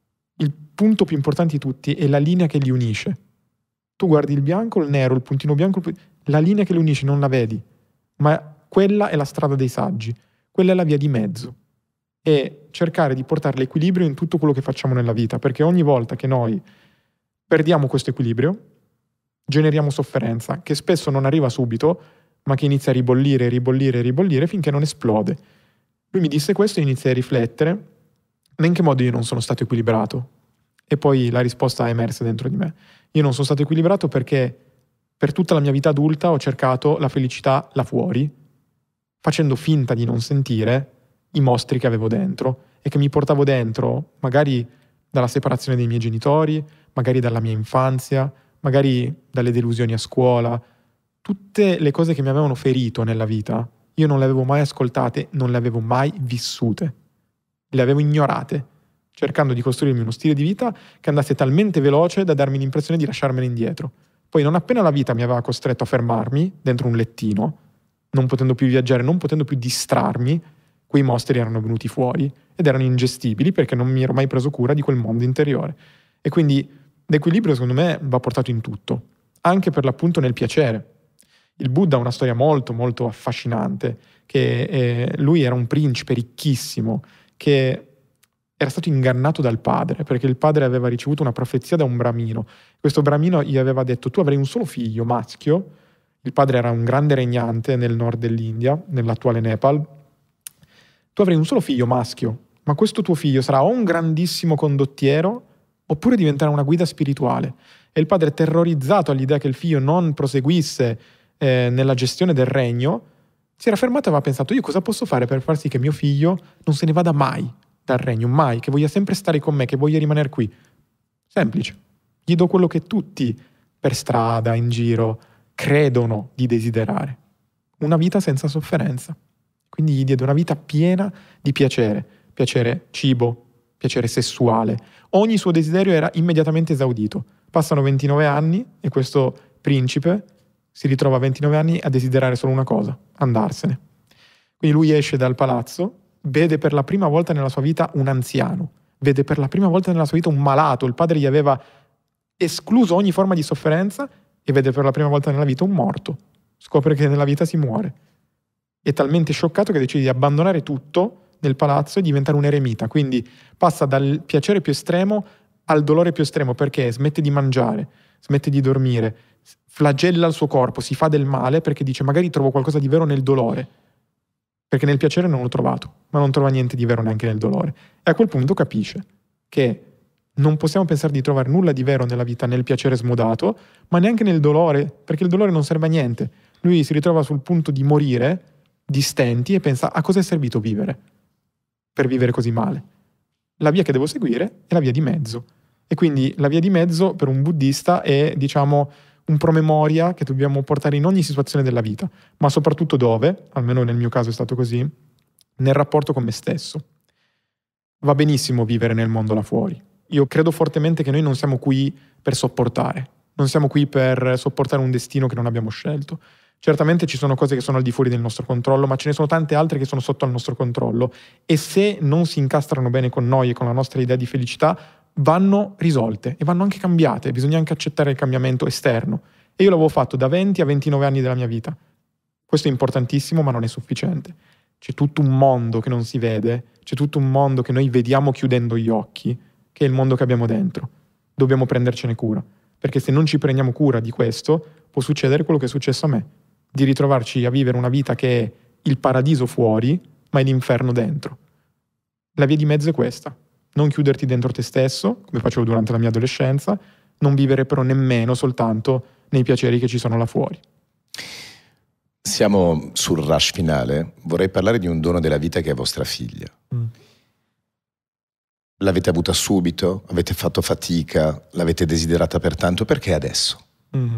Speaker 2: Il punto più importante di tutti è la linea che li unisce. Tu guardi il bianco, il nero, il puntino bianco, il puntino... la linea che li unisce non la vedi, ma quella è la strada dei saggi, quella è la via di mezzo. E cercare di portare l'equilibrio in tutto quello che facciamo nella vita, perché ogni volta che noi perdiamo questo equilibrio, generiamo sofferenza, che spesso non arriva subito, ma che inizia a ribollire, ribollire, ribollire finché non esplode. Lui mi disse questo e iniziai a riflettere in che modo io non sono stato equilibrato. E poi la risposta è emersa dentro di me. Io non sono stato equilibrato perché per tutta la mia vita adulta ho cercato la felicità là fuori, facendo finta di non sentire i mostri che avevo dentro e che mi portavo dentro, magari dalla separazione dei miei genitori, magari dalla mia infanzia, magari dalle delusioni a scuola. Tutte le cose che mi avevano ferito nella vita, io non le avevo mai ascoltate, non le avevo mai vissute. Le avevo ignorate, cercando di costruirmi uno stile di vita che andasse talmente veloce da darmi l'impressione di lasciarmene indietro. Poi non appena la vita mi aveva costretto a fermarmi dentro un lettino, non potendo più viaggiare, non potendo più distrarmi, quei mostri erano venuti fuori ed erano ingestibili perché non mi ero mai preso cura di quel mondo interiore. E quindi l'equilibrio secondo me va portato in tutto, anche per l'appunto nel piacere. Il Buddha ha una storia molto molto affascinante, che eh, lui era un principe ricchissimo che era stato ingannato dal padre, perché il padre aveva ricevuto una profezia da un bramino. Questo bramino gli aveva detto: tu avrai un solo figlio maschio. Il padre era un grande regnante nel nord dell'India, nell'attuale Nepal. Tu avrai un solo figlio maschio, ma questo tuo figlio sarà o un grandissimo condottiero oppure diventerà una guida spirituale. E il padre, terrorizzato all'idea che il figlio non proseguisse eh, nella gestione del regno, si era fermato e aveva pensato: io cosa posso fare per far sì che mio figlio non se ne vada mai dal regno, mai, che voglia sempre stare con me, che voglia rimanere qui? Semplice. Gli do quello che tutti per strada, in giro, credono di desiderare. Una vita senza sofferenza. Quindi gli diede una vita piena di piacere. Piacere cibo, piacere sessuale. Ogni suo desiderio era immediatamente esaudito. Passano ventinove anni e questo principe si ritrova a ventinove anni a desiderare solo una cosa: andarsene. Quindi lui esce dal palazzo, vede per la prima volta nella sua vita un anziano, vede per la prima volta nella sua vita un malato. Il padre gli aveva escluso ogni forma di sofferenza e vede per la prima volta nella vita un morto. Scopre che nella vita si muore. È talmente scioccato che decide di abbandonare tutto nel palazzo e diventare un eremita. Quindi passa dal piacere più estremo al dolore più estremo, perché smette di mangiare, smette di dormire, flagella il suo corpo, si fa del male perché dice: magari trovo qualcosa di vero nel dolore. perché nel piacere non l'ho trovato, ma non trova niente di vero neanche nel dolore. E a quel punto capisce che non possiamo pensare di trovare nulla di vero nella vita nel piacere smodato, ma neanche nel dolore, perché il dolore non serve a niente. Lui si ritrova sul punto di morire, di stenti, e pensa: a cosa è servito vivere per vivere così male? La via che devo seguire è la via di mezzo. E quindi la via di mezzo per un buddista è, diciamo, un promemoria che dobbiamo portare in ogni situazione della vita, ma soprattutto dove, almeno nel mio caso è stato così, nel rapporto con me stesso. Va benissimo vivere nel mondo là fuori. Io credo fortemente che noi non siamo qui per sopportare, non siamo qui per sopportare un destino che non abbiamo scelto. Certamente ci sono cose che sono al di fuori del nostro controllo, ma ce ne sono tante altre che sono sotto al nostro controllo, e se non si incastrano bene con noi e con la nostra idea di felicità, vanno risolte e vanno anche cambiate. Bisogna anche accettare il cambiamento esterno. E io l'avevo fatto da venti a ventinove anni della mia vita. Questo è importantissimo, ma non è sufficiente. C'è tutto un mondo che non si vede, c'è tutto un mondo che noi vediamo chiudendo gli occhi, che è il mondo che abbiamo dentro. Dobbiamo prendercene cura, perché se non ci prendiamo cura di questo, può succedere quello che è successo a me, di ritrovarci a vivere una vita che è il paradiso fuori, ma è l'inferno dentro. La via di mezzo è questa: non chiuderti dentro te stesso, come facevo durante la mia adolescenza, non vivere però nemmeno soltanto nei piaceri che ci sono là fuori.
Speaker 1: Siamo sul rush finale. Vorrei parlare di un dono della vita che è vostra figlia. Mm. L'avete avuta subito? Avete fatto fatica? L'avete desiderata per tanto? Perché adesso?
Speaker 2: Mm.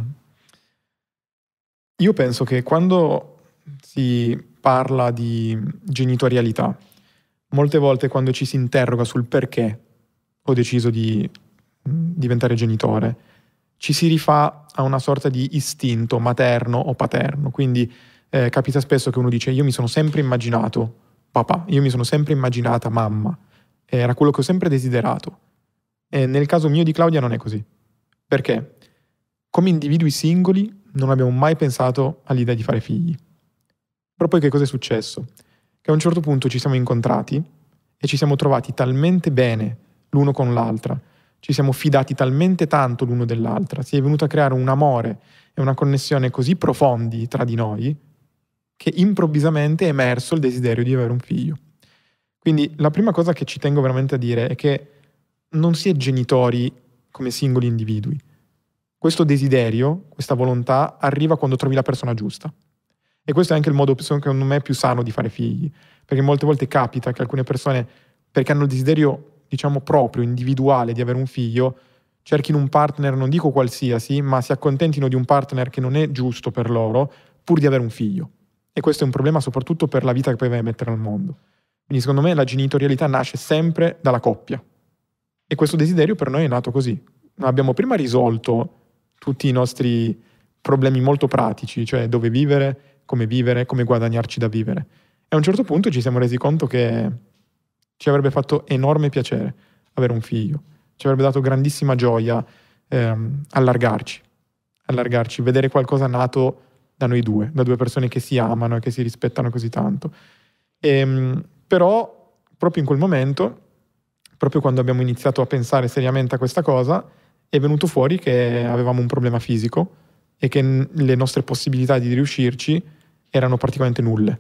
Speaker 2: Io penso che quando si parla di genitorialità, molte volte quando ci si interroga sul perché ho deciso di diventare genitore, ci si rifà a una sorta di istinto materno o paterno. Quindi eh, capita spesso che uno dice: io mi sono sempre immaginato papà, io mi sono sempre immaginata mamma, era quello che ho sempre desiderato. E nel caso mio di Claudia non è così. Perché? Come individui singoli non abbiamo mai pensato all'idea di fare figli. Però poi che cosa è successo? Che a un certo punto ci siamo incontrati e ci siamo trovati talmente bene l'uno con l'altra, ci siamo fidati talmente tanto l'uno dell'altra, si è venuto a creare un amore e una connessione così profondi tra di noi che improvvisamente è emerso il desiderio di avere un figlio. Quindi la prima cosa che ci tengo veramente a dire è che non si è genitori come singoli individui. Questo desiderio, questa volontà arriva quando trovi la persona giusta. E questo è anche il modo, secondo me, più sano di fare figli. Perché molte volte capita che alcune persone, perché hanno il desiderio, diciamo, proprio, individuale di avere un figlio, cerchino un partner, non dico qualsiasi, ma si accontentino di un partner che non è giusto per loro, pur di avere un figlio. E questo è un problema soprattutto per la vita che poi vai a mettere al mondo. Quindi secondo me la genitorialità nasce sempre dalla coppia. E questo desiderio per noi è nato così. Abbiamo prima risolto tutti i nostri problemi molto pratici, cioè dove vivere, come vivere, come guadagnarci da vivere. E a un certo punto ci siamo resi conto che ci avrebbe fatto enorme piacere avere un figlio, ci avrebbe dato grandissima gioia ehm, allargarci, allargarci, vedere qualcosa nato da noi due, da due persone che si amano e che si rispettano così tanto. E, però proprio in quel momento, proprio quando abbiamo iniziato a pensare seriamente a questa cosa, è venuto fuori che avevamo un problema fisico e che le nostre possibilità di riuscirci erano praticamente nulle.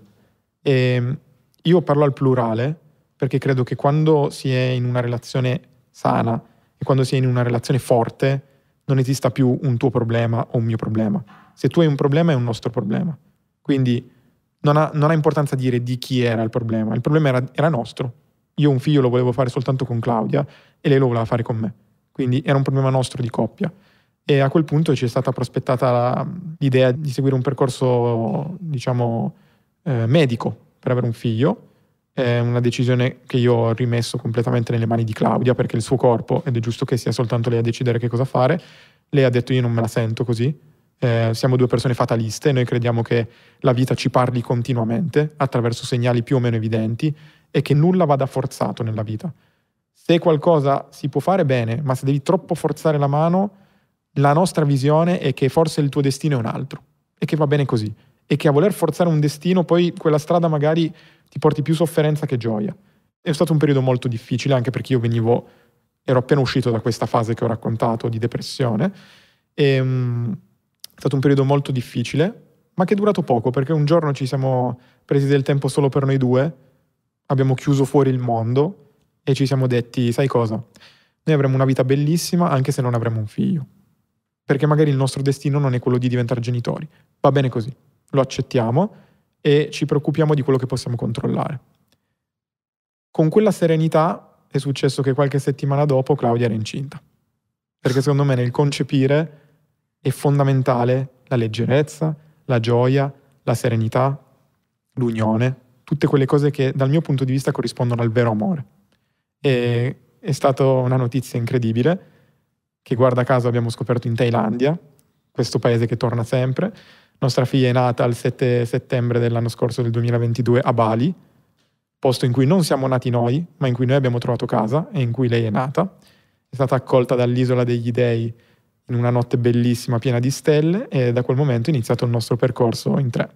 Speaker 2: E io parlo al plurale perché credo che quando si è in una relazione sana e quando si è in una relazione forte non esista più un tuo problema o un mio problema. Se tu hai un problema è un nostro problema. Quindi non ha, non ha importanza dire di chi era il problema. Il problema era, era nostro. Io un figlio lo volevo fare soltanto con Claudia e lei lo voleva fare con me. Quindi era un problema nostro di coppia. E a quel punto ci è stata prospettata la, l'idea di seguire un percorso, diciamo, eh, medico per avere un figlio. È una decisione che io ho rimesso completamente nelle mani di Claudia, perché il suo corpo, ed è giusto che sia soltanto lei a decidere che cosa fare. Lei ha detto: io non me la sento così. Eh, siamo due persone fataliste, noi crediamo che la vita ci parli continuamente attraverso segnali più o meno evidenti e che nulla vada forzato nella vita. Se qualcosa si può fare bene, ma se devi troppo forzare la mano, la nostra visione è che forse il tuo destino è un altro e che va bene così, e che a voler forzare un destino poi quella strada magari ti porti più sofferenza che gioia. È stato un periodo molto difficile, anche perché io venivo ero appena uscito da questa fase che ho raccontato di depressione e, um, è stato un periodo molto difficile, ma che è durato poco, perché un giorno ci siamo presi del tempo solo per noi due, abbiamo chiuso fuori il mondo e ci siamo detti, sai cosa? Noi avremo una vita bellissima anche se non avremo un figlio, perché magari il nostro destino non è quello di diventare genitori. Va bene così, lo accettiamo e ci preoccupiamo di quello che possiamo controllare. Con quella serenità è successo che qualche settimana dopo Claudia era incinta, perché secondo me nel concepire è fondamentale la leggerezza, la gioia, la serenità, l'unione, tutte quelle cose che dal mio punto di vista corrispondono al vero amore. E è stata una notizia incredibile che, guarda caso, abbiamo scoperto in Thailandia, questo paese che torna sempre. Nostra figlia è nata il sette settembre dell'anno scorso, del duemilaventidue, a Bali, posto in cui non siamo nati noi, ma in cui noi abbiamo trovato casa e in cui lei è nata. È stata accolta dall'Isola degli Dei in una notte bellissima piena di stelle e da quel momento è iniziato il nostro percorso in tre.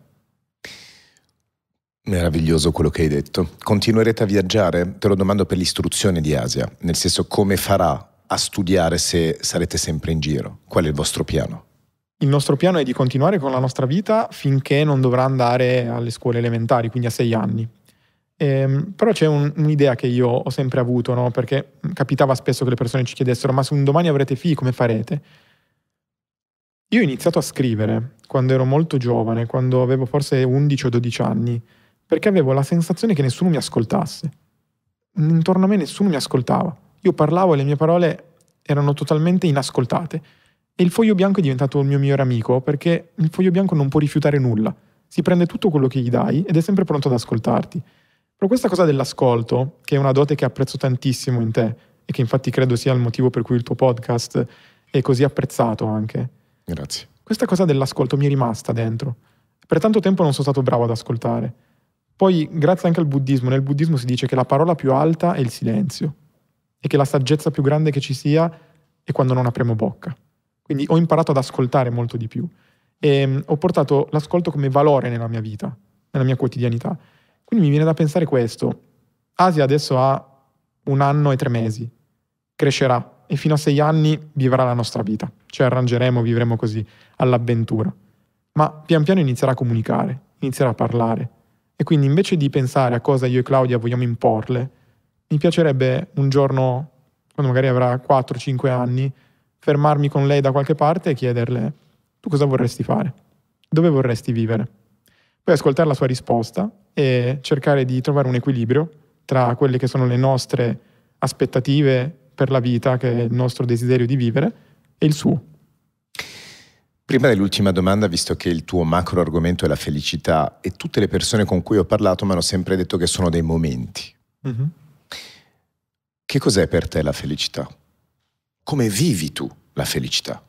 Speaker 1: Meraviglioso quello che hai detto. Continuerete a viaggiare? Te lo domando per l'istruzione di Asia, nel senso, come farà a studiare se sarete sempre in giro? Qual è il vostro piano?
Speaker 2: Il nostro piano è di continuare con la nostra vita finché non dovrà andare alle scuole elementari, quindi a sei anni. Ehm, però c'è un, un'idea che io ho sempre avuto, no? Perché capitava spesso che le persone ci chiedessero: ma se un domani avrete figli, come farete? Io ho iniziato a scrivere quando ero molto giovane, quando avevo forse undici o dodici anni, perché avevo la sensazione che nessuno mi ascoltasse. Intorno a me nessuno mi ascoltava. Io parlavo e le mie parole erano totalmente inascoltate. E il foglio bianco è diventato il mio migliore amico, perché il foglio bianco non può rifiutare nulla. Si prende tutto quello che gli dai ed è sempre pronto ad ascoltarti. Però questa cosa dell'ascolto, che è una dote che apprezzo tantissimo in te, e che infatti credo sia il motivo per cui il tuo podcast è così apprezzato anche.
Speaker 1: Grazie.
Speaker 2: Questa cosa dell'ascolto mi è rimasta dentro. Per tanto tempo non sono stato bravo ad ascoltare. Poi, grazie anche al buddismo, nel buddismo si dice che la parola più alta è il silenzio e che la saggezza più grande che ci sia è quando non apriamo bocca. Quindi ho imparato ad ascoltare molto di più e um, ho portato l'ascolto come valore nella mia vita, nella mia quotidianità. Quindi mi viene da pensare questo: Asia adesso ha un anno e tre mesi, crescerà e fino a sei anni vivrà la nostra vita, ci arrangeremo, vivremo così, all'avventura. Ma pian piano inizierà a comunicare, inizierà a parlare. E quindi invece di pensare a cosa io e Claudia vogliamo imporle, mi piacerebbe un giorno, quando magari avrà quattro cinque anni, fermarmi con lei da qualche parte e chiederle: tu cosa vorresti fare? Dove vorresti vivere? Poi ascoltare la sua risposta e cercare di trovare un equilibrio tra quelle che sono le nostre aspettative per la vita, che è il nostro desiderio di vivere, e il suo.
Speaker 1: Prima dell'ultima domanda, visto che il tuo macro argomento è la felicità, e tutte le persone con cui ho parlato mi hanno sempre detto che sono dei momenti. Mm-hmm. Che cos'è per te la felicità? Come vivi tu la felicità?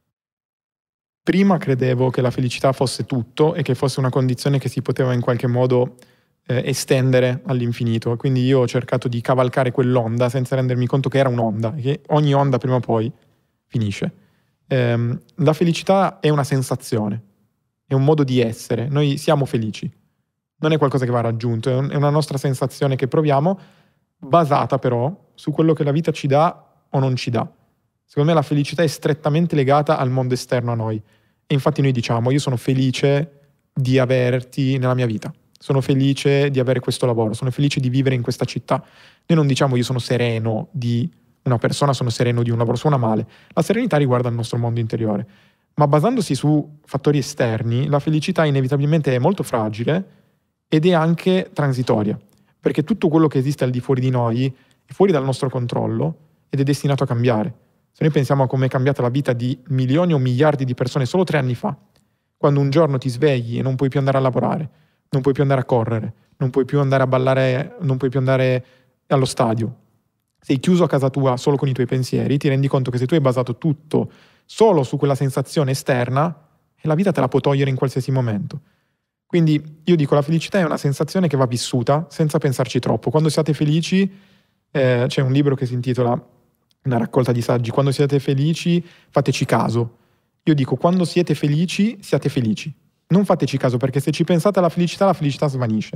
Speaker 2: Prima credevo che la felicità fosse tutto e che fosse una condizione che si poteva in qualche modo eh, estendere all'infinito. Quindi io ho cercato di cavalcare quell'onda senza rendermi conto che era un'onda e che ogni onda prima o poi finisce. Eh, la felicità è una sensazione, è un modo di essere. Noi siamo felici, non è qualcosa che va raggiunto, è, un, è una nostra sensazione che proviamo, basata però su quello che la vita ci dà o non ci dà. Secondo me la felicità è strettamente legata al mondo esterno a noi. E infatti noi diciamo: io sono felice di averti nella mia vita, sono felice di avere questo lavoro, sono felice di vivere in questa città. Noi non diciamo: io sono sereno di una persona, sono sereno di un lavoro. Suona male. La serenità riguarda il nostro mondo interiore. Ma basandosi su fattori esterni, la felicità inevitabilmente è molto fragile ed è anche transitoria, perché tutto quello che esiste al di fuori di noi è fuori dal nostro controllo ed è destinato a cambiare. Se noi pensiamo a come è cambiata la vita di milioni o miliardi di persone solo tre anni fa, quando un giorno ti svegli e non puoi più andare a lavorare, non puoi più andare a correre, non puoi più andare a ballare, non puoi più andare allo stadio, sei chiuso a casa tua solo con i tuoi pensieri, ti rendi conto che se tu hai basato tutto solo su quella sensazione esterna, la vita te la può togliere in qualsiasi momento. Quindi io dico: la felicità è una sensazione che va vissuta senza pensarci troppo. Quando siate felici, eh, c'è un libro che si intitola, una raccolta di saggi, quando siete felici fateci caso. Io dico: quando siete felici, siate felici. Non fateci caso, perché se ci pensate alla felicità, la felicità svanisce.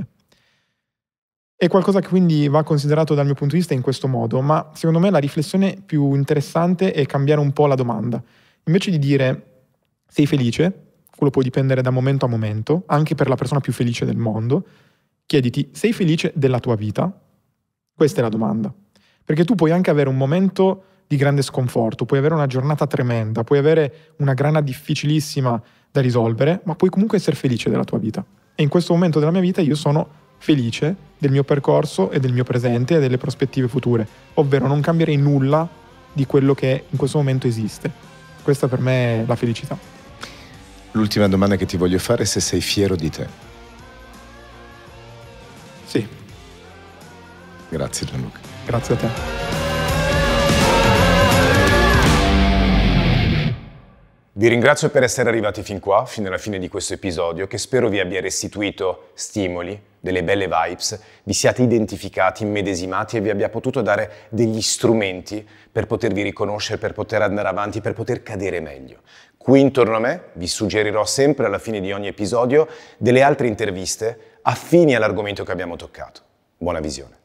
Speaker 2: È qualcosa che quindi va considerato dal mio punto di vista in questo modo, ma secondo me la riflessione più interessante è cambiare un po' la domanda. Invece di dire sei felice, quello può dipendere da momento a momento, anche per la persona più felice del mondo. Chiediti, sei felice della tua vita? Questa è la domanda. Perché tu puoi anche avere un momento di grande sconforto, puoi avere una giornata tremenda, puoi avere una grana difficilissima da risolvere, ma puoi comunque essere felice della tua vita. E in questo momento della mia vita io sono felice del mio percorso e del mio presente e delle prospettive future, ovvero non cambierei nulla di quello che in questo momento esiste. Questa per me è la felicità.
Speaker 1: L'ultima domanda che ti voglio fare è se sei fiero di te.
Speaker 2: Sì.
Speaker 1: Grazie Gianluca.
Speaker 2: Grazie a te.
Speaker 4: Vi ringrazio per essere arrivati fin qua, fino alla fine di questo episodio, che spero vi abbia restituito stimoli, delle belle vibes, vi siate identificati, immedesimati e vi abbia potuto dare degli strumenti per potervi riconoscere, per poter andare avanti, per poter cadere meglio. Qui intorno a me vi suggerirò sempre alla fine di ogni episodio delle altre interviste affini all'argomento che abbiamo toccato. Buona visione.